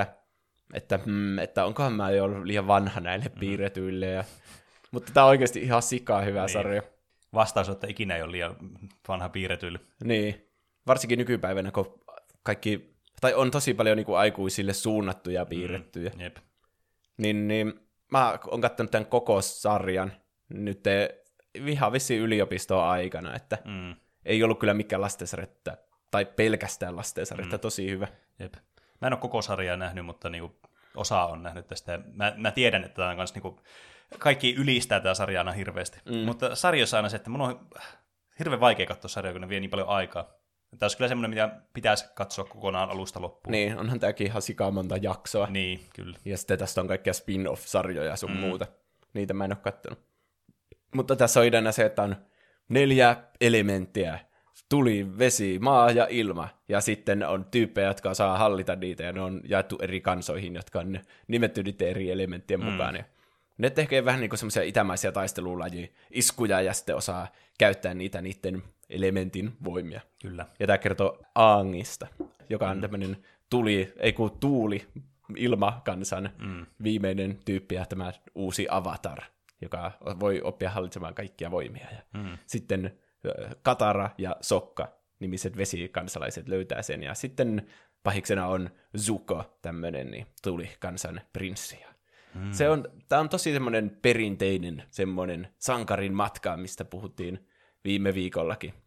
että onkohan mä jo liian vanha näille piirretyille. Mutta tämä on oikeasti ihan sikaa hyvä sarja. Vastaus on, että ikinä ei ole liian vanha piirretyille. Niin, varsinkin nykypäivänä, kun kaikki, tai on tosi paljon niin kuin aikuisille suunnattuja piirrettyjä. Jep. Niin mä oon katsonut tämän koko sarjan nyt ihan vissiin yliopistoon aikana, että ei ollut kyllä mikään lastensarjetta, tai pelkästään lastensarjetta, tosi hyvä. Jep. Mä en ole koko sarjaa nähnyt, mutta niinku osa on nähnyt tästä. Mä tiedän, että tämä on kanssa niinku, kaikki ylistää tätä sarjaa aina hirveästi. Mutta sarjossa aina se, että mun on hirveän vaikea katsoa sarjaa, kun ne vie niin paljon aikaa. Tämä olisi kyllä semmoinen, mitä pitäisi katsoa kokonaan alusta loppuun. Niin, onhan tämäkin ihan sikaa monta jaksoa. Niin, kyllä. Ja sitten tästä on kaikkia spin-off-sarjoja sun muuta. Niitä mä en ole kattonut. Mutta tässä on ideana se, että on 4 elementtiä. Tuli, vesi, maa ja ilma. Ja sitten on tyyppejä, jotka saa hallita niitä, ja ne on jaettu eri kansoihin, jotka on nimetty niiden eri elementtien mukaan. Ja ne tekee vähän niin kuin semmoisia itämaisia taistelulajia, iskuja, ja sitten osaa käyttää niitä niiden elementin voimia. Kyllä. Ja tämä kertoo Aangista, joka on tämmöinen tuuli, ilmakansan viimeinen tyyppi, ja tämä uusi avatar, joka voi oppia hallitsemaan kaikkia voimia. Ja sitten Katara ja Sokka, nimiset vesikansalaiset, löytää sen. Ja sitten pahiksena on Zuko, tämmöinen niin tulikansan prinssi. Tämä on tosi semmoinen perinteinen semmoinen sankarin matka, mistä puhuttiin viime viikollakin.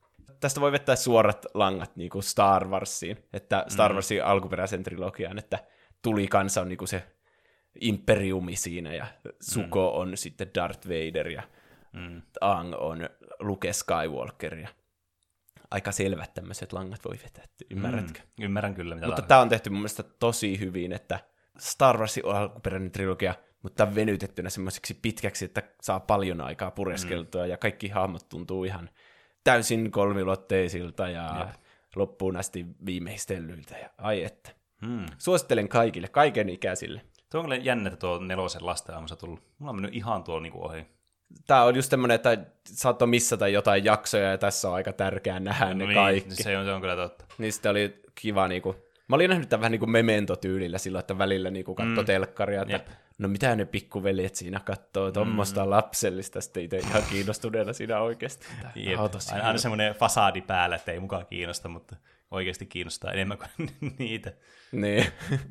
tästä voi vettää suorat langat niin kuin Star Warsiin, että Star Warsin alkuperäisen trilogiaan, että tulikansa on niin kuin se imperiumi siinä, ja Zuko on sitten Darth Vader, ja Aang on Luke Skywalker, ja aika selvät tämmöiset langat voi vetää, ymmärrätkö? Ymmärrän kyllä, mitä mutta tämä on tehty mun mielestä tosi hyvin, että Star Warsin alkuperäinen trilogia, mutta venytettynä semmoiseksi pitkäksi, että saa paljon aikaa pureskeltua, ja kaikki hahmot tuntuu ihan täysin kolmiulotteisilta, ja loppuun asti viimeistellyiltä, ja ai että. Suosittelen kaikille, kaiken ikäisille. Tuo on kyllä jännä, että tuo 4 lastenaamussa tullut. Mulla on mennyt ihan tuo niinku ohi. Tää on just tämmönen, että saattoi missata jotain jaksoja, ja tässä on aika tärkeää nähdä ne kaikki. Se on kyllä totta. Niin sitten oli kiva niinku. Mä olin nähnyt tämän vähän niin kuin Memento-tyylillä silloin, että välillä niin katsoi telkkaria, että no mitä ne pikkuveljet siinä katsoo, tuommoista lapsellista, sitten itse ihan kiinnostuneena siinä oikeasti. Aina semmoinen fasadi päällä, että ei mukaan kiinnosta, mutta oikeasti kiinnostaa enemmän kuin niitä. Niin.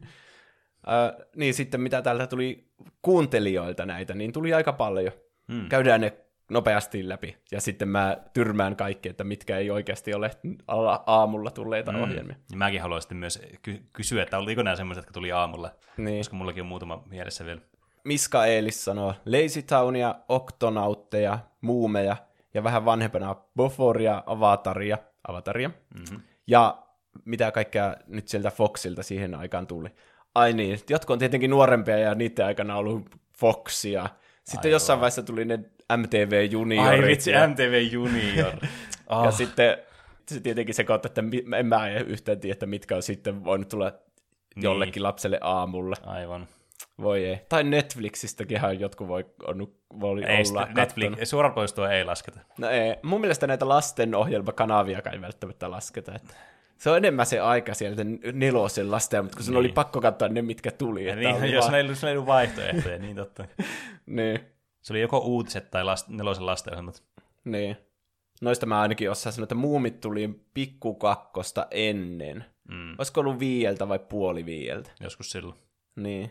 Niin sitten mitä täältä tuli kuuntelijoilta näitä, niin tuli aika paljon. Käydään ne nopeasti läpi, ja sitten mä tyrmään kaikki, että mitkä ei oikeasti ole aamulla tulleita ohjelmia. Ja mäkin haluaisin sitten myös kysyä, että oliko nämä semmoiset, jotka tuli aamulla, koska mullakin on muutama mielessä vielä. Miska Eelis sanoo Lazy Townia, Octonautteja, Muumeja, ja vähän vanhempana Boforia, Avataria. Ja mitä kaikkea nyt sieltä Foxilta siihen aikaan tuli. Ai niin, jotkut on tietenkin nuorempia, ja niiden aikana on ollut Foxia. Sitten jossain vaiheessa tuli ne MTV Junior. Ai vitsi, MTV Junior. Ja sitten se tietenkin se kautta, että en mä yhtään tiedä, että mitkä on sitten voinut tulla jollekin lapselle aamulla. Aivan. Voi ei. Tai Netflixistäkinhän jotkut voi olla Netflix, suoraan poistua ei lasketa. No ei. Mun mielestä näitä lastenohjelmakanaviakaan ei välttämättä lasketa. Että se on enemmän se aika sieltä 4 lasten, mutta kun sun oli pakko katsoa ne, mitkä tuli. Niin, jos meillä ei ollut vaihtoehtoja, niin totta. Niin. Se oli joko uutiset tai 4 lastenohjelmat. Niin. Noista mä ainakin osaan sanoa, että Muumit tuli Pikku Kakkosta ennen. Olisiko ollut 5 vai puoli 5? Joskus silloin. Niin.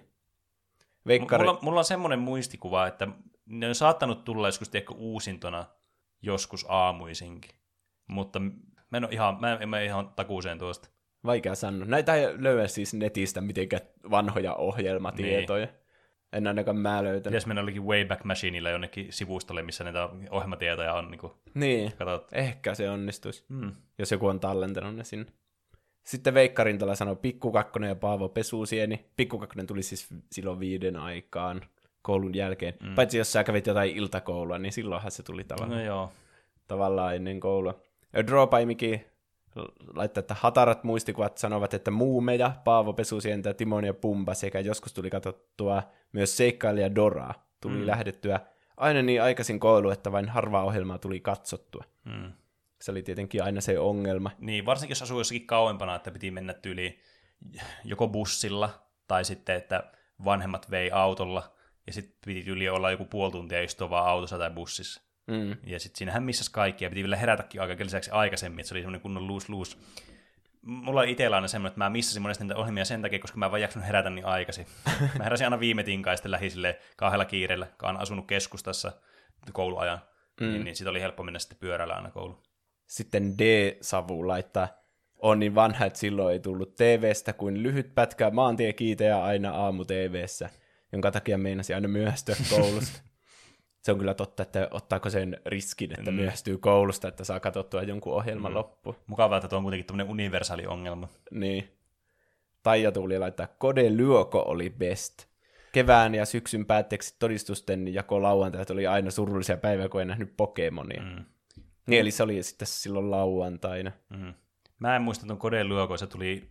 Mulla on semmoinen muistikuva, että ne on saattanut tulla joskus uusintona joskus aamuisinkin. Mutta mä en ihan takuuseen tuosta. Vaikea sanoa. Näitä ei löyä siis netistä mitenkään vanhoja ohjelmatietoja. Niin. En ainakaan mä löytänyt. Pitäisi mennä jollekin Wayback Machineilla jonnekin sivustolle, missä näitä ohjelmatietoja on niin, katsottu. Ehkä se onnistuisi, jos joku on tallentanut ne sinne. Sitten Veikka Rintala sanoi Pikku Kakkonen ja Paavo Pesusieni. Pikku Kakkonen tuli siis silloin 5 aikaan koulun jälkeen. Paitsi jos sä kävit jotain iltakoulua, niin silloinhan se tuli tavallaan ennen koulua. Drawpaimikin laittaa, että hatarat muistikuvat sanovat, että Muumeja, Paavo Pesusientä, Timon ja Pumba sekä joskus tuli katsottua myös Seikkailija Doraa. Tuli lähdettyä aina niin aikaisin koulu, että vain harvaa ohjelmaa tuli katsottua. Se oli tietenkin aina se ongelma. Niin, varsinkin jos asui jossakin kauempana, että piti mennä tyyliin joko bussilla, tai sitten, että vanhemmat vei autolla, ja sitten piti tyyliin olla joku puoli tuntia istua vaan autossa tai bussissa. Ja sitten siinähän missasi kaikki, ja piti vielä herätäkin aika lisäksi aikaisemmin, että se oli semmoinen kunnon lose-lose. Mulla on itsellä aina semmoinen, että mä missasin monesti niitä ohjelmia sen takia, koska mä en vaan jaksanut herätä niin aikaisin. Mä heräsin aina viime tinkaan ja sitten lähdin silleen 2 kiireellä, kun on asunut keskustassa kouluajan, niin siitä oli helppo mennä sitten pyörällä aina kouluun. Sitten D-savu laittaa, on niin vanha, että silloin ei tullut TV:stä kuin lyhyt pätkä maantiekiitejä aina aamu TV:ssä, jonka takia meinasi aina myöhästyä koulusta. Se on kyllä totta, että ottaako sen riskin, että myöhästyy koulusta, että saa katsottua jonkun ohjelman loppuun. Mukavaa, että tuo on kuitenkin tämmöinen universaali ongelma. Niin. Taija tuli laittaa, Kode Lyoko oli best. Kevään ja syksyn päätteeksi todistusten jako lauantaina oli aina surullisia päiviä, kun ei nähnyt Pokemonia. Niin, eli se oli sitten silloin lauantaina. Mä en muista tuon Kode Lyoko, se tuli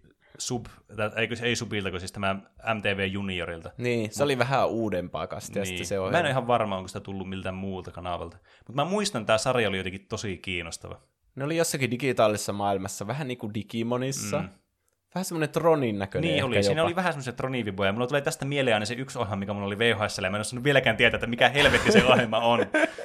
ei Subilta, kun siis tämä MTV Juniorilta. Niin, se oli vähän uudempaa kastia niin. se ohjelma. Mä en ole ihan varma, onko sitä tullut miltään muulta kanavalta. Mutta mä muistan, että tämä sarja oli jotenkin tosi kiinnostava. Ne oli jossakin digitaalisessa maailmassa, vähän niin kuin Digimonissa. Vähän semmoinen Tronin näköinen. Niin oli, siinä oli vähän semmoisia Troniviboja. Ja mulla tulee tästä mieleen aina se yksi ohjelma, mikä mulla oli VHS:llä, ja mä en osannut vieläkään tietää, että mikä helvetti se ohjelma on.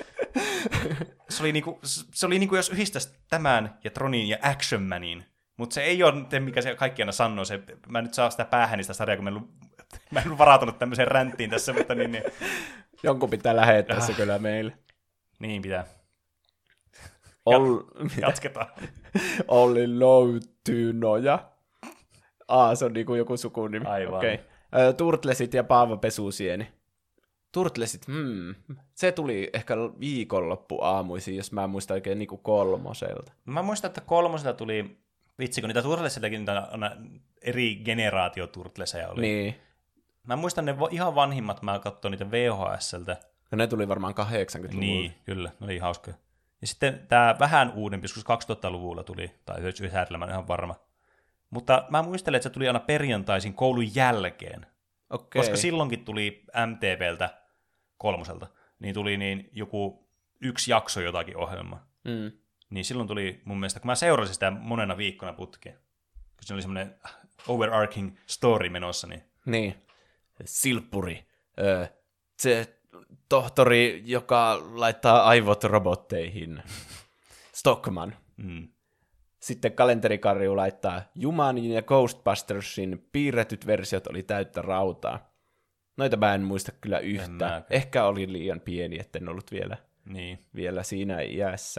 Se oli niinku jos yhdistäisi tämän ja Tronin ja Action Manin. Mutta se ei ole, mikä se kaikki aina sanoo. Mä nyt saa sitä päähän sitä sarjaa, kun mä en ole varautunut tämmöiseen ränttiin tässä, mutta niin. Jonkun pitää lähettää se kyllä meille. Niin pitää. Jatketaan. Olli Loutynoja. Se on niinku joku sukunimi. Aivan. Okay. Turtlesit ja Paavo Pesusieni. Turtlesit, se tuli ehkä viikonloppu aamuisin, jos mä muistan oikein niinku 3:lta. Mä muistan, että 3:lta tuli, vitsi kun niitä Turtlesillakin niitä eri generaatioturtleseja oli. Niin. Mä muistan ne ihan vanhimmat, mä katsoin niitä VHSltä. No ne tuli varmaan 80-luvulla. Niin, kyllä, ne oli hauskoja. Ja sitten tää vähän uudempi, joskus 2000-luvulla tuli, tai 90-luvulla, mä en ihan varma. Mutta mä muistelen, että se tuli aina perjantaisin koulun jälkeen. Okay. Koska silloinkin tuli MTVltä 3:lta, niin tuli niin joku 1 jakso jotakin ohjelmaa. Niin silloin tuli mun mielestä, kun mä seurasin sitä monena viikkona putkeen, kun se oli semmoinen overarching story menossa. Niin. Silppuri. Se tohtori, joka laittaa aivot robotteihin. Stockman. Sitten kalenterikarju laittaa Jumanin ja Ghostbustersin piirretyt versiot oli täyttä rautaa. Noita mä en muista kyllä yhtään. Ehkä oli liian pieni, etten ollut vielä siinä iässä.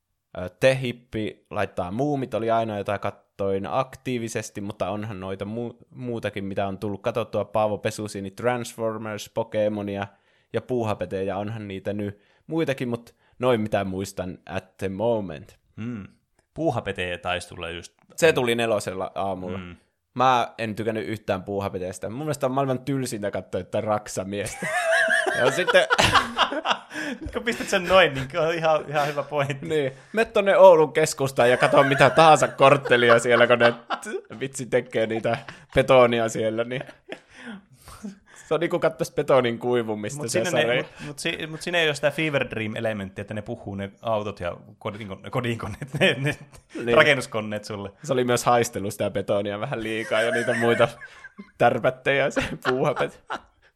Tehippi laittaa Muumit, oli aina jota kattoin aktiivisesti, mutta onhan noita muutakin, mitä on tullut katsottua. Paavo Pesusieni, Transformers, Pokemonia ja Puuhapete, ja onhan niitä nyt muitakin, mutta noin mitä muistan at the moment. Puuhapete taisi tulla just. Se tuli 4:lla aamulla. Mä en tykännyt yhtään Puuhapeteestä. Mun mielestä on maailman tylsintä katsoa jotain raksamiestä. Ja sitten kun pistät sen noin, niin on ihan hyvä pointti. Niin. Mene tonne Oulun keskustaan ja katso mitä tahansa korttelia siellä, kun ne vitsi tekee niitä betonia siellä. Niin. Se on niin kuin katsoisi betonin kuivumista. Mutta siinä ei ole sitä Fever Dream-elementtiä, että ne puhuu ne autot ja kodinkoneet, ne rakennuskoneet sulle. Se oli myös haistelu sitä betonia vähän liikaa ja niitä muita tärpättejä ja se puuhapet.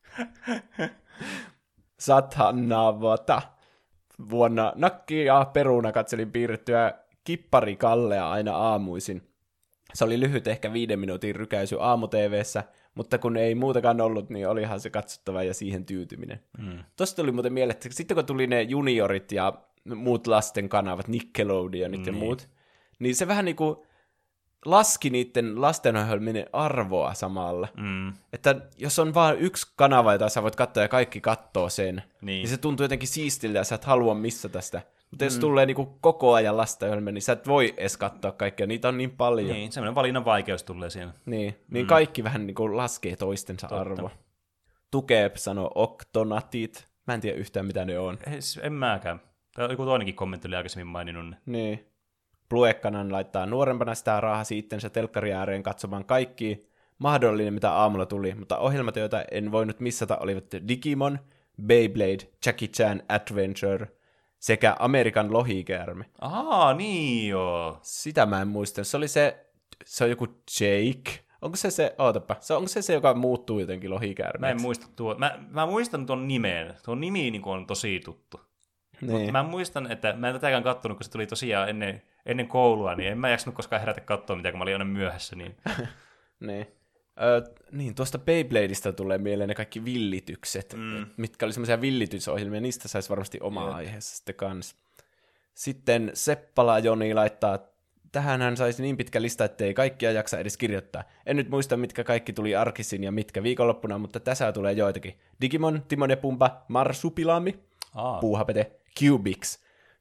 Sathanavata. Vuonna Nakki ja Peruna katselin piirrettyä Kippari Kallea aina aamuisin. Se oli lyhyt, ehkä 5 minuutin rykäisy aamu-tv:ssä, mutta kun ei muutakaan ollut, niin olihan se katsottava ja siihen tyytyminen. Tuosta tuli muuten mieleen, että sitten kun tuli ne juniorit ja muut lasten kanavat, Nickelodeonit ja muut, niin se vähän niin kuin laski niiden lastenohjelmien arvoa samalla. Että jos on vain yksi kanava, jota sä voit katsoa ja kaikki katsoo sen, niin se tuntuu jotenkin siistiltä ja sä et halua missata sitä. Mutta jos tulee niinku koko ajan lastenohjelmia, niin sä et voi edes katsoa kaikkea, niitä on niin paljon. Niin, semmoinen valinnan vaikeus tulee siinä. Niin kaikki vähän niinku laskee toistensa arvoa. Tukeep sanoo Octonatit. Mä en tiedä yhtään, mitä ne on. En mäkään. Tämä joku toinenkin kommentti oli aikaisemmin maininnut. Niin. Bluekanan laittaa nuorempana sitä raahasi itsensä telkkari ääreen katsomaan kaikki mahdollinen, mitä aamulla tuli, mutta ohjelmat, joita en voinut missata, olivat Digimon, Beyblade, Jackie Chan Adventure sekä Amerikan lohikäärme. Niin joo. Sitä mä en muista. Se on joku Jake. Onko onko se, joka muuttuu jotenkin lohikäärmeeksi? Mä en muista mä muistan tuon nimeen. Tuo nimi niin on tosi tuttu. Niin. Mutta mä muistan, että mä en tätäkään kattonut, kun se tuli tosiaan ennen koulua, niin en mä jaksanut koskaan herätä katsoa mitään, kun mä olin aina myöhässä. Niin. Niin, tuosta Beybladeista tulee mieleen ne kaikki villitykset, mitkä oli semmoisia villitysohjelmia, niistä saisi varmasti oma aiheessa sitten kanssa. Sitten Seppala Joni laittaa, tähän hän saisi niin pitkä lista, ettei kaikkia jaksa edes kirjoittaa. En nyt muista, mitkä kaikki tuli arkisin ja mitkä viikonloppuna, mutta tässä tulee joitakin. Digimon, Timon ja Pumba, Marsupilami, Puuhapete, Cubix.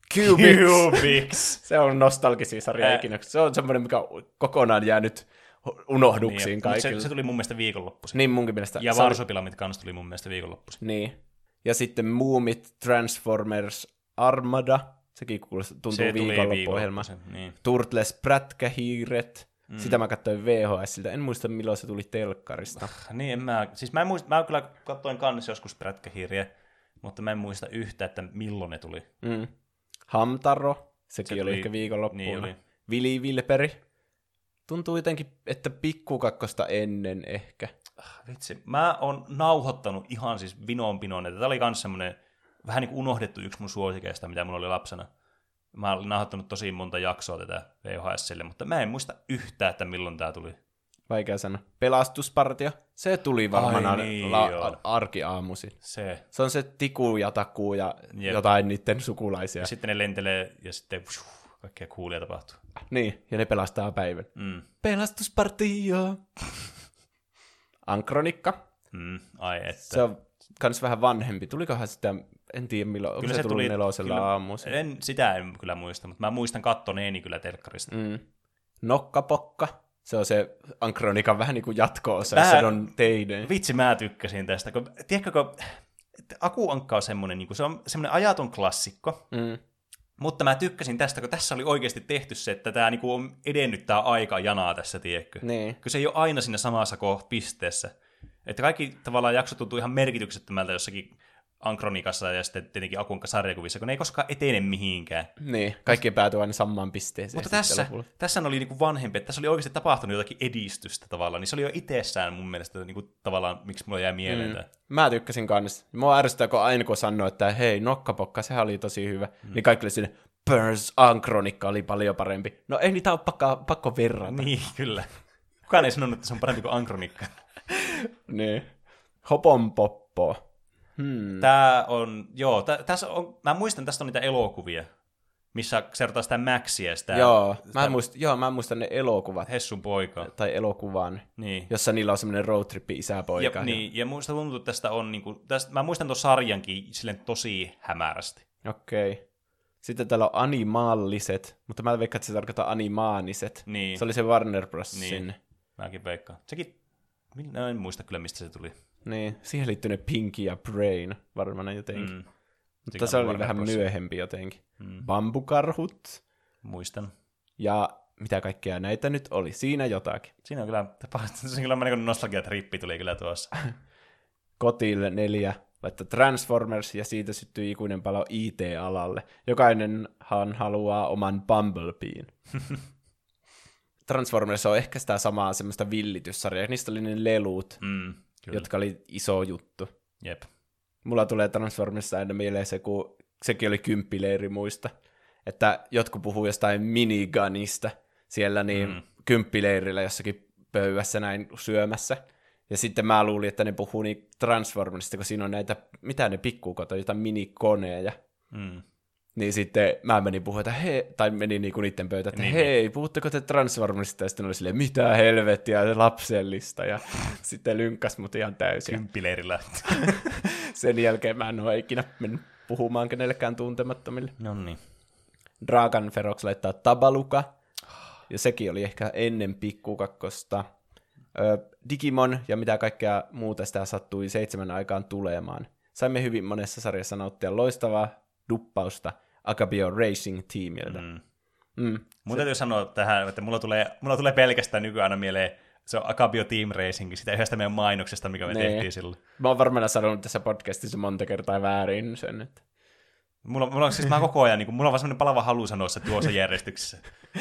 Se on nostalgisia sarja ikinä. Se on semmoinen, mikä on kokonaan jäänyt unohduksiin kaikille. Se tuli mun mielestä viikonloppuisin. Niin munkin mielestä. Ja Marsupilamit kanssa tuli mun mielestä viikonloppuisin. Niin. Ja sitten Muumit, Transformers, Armada. Sekin tuntuu viikonloppuohjelma. Niin. Turtles, Prätkähiiret. Sitä mä katsoin VHSiltä. En muista, milloin se tuli telkkarista. Niin, mä kyllä katsoin kanssa joskus Prätkähiiriä, mutta mä en muista yhtä, että milloin ne tuli. Hamtaro. Sekin oli ehkä viikonloppuun. Niin oli. Vili Vilperi. Tuntuu jotenkin, että Pikkukakkosta ennen ehkä. Vitsi, mä oon nauhoittanut ihan siis vinoon pinoon, että tää oli kans semmonen vähän niin kuin unohdettu yksi mun suosikeista, mitä mulla oli lapsena. Mä olin nauhoittanut tosi monta jaksoa tätä VHSille, mutta mä en muista yhtään, että milloin tää tuli. vaikea sanoa. Pelastuspartio. Se tuli varmaan arkiaamuisin. Se on se Tiku ja Taku ja jotain niiden sukulaisia. Ja sitten ne lentelee ja sitten kaikkea coolia tapahtuu. Niin, ja ne pelastaa päivän. Pelastuspartio. Ankronikka. Ai että. Se on kans vähän vanhempi. Tulikohan sitä, en tiedä milloin, kyllä se tuli 4 aamuisin. Sitä en kyllä muista, mutta mä muistan kattoneeni kyllä telkkarista. Nokkapokka. Se on se Ankronikan vähän niin kuin jatko-osa, se on teidän. Vitsi, mä tykkäsin tästä. Tiedätkö, Aku Ankka on semmoinen, niin kuin, se on semmoinen ajaton klassikko, mutta mä tykkäsin tästä, kun tässä oli oikeasti tehty se, että tämä niin kuin on edennyt tämä aika janaa tässä, tiedätkö? Niin. Kun se ei ole aina siinä samassa pisteessä. Että kaikki tavallaan jakso tuntuu ihan merkityksettömältä jossakin Ankronikassa ja sitten tietenkin Akun sarjakuvissa, kun ne ei koskaan etene mihinkään. Niin, kaikki päätyy aina samaan pisteeseen. Mutta tässä oli niinku vanhempi, että tässä oli oikeasti tapahtunut jotakin edistystä tavallaan, niin se oli jo itsessään mun mielestä niinku, tavallaan, miksi mulla jäi mieleen tämä. Mä tykkäsin kanssa. Mua ärsyttää, kun aina kun sanoo, että hei, Nokkapokka, sehän oli tosi hyvä, niin kaikki oli sinne, Burns Ankronikka oli paljon parempi. No ei niitä ole pakko verrata. Niin, kyllä. Kukaan ei sanonut, että se on parempi kuin Ankronikka. Niin. Hoponpoppo. Tää on, tässä on, mä muistan, tästä on niitä elokuvia, missä seurataan sitä Maxia. Sitä, mä muistan ne elokuvat. Hessun poika. Tai elokuvan, niin. Jossa niillä on semmoinen roadtrippi isäpoika. Ja muista tuntuu, että tästä on, niinku, mä muistan tuon sarjankin silleen tosi hämärästi. Okei. Sitten täällä on animaaliset, mutta mä veikkaan, että se tarkoittaa animaaniset. Niin. Se oli se Warner Bros. Niin. Sinne. Mäkin veikkaan. Sekin, en muista kyllä, mistä se tuli. Niin, siihen liittyy ne Pinky ja Brain varmaan jotenkin. Mutta se oli vähän myöhempi jotenkin. Bambukarhut. Muistan. Ja mitä kaikkea näitä nyt oli? Siinä jotakin. Siinä on kyllä niin nostalgia-trippi tuli kyllä tuossa. Kotille 4, laittaa Transformers ja siitä syttyi ikuinen palo IT-alalle. Jokainenhan haluaa oman Bumblebeen. Transformers on ehkä sitä samaa semmoista villityssarjaa. Niistä oli ne lelut, jotka oli iso juttu. Jep. Mulla tulee Transformersista aina mieleen se, kun sekin oli kymppileiri muista. Että jotkut puhuu jostain minigunista siellä niin kymppileirillä jossakin pöydässä näin syömässä. Ja sitten mä luulin, että ne puhuu niin Transformersista, kun siinä on näitä, mitä ne pikkukot on, jotain minikoneja. Niin sitten mä menin puhua, että tai menin niinku niiden pöytä, että hei, puhutteko te Transformersista? Ja sitten oli silleen, mitä helvettiä, lapsellista. Ja sitten lynkkäs mut ihan täysin. Kymppileirillä. Sen jälkeen mä en ole ikinä mennyt puhumaan kenellekään tuntemattomille. Noniin. Dragan Ferox laittaa Tabaluka. Ja sekin oli ehkä ennen Pikkukakkosta. Digimon ja mitä kaikkea muuta sitä sattui 7 aikaan tulemaan. Saimme hyvin monessa sarjassa nauttia loistavaa duppausta Akabio Racing Teamiltä. Mun täytyy sanoa tähän, että mulla tulee pelkästään nykyään mieleen se on Akabio Team Racing, sitä yhdestä meidän mainoksesta, mikä me tehtiin silloin. Mä oon varmaan sanonut tässä podcastissa monta kertaa väärin sen, että Mulla on siis mä koko ajan, niin mulla on vaan semmoinen palava halu sanoa se tuossa järjestyksessä.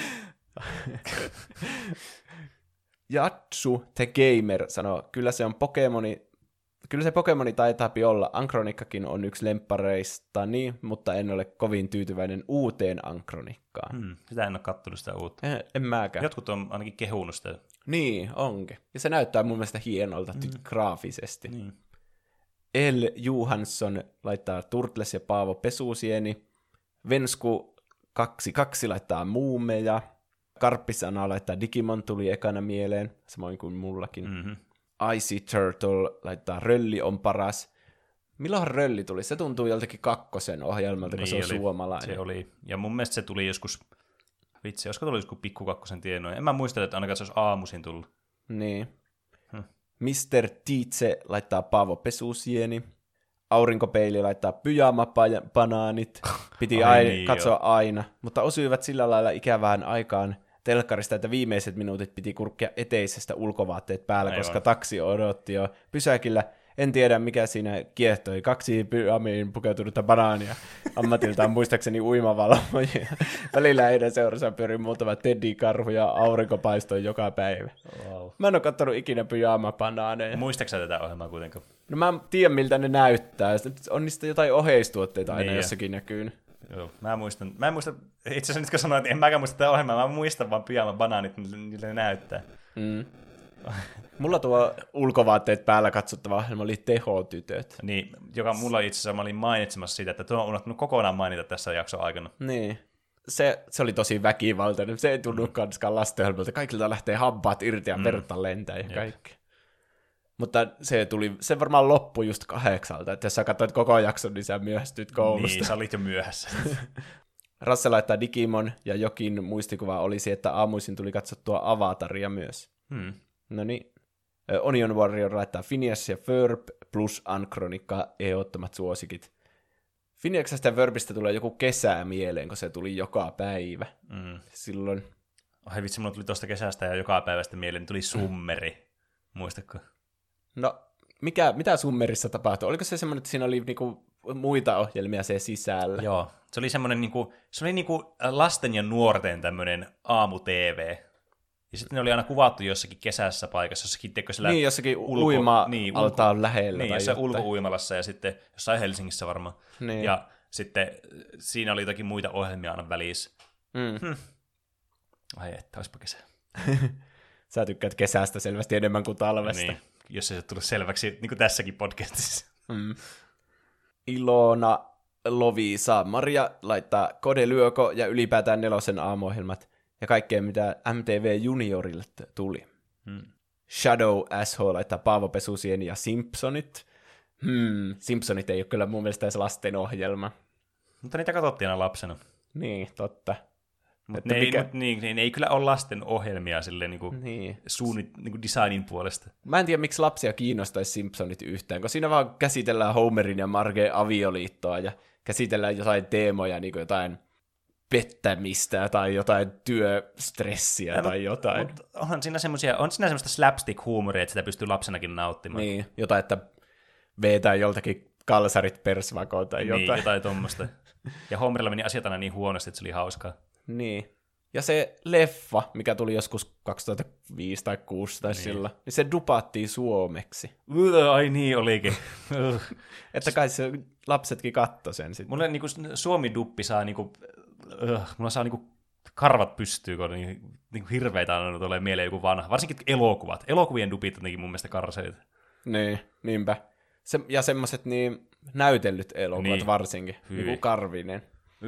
Jatsu the Gamer sanoo, kyllä se Pokemoni taitaa olla. Ankronikkakin on yksi lemppareistani, mutta en ole kovin tyytyväinen uuteen Ankronikkaan. Sitä en ole kattonut sitä uutta. En mäkään. Jotkut on ainakin kehunut sitä. Niin, onkin. Ja se näyttää mun mielestä hienolta graafisesti. Niin. El Johansson laittaa Turtles ja Paavo Pesusieni. Vensku 22 laittaa Muumeja. Karppisana laittaa Digimon tuli ekana mieleen, samoin kuin mullakin. Icy Turtle laittaa Rölli on paras. Milloinhan Rölli tuli? Se tuntuu joltakin 2 ohjelmalta, kun se on suomalainen. Se oli. Ja mun mielestä se tuli joskus, olisiko tuli joskus Pikku 2 tienoin. En mä muista, että ainakaan se olisi aamuisin tullut. Niin. Mr. Tiitse laittaa Paavo Pesusieni. Aurinkopeili laittaa pyjama-banaanit. Piti katsoa aina, mutta osuivat sillä lailla ikävään aikaan telkkarista, että viimeiset minuutit piti kurkkia eteisestä ulkovaatteet päällä, koska taksi odotti jo pysäkillä. En tiedä, mikä siinä kiehtoi. 2 pyjamiin pukeutunutta banaania. Ammatiltaan muistaakseni uimavalvojia. Välillä heidän seurassa pyörii muutama Teddy-karhu ja aurinko paistoi joka päivä. Wow. Mä en ole kattonut ikinä pyjama-banaaneja. Muistatko sä tätä ohjelmaa kuitenkaan? No mä en tiedä, miltä ne näyttää. On niistä jotain oheistuotteita aina jossakin näkyy. Joo, mä en muista, itse asiassa nyt kun sanoin, että en mäkään muista tätä ohjelmaa, mä muistan vaan pyjama-banaanit, niille ne näyttää. Mulla tuo ulkovaatteet päällä katsottava ohjelma oli Tehotytöt. Niin, joka mulla itse asiassa, mä olin mainitsemassa siitä, että tuo on unohtunut kokonaan mainita tässä jakson aikana. Niin. Se oli tosi väkivaltainen. Se ei tunnu kanskaan lastenohjelmalta. Kaikilta lähtee hampaat irti ja verta lentää ja kaikki. Mutta se varmaan loppui just 8, että jos sä katsoit koko jakson, niin sä myöhästyt koulusta. Niin, sä olit jo myöhässä. Rasse laittaa Digimon, ja jokin muistikuva olisi, että aamuisin tuli katsottua Avataria myös. No niin. Onion Warrior laittaa Phineas ja Ferb plus Ankronikka ehdottomat suosikit. Phineasista ja Verbistä tulee joku kesää mieleen, kun se tuli joka päivä. Silloin... Ai vitsi, mulla tuli tuosta kesästä ja joka päivästä mieleen, tuli Summeri. Muistatko? No, mitä Summerissa tapahtui? Oliko se semmoinen, että siinä oli niinku muita ohjelmia se sisällä? Joo, se oli semmoinen niinku lasten ja nuorten tämmöinen aamu-tv. Ja sitten ne oli aina kuvattu jossakin kesässä paikassa, jossakin niin, jossakin uima-altaan lähellä. Niin, jossain ulko-uimalassa ja sitten jossain Helsingissä varmaan. Niin. Ja sitten siinä oli jotakin muita ohjelmia aina välissä. Ai että, olisipa kesä. Sä tykkäät kesästä selvästi enemmän kuin talvesta. Niin, jos se tullut selväksi, niin kuin tässäkin podcastissa. Ilona, Lovisa, Maria laittaa Kode Lyöko ja ylipäätään 4 aamuohjelmat ja kaikkea, mitä MTV Juniorille tuli. Shadow Asshole laittaa Paavo Pesusieni ja Simpsonit. Simpsonit ei ole kyllä mun mielestä edes lasten ohjelma. Mutta niitä katsottiin aina lapsena. Niin, totta. Mutta ne ei kyllä ole lasten ohjelmia silleen niinku designin puolesta. Mä en tiedä, miksi lapsia kiinnostaisi Simpsonit yhtään, kun siinä vaan käsitellään Homerin ja Margen avioliittoa ja käsitellään jotain teemoja, niin kuin jotain pettämistä tai jotain työstressiä tai jotain. On siinä semmoista slapstick-huumoria, että sitä pystyy lapsenakin nauttimaan. Niin, jotain, että vetää joltakin kalsarit persvakoon tai jotain. Niin, jotain tommoista. Ja Homerilla meni asiat aina niin huonosti, että se oli hauskaa. Niin. Ja se leffa, mikä tuli joskus 2005 tai 2006 tai sillä, niin se dupattiin suomeksi. Ai niin olikin. Että kai se lapsetkin katsoi sen sitten. Mulle niinku Suomi-duppi saa mulla saa karvat pystyy, kun niinku hirveitä aina tulee mieleen joku vanha. Varsinkin elokuvat. Elokuvien dupit on mun mielestä karseita. Niin, niinpä. Ja semmoset niin näytellyt elokuvat varsinkin. Niinku Karvinen.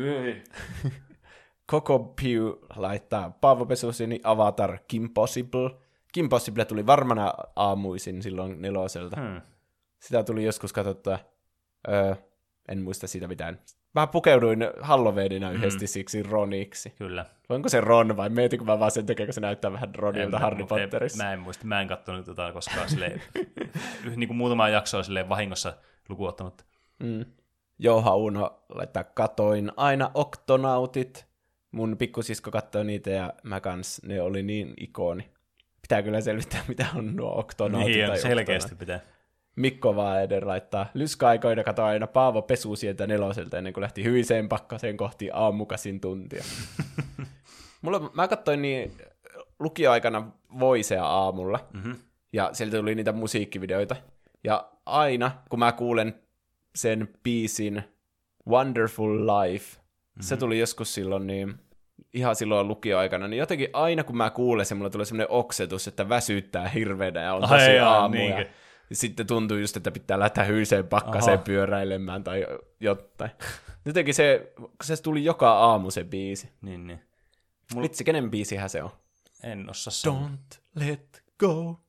Coco Pew laittaa Paavo Pesusini Avatar Kimpossible. Kimpossible tuli varmana aamuisin silloin 4. Sitä tuli joskus katsottua. En muista siitä mitään. Mä pukeuduin Halloweenina yhdesti siksi Roniksi. Kyllä. Onko se Ron vai mietinkö mä vaan sen takia, kun se näyttää vähän Ronilta Harry Potterissa? Mä en muista. Mä en kattonut koskaan silleen, niin kuin muutamaa jaksoa silleen vahingossa lukuun ottamatta. Joha Uno laittaa katoin aina Oktonautit. Mun pikkusisko katsoi niitä ja mä kans, ne oli niin ikoni. Pitää kyllä selvittää, mitä on nuo Oktonautit. Niin, tai selkeästi pitää. Mikko Vaeder laittaa lyskaikoina katsoi aina Paavo Pesusientä 4 ennen kuin lähti hyiseen pakkaseen kohti aamukasin tuntia. Mä katsoin niin lukioaikana Voicea aamulla, ja sieltä tuli niitä musiikkivideoita. Ja aina, kun mä kuulen sen biisin Wonderful Life, se tuli joskus silloin niin, ihan silloin lukioaikana, niin jotenkin aina kun mä kuulen sen, mulla tulee semmoinen oksetus, että väsyttää hirveänä ja on tosi aamuja. Sitten tuntuu just, että pitää lähteä hyiseen pakkaseen pyöräilemään tai jotain. Jotenkin kun se tuli joka aamu se biisi. Niin. Vitsi, kenen biisihän se on? En osaa sanoa. Don't let go.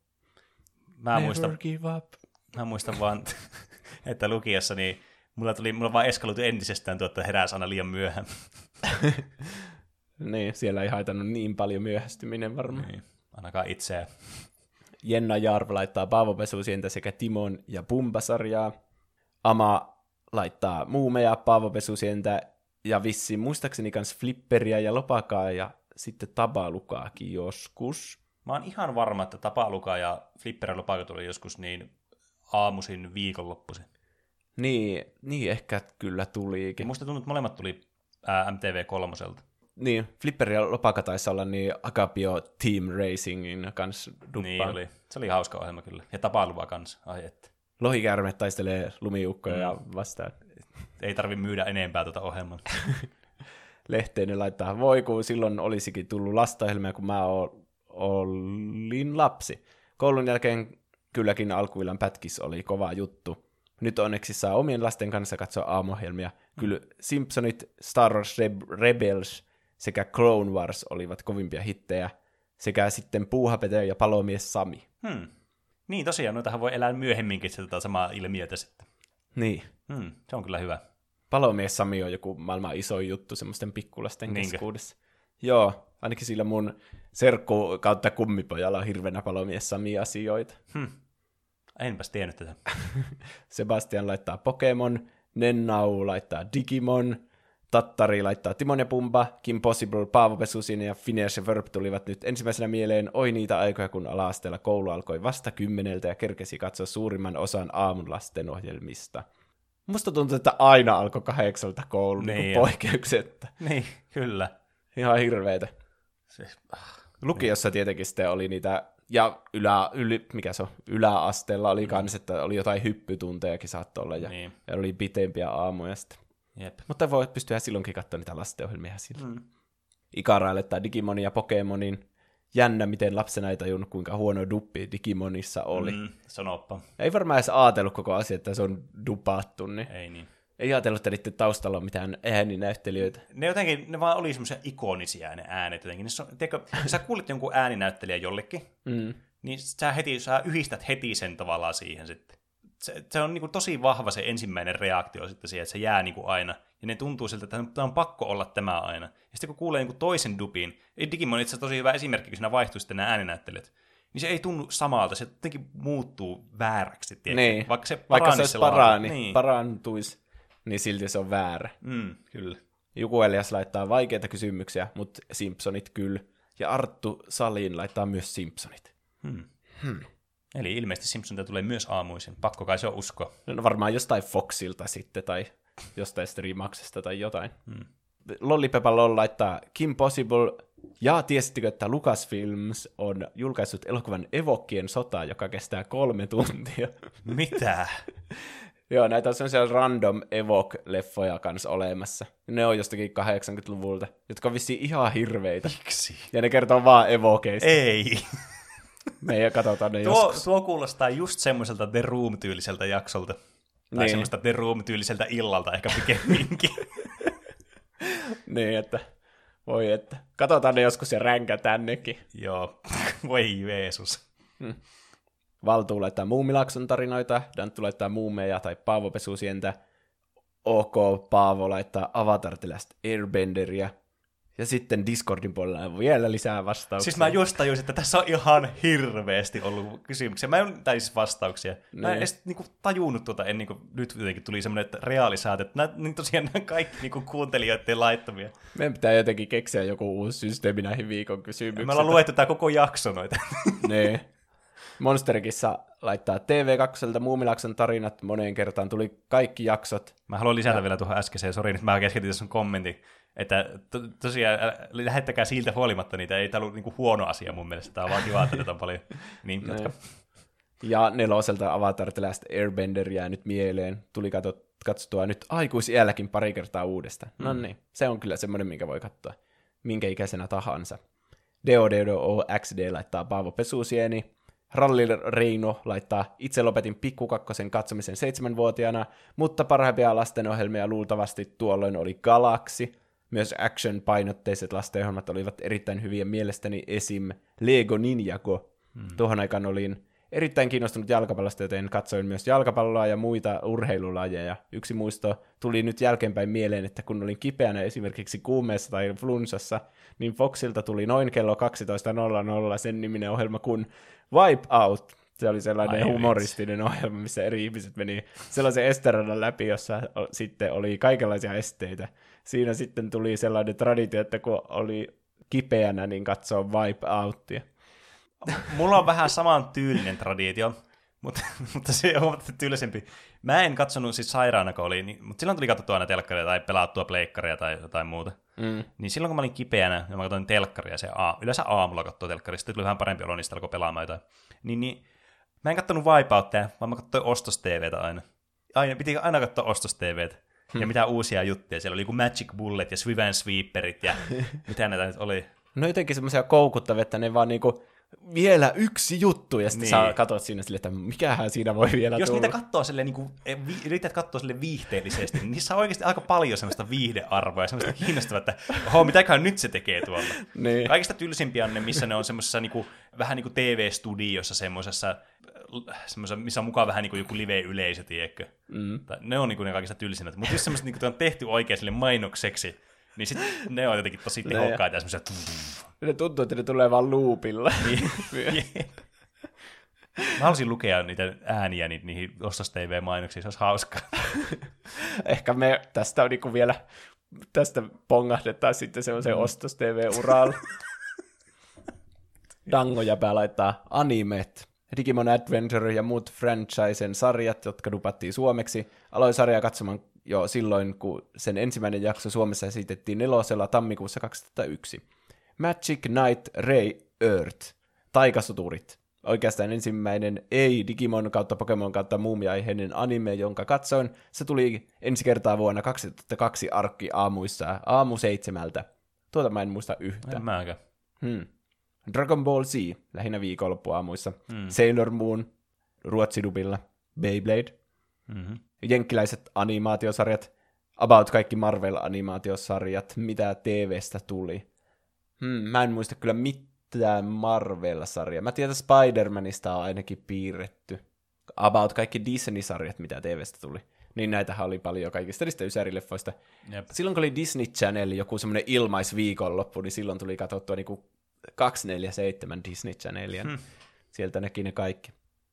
Mä muistan vaan, että lukiossa niin mulla vaan eskaloitu entisestään että heräsi aina liian myöhään. Niin, siellä ei haitannut niin paljon myöhästyminen varmaan. Niin, ainakaan itseään. Jenna Jarv laittaa Paavo Pesusientä sekä Timon ja Pumba-sarjaa. Ama laittaa Muumeja, Paavo Pesusientä ja vissiin muistaakseni kans Flipperiä ja Lopakaa ja sitten Tabalukaakin joskus. Mä oon ihan varma, että Tabaluka ja Flipper ja Lopaka tuli joskus niin aamuisin viikonloppuisin. Niin ehkä kyllä tuliikin. Musta tuntuu, että molemmat tuli MTV3. Niin, Flipper ja Lopaka taisi olla niin Agapio Team Racingin kanssa duppaa. Niin oli. Se oli hauska ohjelma kyllä. Ja Tapaluva kanssa. Ai että. Lohikäärme taistelee lumiukkoja vastaan. Ei tarvi myydä enempää tuota ohjelmaa. Lehteinen laittaa, kun silloin olisikin tullut lastaohjelmia, kun mä olin lapsi. Koulun jälkeen kylläkin alkuillan pätkis oli kova juttu. Nyt onneksi saa omien lasten kanssa katsoa aamuohjelmia. Kyllä Simpsonit, Star Wars Rebels sekä Clone Wars olivat kovimpia hittejä. Sekä sitten Puuhapete ja Palomies Sami. Niin tosiaan, noitahan voi elää myöhemminkin sitä samaa ilmiötä sitten. Niin. Se on kyllä hyvä. Palomies Sami on joku maailman iso juttu semmoisten pikkulasten keskuudessa. Joo, ainakin sillä mun serkku kautta kummipojalla on hirveänä Palomies Sami-asioita. Enpäs tiennyt tätä. Sebastian laittaa Pokemon, Nennau laittaa Digimon, Tattari laittaa Timon ja Pumba, Kim Possible, Paavo Pesusin ja Phineas ja Ferb tulivat nyt ensimmäisenä mieleen. Oi niitä aikoja, kun ala-asteella koulu alkoi vasta 10 ja kerkesi katsoa suurimman osan aamun lastenohjelmista. Musta tuntuu, että aina alkoi 8 koulu niin poikkeuksetta. Niin, kyllä. Ihan hirveetä. Lukiossa tietenkin sitten oli niitä, ja yläasteella oli kans, että oli jotain hyppytuntejakin saattoi olla, ja oli pitempiä aamuja sitten. Jep. Mutta voi pystyä silloinkin katsoa niitä lastenohjelmia sillä. Ikara laittaa Digimonin ja Pokemonin. Jännä, miten lapsena ei tajunnut, kuinka huono duppi Digimonissa oli. Sanoppa. Ei varmaan edes ajatellut koko asia, että se on dupattu. Niin. Ei niin. Ei ajatellut, että niiden taustalla on mitään ääninäyttelijöitä. Ne vaan oli semmoisia ikonisia ne äänet jotenkin. Tiedätkö, jos sä kuulit jonkun ääninäyttelijän jollekin, niin sä yhdistät heti sen tavallaan siihen sitten. Se on niinku tosi vahva se ensimmäinen reaktio sitten siihen, että se jää niinku aina. Ja ne tuntuu siltä, että tämä on pakko olla tämä aina. Ja sitten kun kuulee niinku toisen dupin, Digimon on itse asiassa tosi hyvä esimerkki, kun siinä vaihtuu sitten nämä ääninäyttelijät, niin se ei tunnu samalta, se jotenkin muuttuu vääräksi. Niin. Vaikka se parantuisi, niin silti se on väärä. Kyllä. Joku Elias laittaa vaikeita kysymyksiä, mutta Simpsonit kyllä. Ja Arttu Salin laittaa myös Simpsonit. Eli ilmeisesti Simpsonita tulee myös aamuisin. Pakko kai se on uskoa. No varmaan jostain Foxilta sitten, tai jostain Streamaxesta tai jotain. Lollipepa Lol laittaa Kim Possible. Ja tiesittekö, että Lucasfilms on julkaissut elokuvan Evokkien sota, joka kestää 3 tuntia? Mitä? Joo, näitä on sellaisia random Evoque-leffoja kanssa olemassa. Ne on jostakin 80-luvulta, jotka on vissiin ihan hirveitä. Miksi? Ja ne kertoo vaan Evokeista. Ei. Meidän katsotaan ne joskus. Tuo kuulostaa just semmoiselta The Room-tyyliseltä jaksolta. Tai semmoista The Room-tyyliseltä illalta ehkä pikemminkin. Niin, että voi että. Katsotaan ne joskus ja ränkätään nekin. Joo, voi Jeesus. Valtuu laittaa Muumilakson tarinoita, Danttu laittaa muumeja tai Paavo Pesusientä. OK Paavo laittaa Avatar The Last Airbenderia. Ja sitten Discordin puolella on vielä lisää vastauksia. Siis mä just tajusin, että tässä on ihan hirveästi ollut kysymyksiä. Siis vastauksia. Mä en edes niinku tajunnut tuota, ennen kuin nyt jotenkin tuli semmoinen että realisaatio, että niin tosiaan nämä kaikki niinku kuuntelijoiden laittamia. Meidän pitää jotenkin keksiä joku uusi systeemi näihin viikon kysymyksiin. Me ollaan luettu tää koko jakso noita. Nee. Monsterkissa laittaa TV2 Muumilakson tarinat moneen kertaan. Tuli kaikki jaksot. Mä haluan lisätä vielä tuohon äskeiseen. Sori, nyt mä keskityin sun kommentin. Että tosiaan lähettäkää siltä huolimatta niitä. Ei tää ollut niinku huono asia mun mielestä. Tää on vaan kiva, että nyt on paljon. Niin, jatka. Ja 4. Avatar The Last Airbender jää nyt mieleen. Tuli katsottua nyt aikuisiälläkin pari kertaa uudestaan. No niin, se on kyllä semmoinen, minkä voi katsoa minkä ikäisenä tahansa. DODOXD laittaa Paavo Pesusieni. Ralli Reino laittaa, itse lopetin Pikkukakkosen katsomisen 7-vuotiaana, mutta parhaimpia lastenohjelmia luultavasti tuolloin oli Galaxy. Myös action-painotteiset lastenohjelmat olivat erittäin hyviä mielestäni, esim. Lego Ninjago. Tuohon aikaan olin erittäin kiinnostunut jalkapallosta, joten katsoin myös jalkapalloa ja muita urheilulajeja. Yksi muisto tuli nyt jälkeenpäin mieleen, että kun olin kipeänä esimerkiksi kuumeessa tai flunssassa, niin Foxilta tuli noin kello 12.00 sen niminen ohjelma kuin Wipe Out. Se oli sellainen humoristinen ohjelma, missä eri ihmiset meni sellaisen esteradan läpi, jossa sitten oli kaikenlaisia esteitä. Siinä sitten tuli sellainen traditio, että kun oli kipeänä, niin katsoo Wipe Outia. Mulla on vähän saman tyylinen traditio, mutta se on huomattavasti tyylisempi. Mä en katsonut siis sairaana, kun oli, mutta silloin tuli katsottua aina telkkaria tai pelattua pleikkaria tai jotain muuta. Niin silloin, kun mä olin kipeänä ja mä katsoin telkkaria, yleensä aamulla katsoi telkkaria, sitten tuli vähän parempi olo, niin sitten alkoi pelaamaan jotain. Niin, mä en kattonut Wipeoutteja, vaan mä katsoin Ostos-TVtä aina. Piti aina katsoa Ostos-TVtä. Ja mitä uusia juttuja. Siellä oli joku Magic Bullet ja Swiven Sweeperit ja mitä näitä nyt oli. No jotenkin semmoisia koukuttavia, että ne vaan niinku vielä yksi juttu, ja sitten sä katsot siinä silleen, että mikähän siinä voi vielä Jos tulla. niitä katsoo silleen, yrität katsoa silleen viihteellisesti, niin niissä on oikeasti aika paljon semmoista viihdearvoa ja semmoista kiinnostavaa, että mitäköhän nyt se tekee tuolla. Niin. Kaikista tylsimpiä on ne, missä ne on semmoisessa vähän niin kuin TV-studiossa semmoisessa, missä on mukaan vähän niin kuin joku live-yleisö, tiedätkö? Ne on niin kuin ne kaikista tylsimmät. Mutta jos semmoista niin on tehty oikein sille mainokseksi, niin sit ne on jotenkin tosi tehokkaita ja semmoisia... Ne tuntuu, että ne tulee vaan loopilla. Mä haluaisin lukea niitä ääniä niihin Ostos-TV-mainoksiin, se olisi hauskaa. Ehkä me tästä on niinku vielä, tästä pongahdetaan sitten semmoisen Ostos-TV-uralla. Dango-jäpää laittaa animet. Digimon Adventure ja muut franchisen sarjat, jotka dupattiin suomeksi. Aloin sarjaa katsomaan jo silloin, kun sen ensimmäinen jakso Suomessa esitettiin 4. tammikuussa 2001. Magic Knight Ray Earth. Taikasoturit. Oikeastaan ensimmäinen ei-Digimon kautta Pokemon kautta Muumia-aiheinen anime, jonka katsoin. Se tuli ensi kertaa vuonna 2002 arkkiaamuissa aamu 7. Tuota mä en muista yhtään. En mäkään. Dragon Ball Z, lähinnä viikonloppuaamuissa. Sailor Moon, ruotsidubilla. Beyblade. Jenkkiläiset animaatiosarjat. About kaikki Marvel-animaatiosarjat, mitä TV:stä tuli. Mä en muista kyllä mitään Marvel-sarjaa. Mä tiedän, että Spider-Manista on ainakin piirretty. About kaikki Disney-sarjat, mitä TV:stä tuli. Niin näitähän oli paljon kaikista niistä ysärileffoista. Jep. Silloin kun oli Disney Channel joku semmoinen ilmaisviikonloppu, niin silloin tuli katsottua niinku 247 Disney Channelia. Sieltä näki ne kaikki.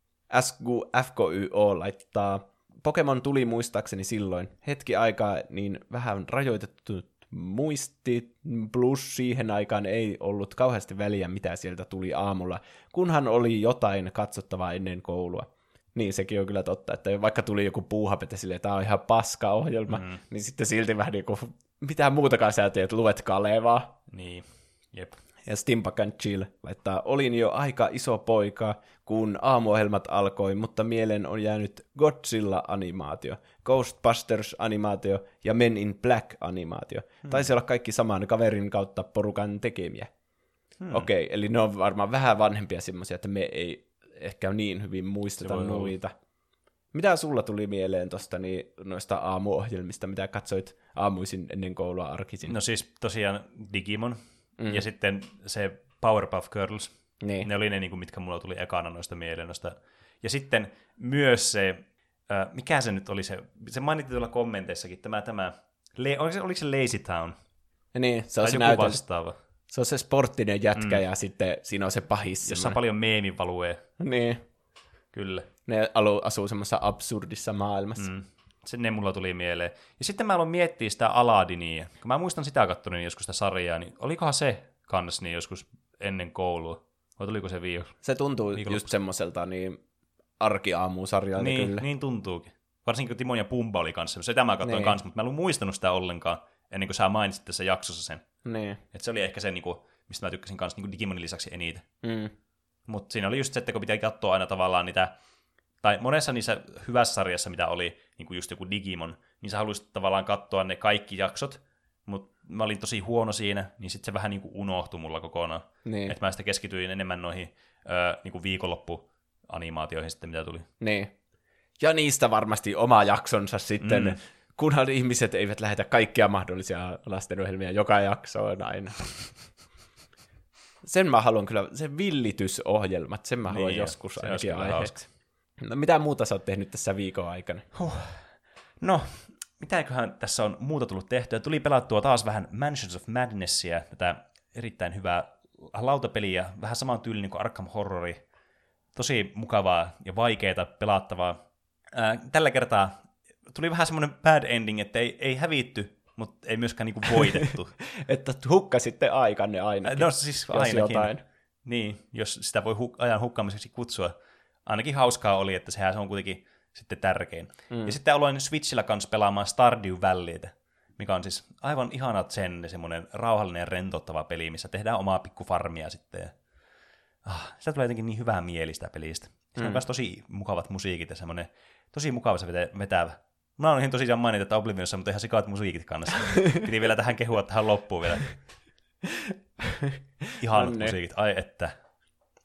FKYO laittaa, Pokemon tuli muistaakseni silloin. Hetki aikaa, niin vähän rajoitettu muisti, plus siihen aikaan ei ollut kauheasti väliä, mitä sieltä tuli aamulla, kunhan oli jotain katsottavaa ennen koulua. Niin, sekin on kyllä totta, että vaikka tuli joku puuhapete silleen, että tämä on ihan paska ohjelma, niin sitten silti vähän niin kuin, mitään muutakaan sä teet, luet Kalevaa. Niin, jep. Ja Stimpak and Chill laittaa, olin jo aika iso poika, kun aamuohjelmat alkoi, mutta mieleen on jäänyt Godzilla-animaatio, Ghostbusters-animaatio ja Men in Black-animaatio. Taisi olla kaikki saman kaverin kautta porukan tekemiä. Okei, eli ne on varmaan vähän vanhempia semmoisia, että me ei ehkä niin hyvin muisteta noita. Mitä sulla tuli mieleen tuosta noista aamuohjelmista, mitä katsoit aamuisin ennen koulua arkisin? No siis tosiaan Digimon. Ja sitten se Powerpuff Girls, niin. Ne oli ne, mitkä mulla tuli ekana noista mieleen. Ja sitten myös se, mikä se nyt oli se mainittiin tuolla kommenteissakin, oliko se Lazy Town? Ja niin, se on tai se joku vastaava. Se on se sporttinen jätkä ja sitten siinä on se pahis. Jossa on paljon meemivalueja. Niin. Kyllä. Ne asuu semmoisessa absurdissa maailmassa. Ne mulla tuli mieleen. Ja sitten mä aloin miettiä sitä Aladinia. Kun mä muistan sitä kattoneen joskus sitä sarjaa, niin olikohan se kans niin joskus ennen koulua? Vai tuliko se Se tuntuu just semmoiselta niin arkiaamusarjalta kyllä. Niin tuntuukin. Varsinkin kun Timon ja Pumba oli kanssa. Sitä mä katsoin kanssa, mutta mä en ollut muistanut sitä ollenkaan, ennen kuin sä mainitsit tässä jaksossa sen. Niin. Että se oli ehkä se, mistä mä tykkäsin kanssa Digimonin lisäksi eniten. Mutta siinä oli just se, että kun pitää katsoa aina tavallaan niitä, tai monessa niissä hyvässä sarjassa, mitä oli niin kuin just joku Digimon, niin sä haluaisit tavallaan katsoa ne kaikki jaksot, mutta mä olin tosi huono siinä, niin sitten se vähän niin kuin unohtui mulla kokonaan. Niin. Että mä sitten keskityin enemmän noihin niin kuin viikonloppuanimaatioihin sitten, mitä tuli. Niin. Ja niistä varmasti oma jaksonsa sitten, kunhan ihmiset eivät lähetä kaikkia mahdollisia lastenohjelmia joka jaksoon aina. Sen mä haluan kyllä, se villitysohjelmat, sen mä haluan joskus ainakin aiheeksi. No, mitä muuta sä oot tehnyt tässä viikon aikana? No, mitäköhän tässä on muuta tullut tehtyä? Tuli pelattua taas vähän Mansions of Madnessia, tätä erittäin hyvää lautapeliä, vähän saman tyylinen kuin Arkham Horrori. Tosi mukavaa ja vaikeaa pelattavaa. Tällä kertaa tuli vähän semmoinen bad ending, että ei hävitty, mutta ei myöskään niinku voitettu. Että hukkasitte aikanne ainakin. No siis ainakin. Jotain. Niin, jos sitä voi ajan hukkaamiseksi kutsua. Ainakin hauskaa oli, että sehän se on kuitenkin sitten tärkein. Ja sitten aloin Switchillä kanssa pelaamaan Stardew Valleytä, mikä on siis aivan ihana zen, semmoinen rauhallinen ja rentouttava peli, missä tehdään omaa pikkufarmia sitten. Ja sitä tulee jotenkin niin hyvää mieli sitä pelistä. Se on myös tosi mukavat musiikit ja semmoinen tosi mukava se vetävä. Mä oon ihan tosiaan mainita, että Oblivionissa, mutta ihan sikaat musiikit kannassa. Piti vielä tähän kehua tähän loppuun vielä. Ihanat musiikit, ai että.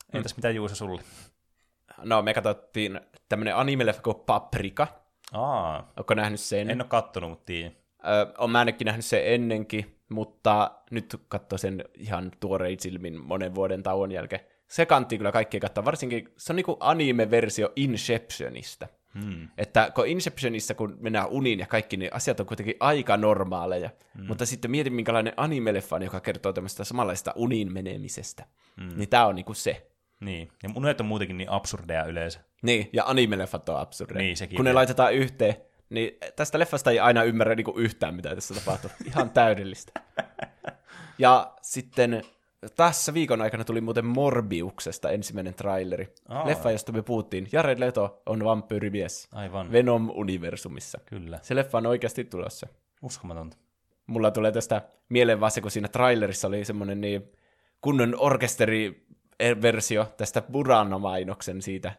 Entäs mitä Juuso sulle? No, me katsottiin tämmönen anime-leffa kuin Paprika. Ootko nähnyt sen? En ole kattonut, mutta tiedän. Olen mä ainakin nähnyt sen ennenkin, mutta nyt katso sen ihan tuorein silmin monen vuoden tauon jälkeen. Se kannattaa kyllä kaikkia katsoa, varsinkin se on niinku anime-versio Inceptionista. Että kun Inceptionissa, kun mennään uniin ja kaikki, niin asiat on kuitenkin aika normaaleja. Mutta sitten mietin, minkälainen anime-leffa on, joka kertoo tämmöistä samanlaista uniin menemisestä. Niin tää on niinku se. Niin, ja unet on muutenkin niin absurdeja yleensä. Niin, ja anime-leffat on absurdeja. Niin, sekin. Kun ne laitetaan yhteen, niin tästä leffasta ei aina ymmärrä niinku yhtään, mitä tässä tapahtuu. Ihan täydellistä. Ja sitten tässä viikon aikana tuli muuten Morbiuksesta ensimmäinen traileri. Leffa, josta me puhuttiin. Jared Leto on vampyyrimies. Aivan. Venom-universumissa. Kyllä. Se leffa on oikeasti tulossa. Uskomatonta. Mulla tulee tästä mieleen vaan se, kun siinä trailerissa oli semmoinen niin kunnon orkesteriversio tästä Burano-mainoksen siitä.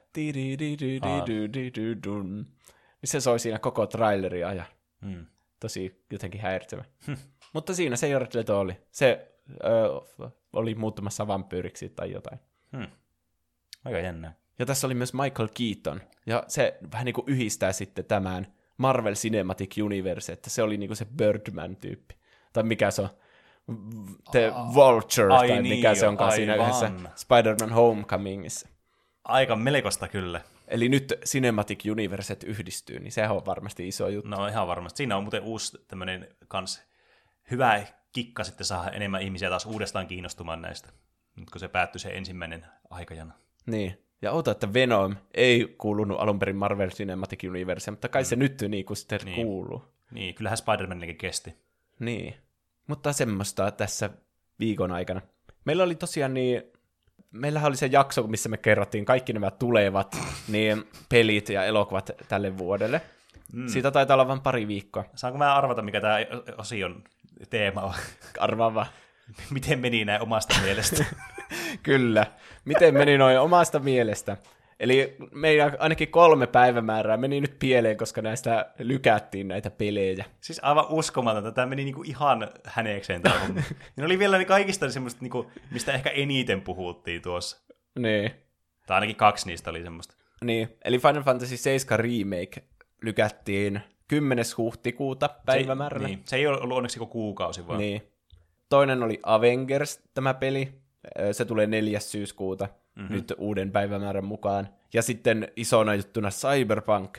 Niin se soi siinä koko traileria ajan. Tosi jotenkin häiritsevä. Mutta siinä se Jared Leto oli. Se oli muuttumassa vampyyriksi tai jotain. Aika jännä. Ja tässä oli myös Michael Keaton. Ja se vähän niin kuin yhdistää sitten tämän Marvel Cinematic Universe, että se oli niin kuin se Birdman-tyyppi. Tai mikä se on? The Vulture, tai niin mikä se onkaan siinä yhdessä Spider-Man Homecomingissa. Aika melkoista kyllä. Eli nyt Cinematic Universet yhdistyy, niin sehän on varmasti iso juttu. No ihan varmasti. Siinä on muuten uusi tämmöinen kans hyvä kikka sitten saada enemmän ihmisiä taas uudestaan kiinnostumaan näistä, nyt kun se päättyi se ensimmäinen aikajana. Niin. Ja outo, että Venom ei kuulunut alun perin Marvel Cinematic Universe, mutta kai se nyt niin kuin sitten kuuluu. Niin, kyllähän Spider-Manillekin kesti. Niin. Mutta semmoista tässä viikon aikana. Meillä oli tosiaan meillähän oli se jakso, missä me kerrottiin kaikki nämä tulevat pelit ja elokuvat tälle vuodelle. Siitä taitaa olla vain pari viikkoa. Saanko mä arvata, mikä tämä osion teema on? Arvaa vaan. Miten meni näin omasta mielestä? Kyllä. Miten meni noin omasta mielestä? Eli meidän ainakin 3 päivämäärää meni nyt pieleen, koska näistä lykättiin näitä pelejä. Siis aivan uskomatonta. Tämä meni niinku ihan häneekseen. Ne oli vielä kaikista semmoista, niinku, mistä ehkä eniten puhuttiin tuossa. Niin. Tai ainakin 2 niistä oli semmoista. Niin, eli Final Fantasy 7 Remake lykättiin 10. huhtikuuta päivämäärällä. Niin. Se ei ollut onneksi kuukausi vaan. Niin. Toinen oli Avengers, tämä peli. Se tulee 4. syyskuuta nyt uuden päivämäärän mukaan. Ja sitten isona juttuna Cyberpunk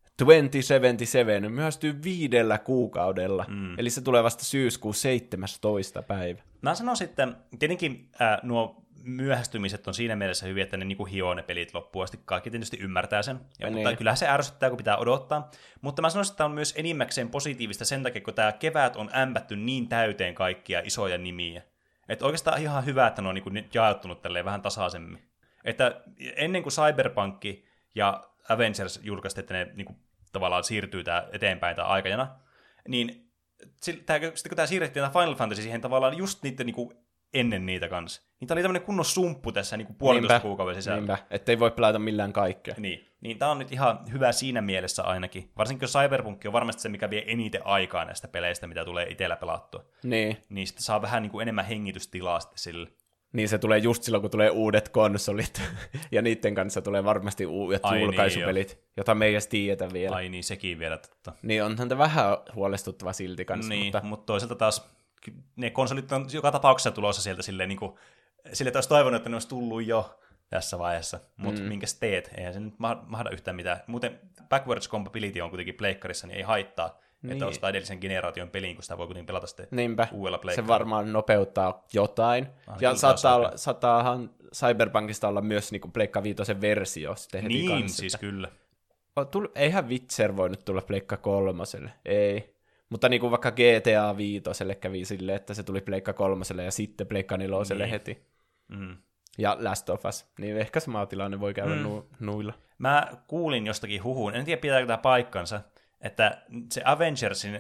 2077 myöhästyy 5 kuukaudella. Eli se tulee vasta syyskuun 17. päivä. Mä sanon sitten, tietenkin nuo myöhästymiset on siinä mielessä hyviä, että ne niinku hioo ne pelit loppuun asti. Kaikki tietysti ymmärtää sen. Mutta kyllähän se ärsyttää, kun pitää odottaa. Mutta mä sanoisin, että tämä on myös enimmäkseen positiivista sen takia, kun tämä kevät on ämpätty niin täyteen kaikkia isoja nimiä. Että oikeastaan ihan hyvä, että ne on niinku jaottunut tälleen vähän tasaisemmin. Että ennen kuin Cyberpunk ja Avengers julkaistiin, että ne niinku tavallaan siirtyy tää eteenpäin tää aikajana, niin sitten kun tämä siirrettiin tämä Final Fantasy siihen tavallaan just niiden niinku ennen niitä kanssa, niin tämä oli tämmöinen kunnon sumppu tässä niinku 1,5 kuukauden sisällä. Niinpä, ettei voi pelata millään kaikkea. Niin tämä on nyt ihan hyvä siinä mielessä ainakin. Varsinkin jos Cyberpunk on varmasti se, mikä vie eniten aikaa näistä peleistä, mitä tulee itsellä pelattua. Niin sitten saa vähän niinku enemmän hengitystilaa sitten sille. Niin se tulee just silloin, kun tulee uudet konsolit, ja niiden kanssa tulee varmasti uudet julkaisupelit, jota me ei edes tiedetä vielä. Ai niin, sekin vielä totta. Niin onhan tämä vähän huolestuttava silti kanssa. Niin, mutta toisaalta taas ne konsolit on joka tapauksessa tulossa sieltä silleen, niin kuin, sille että olisi toivonut, että ne olisi tullut jo tässä vaiheessa, mutta minkäs teet? Eihän se nyt mahda yhtään mitään. Muuten backwards compatibility on kuitenkin pleikkarissa, niin ei haittaa, että ostaa edellisen generaation peliin, kun sitä voi kuitenkin pelata sitten uudella pleikkarilla. Se varmaan nopeuttaa jotain. Ja saattaahan Cyberpunkista olla myös niin Pleikka 5 versio sitten heti niin, kanssa. Siis kyllä. Eihän Witcher voinut tulla Pleikka 3, ei. Mutta niin kuin vaikka GTA 5 kävi silleen, että se tuli Pleikka 3 ja sitten Pleikka 4 heti. Ja Last of Us, niin ehkä sama tilanne voi käydä nuilla. Mä kuulin jostakin huhuun, en tiedä pitääkö tämä paikkansa, että se Avengersin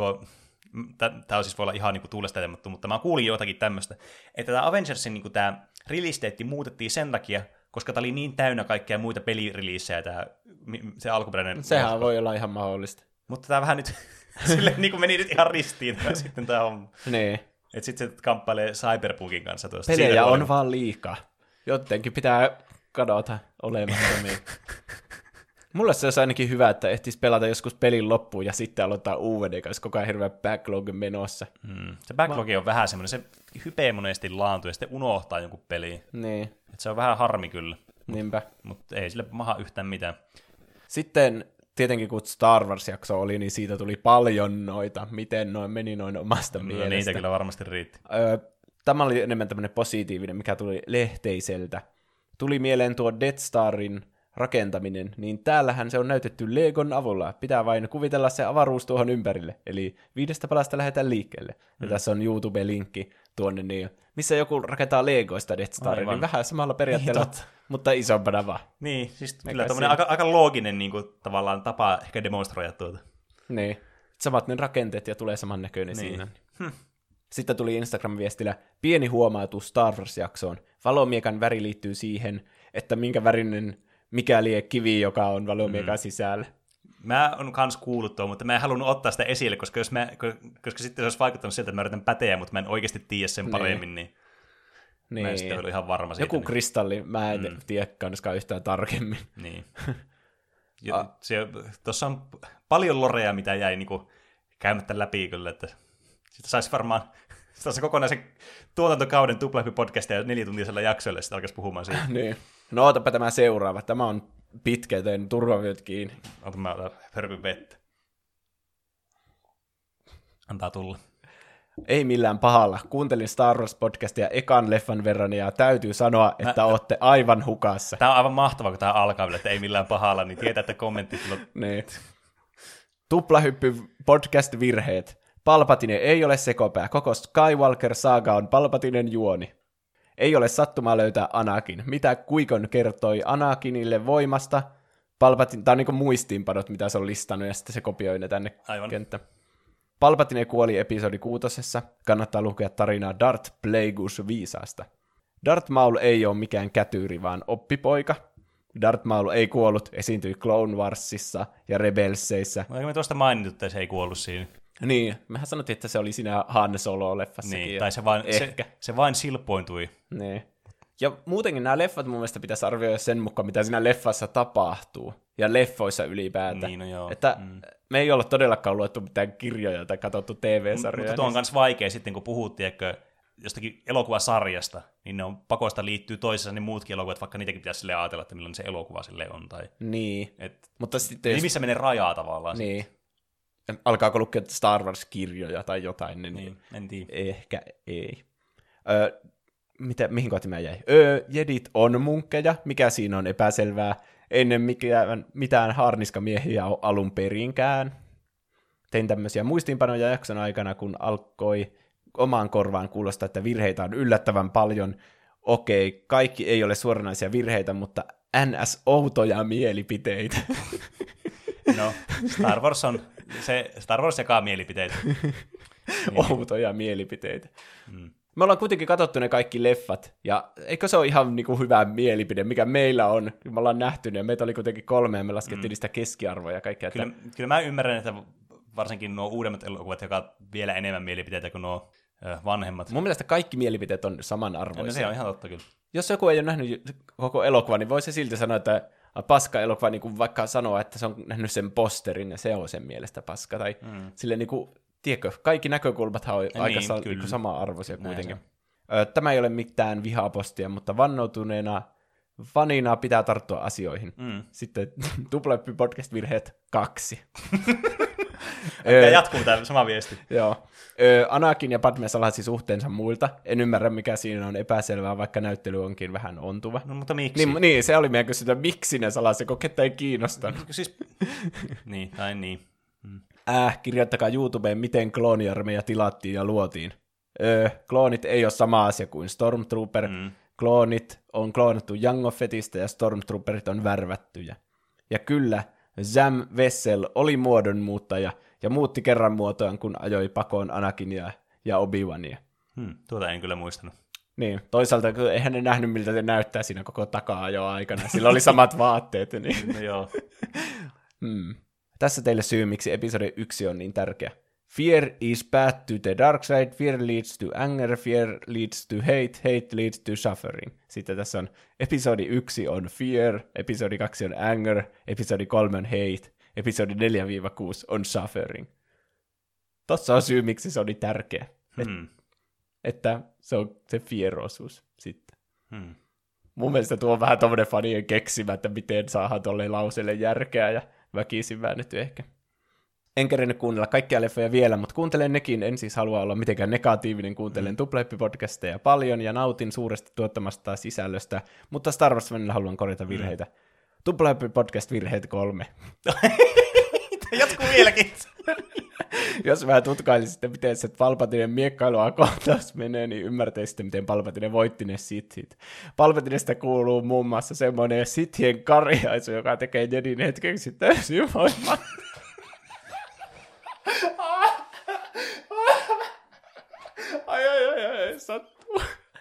tämä on siis voi olla ihan niinku tuulesta teemattu, mutta mä kuulin jotakin tämmöistä, että tämä Avengersin niinku tämä release-date muutettiin sen takia, koska tämä oli niin täynnä kaikkea muita pelireleasejä se alkuperäinen. Sehän voi olla ihan mahdollista. Mutta tämä vähän nyt sille niin meni nyt ihan ristiin sitten tämä homma. Niin. Että sitten se kamppailee Cyberpunkin kanssa tuosta. Pelejä on vaan liikaa. Jotenkin pitää kadota olemattomia. Mulle se olisi ainakin hyvä, että ehtisi pelata joskus pelin loppuun ja sitten aloittaa uuden, eikä olisi koko ajan hirveä backlog menossa. Se backlog on vähän semmoinen, se hypee monesti laantuu ja sitten unohtaa jonkun peliin. Niin. Et se on vähän harmi kyllä. Niinpä. Mutta ei sille maha yhtään mitään. Sitten tietenkin kun Star Wars-jakso oli, niin siitä tuli paljon noita, miten noin meni noin omasta mielestä. Niitä kyllä varmasti riitti. Tämä oli enemmän tämmöinen positiivinen, mikä tuli lehteiseltä. Tuli mieleen tuo Death Starin rakentaminen, niin täällähän se on näytetty Legon avulla. Pitää vain kuvitella se avaruus tuohon ympärille. Eli 5 palasta lähdetään liikkeelle. Ja tässä on YouTube-linkki tuonne, niin, missä joku rakentaa Legoista Death Starin, niin vähän samalla periaatteella, mutta isompana vaan. Niin, siis kyllä tämmöinen aika looginen niin kuin, tavallaan tapa ehkä demonstroida tuota. Niin, samat ne rakenteet ja tulee samannäköinen siinä. Sitten tuli Instagram-viestillä pieni huomautus Star Wars-jaksoon. Valomiekan väri liittyy siihen, että minkä värinen mikäli kivi, joka on valomiekan sisällä. Mä oon kans kuullut tuo, mutta mä en halunnut ottaa sitä esille, koska sitten se olisi vaikuttanut siltä, että mä yritän päteä, mutta mä en oikeasti tiedä sen paremmin, niin mä en sitten ollut ihan varma siitä. Joku kristalli, mä en tiedä kannaskaan yhtään tarkemmin. Niin. Tuossa on paljon lorea, mitä jäi niinku käymättä läpi kyllä, että sitä saisi varmaan kokonaisen tuotantokauden tuplahyppy-podcastia 4-tuntisella jaksoilla, ja sitten alkaisi puhumaan siitä. Niin. No otapa tämä seuraava. Tämä on pitkä, tein turvavyöt kiinni. Ota mä otan hörpyn vettä. Antaa tulla. Ei millään pahalla. Kuuntelin Star Wars-podcastia ekan leffan verran, ja täytyy sanoa, että ootte aivan hukassa. Tämä on aivan mahtavaa, kun tämä alkaa vielä, että ei millään pahalla, niin tietää, että kommentit on... Niin. Tuplahyppy podcast-virheet. Palpatine ei ole sekopää. Koko Skywalker-saaga on Palpatinen juoni. Ei ole sattumaa löytää Anakin. Mitä Qui-Gon kertoi Anakinille voimasta? Tämä on niin kuin muistiinpanot, mitä se on listannut, ja sitten se kopioi ne tänne kenttään. Palpatine kuoli episodi 6. Kannattaa lukea tarinaa Darth Plagueis viisaasta. Darth Maul ei ole mikään kätyyri, vaan oppipoika. Darth Maul ei kuollut, esiintyi Clone Warsissa ja Rebelseissä. Eikö me tuosta mainittu, että se ei kuollut siinä? Niin, mehän sanottiin, että se oli siinä Han Solo-leffassakin. Niin, tai se vain silpointui. Niin. Ja muutenkin nämä leffat mun mielestä pitäisi arvioida sen mukaan, mitä siinä leffassa tapahtuu. Ja leffoissa ylipäätään. Niin, no joo. Että me ei olla todellakaan luettu mitään kirjoja tai katsottu TV-sarjoja. Mutta tuo on myös vaikea sitten, kun puhuttiin jostakin elokuvasarjasta, niin ne on pakosta liittyy toisessa niin muutkin elokuvat, vaikka niitäkin pitäisi silleen ajatella, että millainen se elokuva sille on. Tai... Niin. Mutta sitten missä menee rajaa tavallaan. Niin. Alkaako lukea Star Wars-kirjoja tai jotain, niin en tiedä. Ehkä ei. Mihin kohti mä jäin? Jedit on munkkeja, mikä siinä on epäselvää. Ennen mitään harniskamiehiä on alun perinkään. Tein tämmöisiä muistiinpanoja jakson aikana, kun alkoi omaan korvaan kuulostaa, että virheitä on yllättävän paljon. Okei, kaikki ei ole suoranaisia virheitä, mutta NS-outoja mielipiteitä. No, Star Wars jakaa mielipiteitä. Outoja mielipiteitä. Me ollaan kuitenkin katsottu ne kaikki leffat, ja eikö se ole ihan niin kuin hyvä mielipide, mikä meillä on, me ollaan nähty ne, ja meitä oli kuitenkin 3, ja me laskettiin niistä keskiarvoja ja kaikkea. Kyllä mä ymmärrän, että varsinkin nuo uudemmat elokuvat jakaa vielä enemmän mielipiteitä kuin nuo vanhemmat. Mun mielestä kaikki mielipiteet on samanarvoisia. No se on ihan totta kyllä. Jos joku ei ole nähnyt koko elokuva, niin voi se silti sanoa, että paska elokuva, niin kuin vaikka sanoa, että se on nähnyt sen posterin, ja se on sen mielestä paska, tai silleen niin kuin, tiedätkö, kaikki näkökulmathan on aika sama-arvoisia kuitenkin. Tämä ei ole mitään vihapostia, mutta vannoutuneena fanina pitää tarttua asioihin. Sitten Tuplahyppy podcast-virheet 2. Jatkuu tämä sama viesti. Joo. Anakin ja Padme salasi suhteensa muilta. En ymmärrä, mikä siinä on epäselvää, vaikka näyttely onkin vähän ontuva. No, mutta miksi? Niin se oli meidän kysymys, miksi ne salasi, kun ketään ei kiinnostanut. Siis... niin, tai niin. Kirjoittakaa YouTubeen, miten klooniarmeija tilattiin ja luotiin. Kloonit ei ole sama asia kuin Stormtrooper. Kloonit on kloonattu Jango Fettistä ja Stormtrooperit on värvättyjä. Ja kyllä, Zam Wessel oli muodonmuuttaja ja muutti kerran muotoaan, kun ajoi pakoon Anakinia ja Obi-Wania. Tuota en kyllä muistanut. Niin, toisaalta eihän ne nähnyt, miltä se näyttää siinä koko taka-ajo aikana. Sillä oli samat vaatteet. Niin. No joo. Tässä teille syy, miksi episodi 1 on niin tärkeä. Fear is bad to the dark side, fear leads to anger, fear leads to hate, hate leads to suffering. Sitten tässä on episodi 1 on fear, episodi 2 on anger, episodi 3 on hate, episodi 4-6 on suffering. Tossa on syy, miksi se oli tärkeä. Että se on se fear-osuus sitten. Mun mielestä tuo on vähän tommoinen fanien keksimä, että miten saadaan tolleen lauseelle järkeä ja väkisin väännetty ehkä. En kerinyt kuunnella kaikkia leffoja vielä, mutta kuuntelen nekin. En siis halua olla mitenkään negatiivinen. Kuuntelen Tuplahyppi-podcasteja paljon ja nautin suuresti tuottamasta sisällöstä, mutta Star Wars-fanilla haluan korjata virheitä. Tuplahyppi-podcast virheet 3. Jatkuu vieläkin. Jos vähän tutkailisitte, miten se Palpatinen miekkailua kohtaus menee, niin ymmärtäisitte, miten Palpatine voitti ne Sithit. Palpatinesta kuuluu muun muassa semmoinen Sithien karjaisu, joka tekee Jedin hetkeksi täysin voimaa. Ai, sattuu.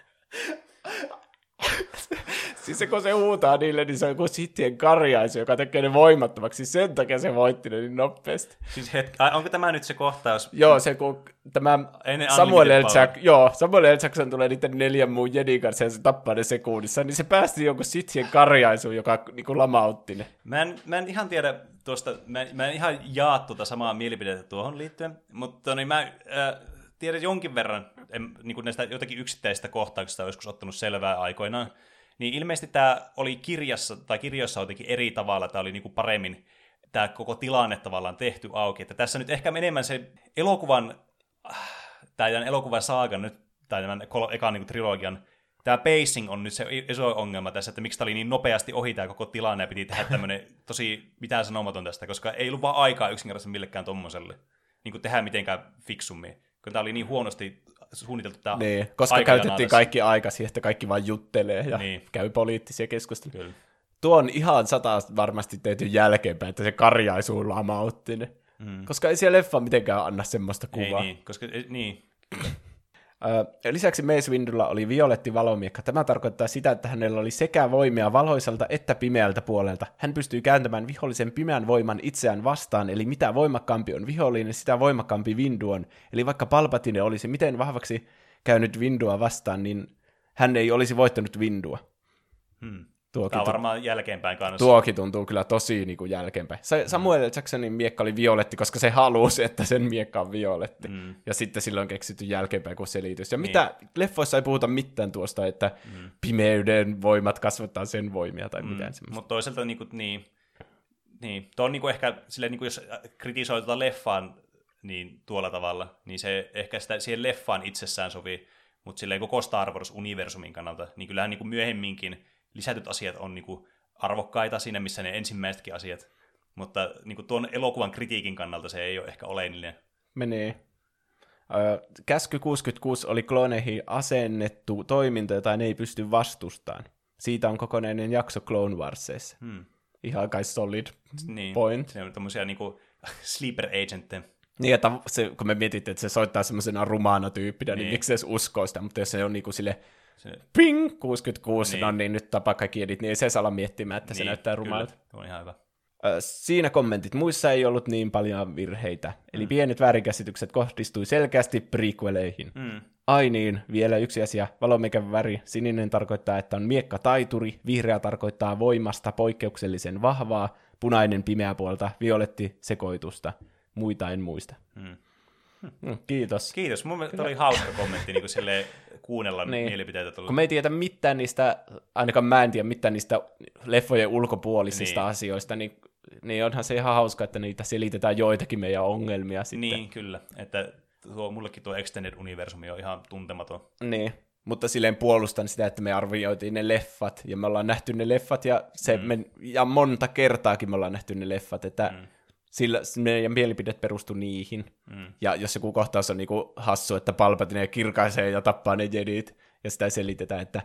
Siis se, kun se huutaa niille, niin se on joku Sithien karjaisu, joka tekee ne voimattomaksi. Sen takia se voitti ne niin nopeasti. Siis onko tämä nyt se kohtaus? Joo, se kun tämä Samuel L. Jackson tulee niiden 4 muun Jedin kanssa ja se tappaa ne sekunnissa, niin se päästi jonkun Sithien karjaisuun, joka niinku lamautti ne. Mä en ihan tiedä tuosta, mä en ihan jaa tuota samaa mielipidettä tuohon liittyen, mutta niin mä tiedän jonkin verran niin kuin näistä jotakin yksittäisistä kohtauksista joskus ottanut selvää aikoinaan, niin ilmeisesti tämä oli kirjoissa jotenkin eri tavalla, tämä oli niin kuin paremmin tämä koko tilanne tavallaan tehty auki, että tässä nyt ehkä enemmän se elokuvan saagan nyt, tai tämän ekan niin kuin trilogian, tämä pacing on nyt se iso ongelma tässä, että miksi tämä oli niin nopeasti ohi tämä koko tilanne ja piti tehdä tämmöinen tosi mitään sanomaton tästä, koska ei ollut vaan aikaa yksinkertaisesti millekään tommoselle niin kuin tehdä mitenkään fiksummin, kun tämä oli niin huonosti suunniteltu tämä niin, koska käytettiin kaikki aika siihen, että kaikki vaan juttelee ja käy poliittisia keskusteluja. Kyllä. Tuo on ihan 100 varmasti tehty jälkeenpäin, että se karjaisuun lamautti ne. Koska ei siellä leffa mitenkään anna semmoista kuvaa. Lisäksi Mace Windulla oli violetti valomiekka. Tämä tarkoittaa sitä, että hänellä oli sekä voimia valoiselta että pimeältä puolelta. Hän pystyy kääntämään vihollisen pimeän voiman itseään vastaan, eli mitä voimakkaampi on vihollinen, sitä voimakkaampi Windu on. Eli vaikka Palpatine olisi miten vahvaksi käynyt Windua vastaan, niin hän ei olisi voittanut Windua. Tämä on varmaan jälkeenpäin kannassa. Tuokin tuntuu kyllä tosi niin kuin jälkeenpäin. Samuel L. Jacksonin miekka oli violetti, koska se halusi, että sen miekka on violetti. Ja sitten silloin keksitty jälkeenpäin kuin selitys. Ja mitä leffoissa ei puhuta mitään tuosta, että pimeyden voimat kasvattaa sen voimia tai mitään semmoista. Mutta toisaalta tuo on niinku ehkä silleen, niinku jos kritisoi tuota leffaan niin tuolla tavalla, niin se ehkä sitä siihen leffaan itsessään sopii, mutta silleen koko Star Wars-universumin kannalta, niin kyllähän niinku myöhemminkin lisätyt asiat on niinku arvokkaita siinä, missä ne ensimmäisetkin asiat, mutta niinku tuon elokuvan kritiikin kannalta se ei ole ehkä oleellinen. Menee. Käsky 66 oli klooneihin asennettu toiminta, jota ne ei pysty vastustamaan. Siitä on kokonainen jakso Clone Warsissa. Ihan kai solid point. Se on tommosia niinku sleeper agentteja. Niin, että kun me mietittiin, että se soittaa semmoisena rumaana tyyppinä, niin miksi se edes uskoo sitä, mutta jos se on niinku sille ping, 66, niin nyt tapaa kaikki edit, niin ei se saa olla miettimään, että se näyttää rumalta. Kyllä, on ihan hyvä. Siinä kommentit. Muissa ei ollut niin paljon virheitä. Eli pienet väärinkäsitykset kohdistui selkeästi prequeleihin. Ai niin, vielä yksi asia. Valomiekän väri. Sininen tarkoittaa, että on miekka taituri. Vihreä tarkoittaa voimasta poikkeuksellisen vahvaa. Punainen pimeä puolta. Violetti sekoitusta. Muita en muista. Kiitos. Kiitos. Mun mielestä oli hauska kommentti niin silleen kuunnella mielipiteitä. Kun me ei tiedä mitään niistä, ainakaan mä en tiedä mitään niistä leffojen ulkopuolisista asioista, niin onhan se ihan hauska, että niitä selitetään joitakin meidän ongelmia sitten. Niin, kyllä. Että mullekin tuo Extended Universumi on ihan tuntematon. Niin, mutta silleen puolustan sitä, että me arvioitiin ne leffat, ja me ollaan nähty ne leffat, ja monta kertaakin me ollaan nähty ne leffat, että sillä meidän mielipidet perustuu niihin. Ja jos joku kohtaus on niinku hassu, että Palpatine kirkaisee ja tappaa ne jedit, ja sitä selitetään, että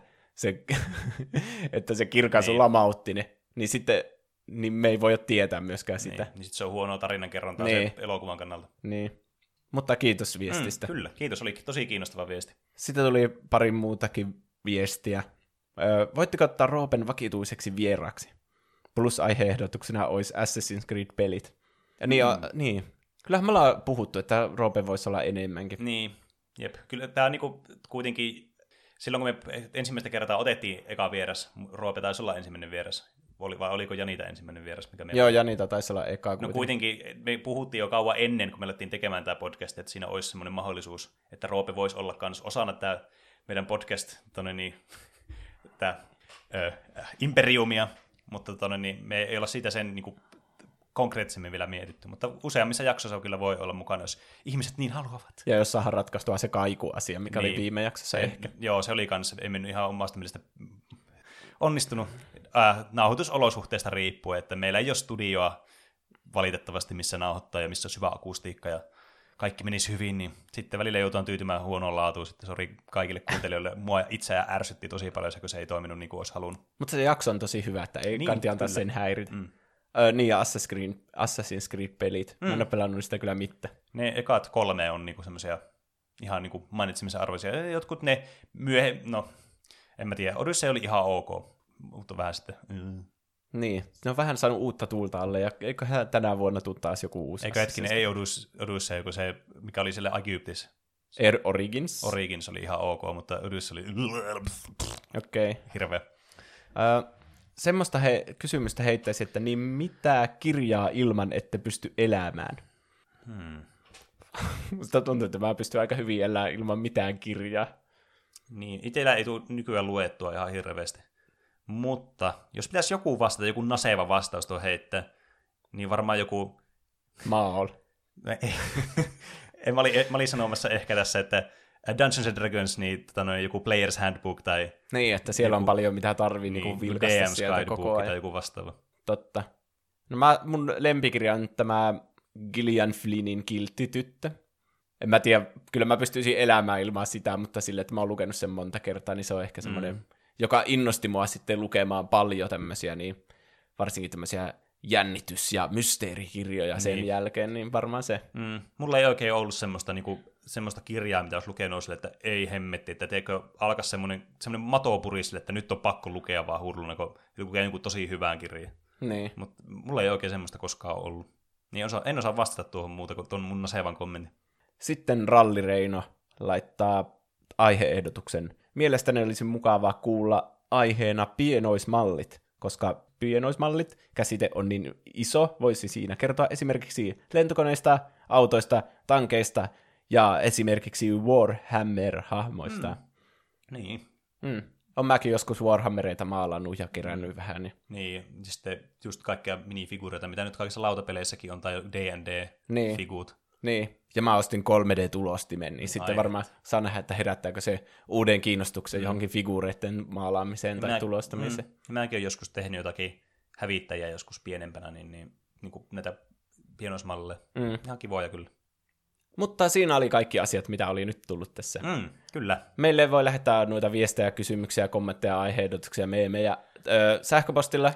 se kirkaisu lamautti ne, niin sitten niin me ei voi tietää myöskään sitä. Niin sitten se on huonoa tarinankerrontaa sen elokuvan kannalta. Niin. Mutta kiitos viestistä. Kyllä, kiitos. Oli tosi kiinnostava viesti. Sitten tuli pari muutakin viestiä. Voitteko ottaa Roopen vakituiseksi vieraaksi? Plus aihe-ehdotuksena olisi Assassin's Creed-pelit. Ja niin, Kyllähän me ollaan puhuttu, että Roope voisi olla enemmänkin. Niin, jep. Kyllä tämä on niinku kuitenkin, silloin kun me ensimmäistä kertaa otettiin eka vieras, Roope taisi olla ensimmäinen vieras. Vai oliko Janita ensimmäinen vieras? Mikä Joo, Janita taisi olla eka kuitenkin. No kuitenkin me puhuttiin jo kauan ennen, kun me alettiin tekemään tämä podcast, että siinä olisi semmoinen mahdollisuus, että Roope voisi olla myös osana tämä meidän podcast, tämä imperiumia, mutta me ei olla siitä sen niin kuin, konkreettisemmin vielä mietitty, mutta useammissa jaksoissa kyllä voi olla mukana, jos ihmiset niin haluavat. Ja jos saadaan ratkaistua se kaikuasia, mikä oli viime jaksossa ehkä. Joo, se oli kanssa, ei mennyt ihan omasta mielestä onnistunut nauhoitusolosuhteista riippuen, että meillä ei ole studioa valitettavasti, missä nauhoittaa ja missä on syvä akustiikka ja kaikki menisi hyvin, niin sitten välillä joutuu tyytymään huonoon laatuun. Sitten sori kaikille kuuntelijoille. Mua itseään ärsytti tosi paljon se, kun se ei toiminut niin kuin olisi halunnut. Mutta se jakso on tosi hyvä, että ei niin, kannata antaa sen häiritä. Niin ja Assassin's Creed-pelit. Mä en ole pelannut sitä kyllä mitään. Ne ekat 3 on niinku semmoisia ihan niinku mainitsemisen arvoisia. Jotkut ne no en mä tiedä. Odyssey oli ihan ok, mutta vähän sitten... Niin, ne on vähän saanut uutta tuulta alle, ja eiköhän tänä vuonna tule taas joku uusi. Eikö hetkinen, ei Odyssey, joku se, mikä oli siellä Egyptissä. Origins? Origins oli ihan ok, mutta Odyssey oli... Okei. Hirveä. Semmoista kysymystä heittäisi, että niin mitä kirjaa ilman, ette pysty elämään? Musta tuntuu, että mä pystyn aika hyvin elämään ilman mitään kirjaa. Niin, itsellä ei tule nykyään luettua ihan hirveästi. Mutta jos pitäisi joku vastata, joku naseva vastaus tuo heittää, niin varmaan joku... Maul. Mä olin sanomassa ehkä tässä, että Dungeons and Dragons, niin joku Player's Handbook tai... Niin, että siellä on paljon mitä tarvii niin vilkaista DM's sieltä koko ajan. Tai joku vastaava. Totta. No mun lempikirja on tämä Gillian Flynnin Kiltti-tyttö. En mä tiedä, kyllä mä pystyisin elämään ilman sitä, mutta sille, että mä oon lukenut sen monta kertaa, niin se on ehkä semmoinen, joka innosti mua sitten lukemaan paljon tämmöisiä, niin varsinkin tämmöisiä jännitys- ja mysteerikirjoja sen jälkeen, niin varmaan se. Mulla ei oikein ollut semmoista kirjaa, mitä olisi lukenut sille, että ei hemmetti, että teekö alkaa semmoinen matopuri sille, että nyt on pakko lukea vaan hurluna, kun lukee joku tosi hyvään kirjaan. Niin. Mutta mulla ei oikein semmoista koskaan ollut. Niin en osaa vastata tuohon muuta kuin tuon mun nasevan kommentin. Sitten Ralli Reino laittaa aihe-ehdotuksen. Mielestäni olisi mukavaa kuulla aiheena pienoismallit, koska pienoismallit käsite on niin iso, voisi siinä kertoa esimerkiksi lentokoneista, autoista, tankeista ja esimerkiksi Warhammer-hahmoista. Niin. On mäkin joskus Warhammereita maalannut ja kerännyt vähän. Niin, sitten just kaikkia minifiguureita, mitä nyt kaikissa lautapeleissäkin on, tai D&D-figuut. Niin, ja mä ostin 3D-tulostimen, niin sitten varmaan saa nähdä, että herättääkö se uuden kiinnostuksen johonkin figuureiden maalaamiseen tai tulostamiseen. Mäkin olen joskus tehnyt jotakin hävittäjiä joskus pienempänä, niin kuin näitä pienoismalleja. Ihan kivoja kyllä. Mutta siinä oli kaikki asiat, mitä oli nyt tullut tässä. Kyllä. Meille voi lähettää noita viestejä, kysymyksiä, kommentteja, aihe-ehdotuksia, meemejä sähköpostilla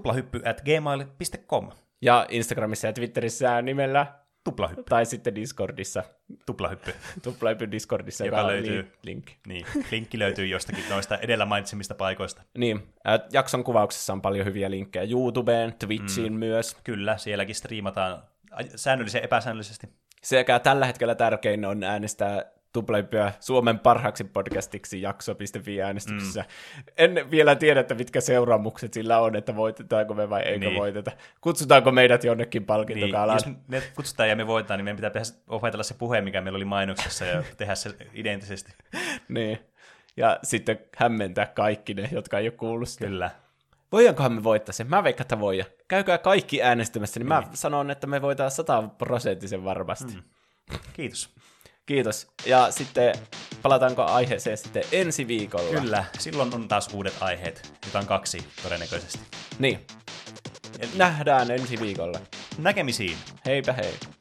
tuplahyppy@gmail.com ja Instagramissa ja Twitterissä nimellä Tuplahyppy. Tai sitten Discordissa. Tuplahyppy. Tuplahyppy Discordissa, joka löytyy linkki. Niin, linkki löytyy jostakin noista edellä mainitsemista paikoista. Niin, jakson kuvauksessa on paljon hyviä linkkejä YouTubeen, Twitchiin myös. Kyllä, sielläkin striimataan säännöllisesti ja epäsäännöllisesti. Sekä tällä hetkellä tärkein on äänestää Tuplahyppyä Suomen parhaaksi podcastiksi jakso.fi-äänestyksessä. En vielä tiedä, että mitkä seuraamukset sillä on, että voitetaanko me vai eikö voiteta. Kutsutaanko meidät jonnekin palkintokalaan? Jos me kutsutaan ja me voitetaan, niin meidän pitää opetella se puhe, mikä meillä oli mainoksessa ja tehdä se identtisesti. Niin, ja sitten hämmentää kaikki ne, jotka ei ole kuullut sitä. Kyllä. Voidaankohan me voittaa sen? Mä veikkaan, että voidaan. Käykää kaikki äänestämässä, niin mä sanon, että me voidaan 100% varmasti. Kiitos. Kiitos. Ja sitten palataanko aiheeseen sitten ensi viikolla? Kyllä, silloin on taas uudet aiheet, joita on 2 todennäköisesti. Niin. Nähdään ensi viikolla. Näkemisiin. Heipä hei.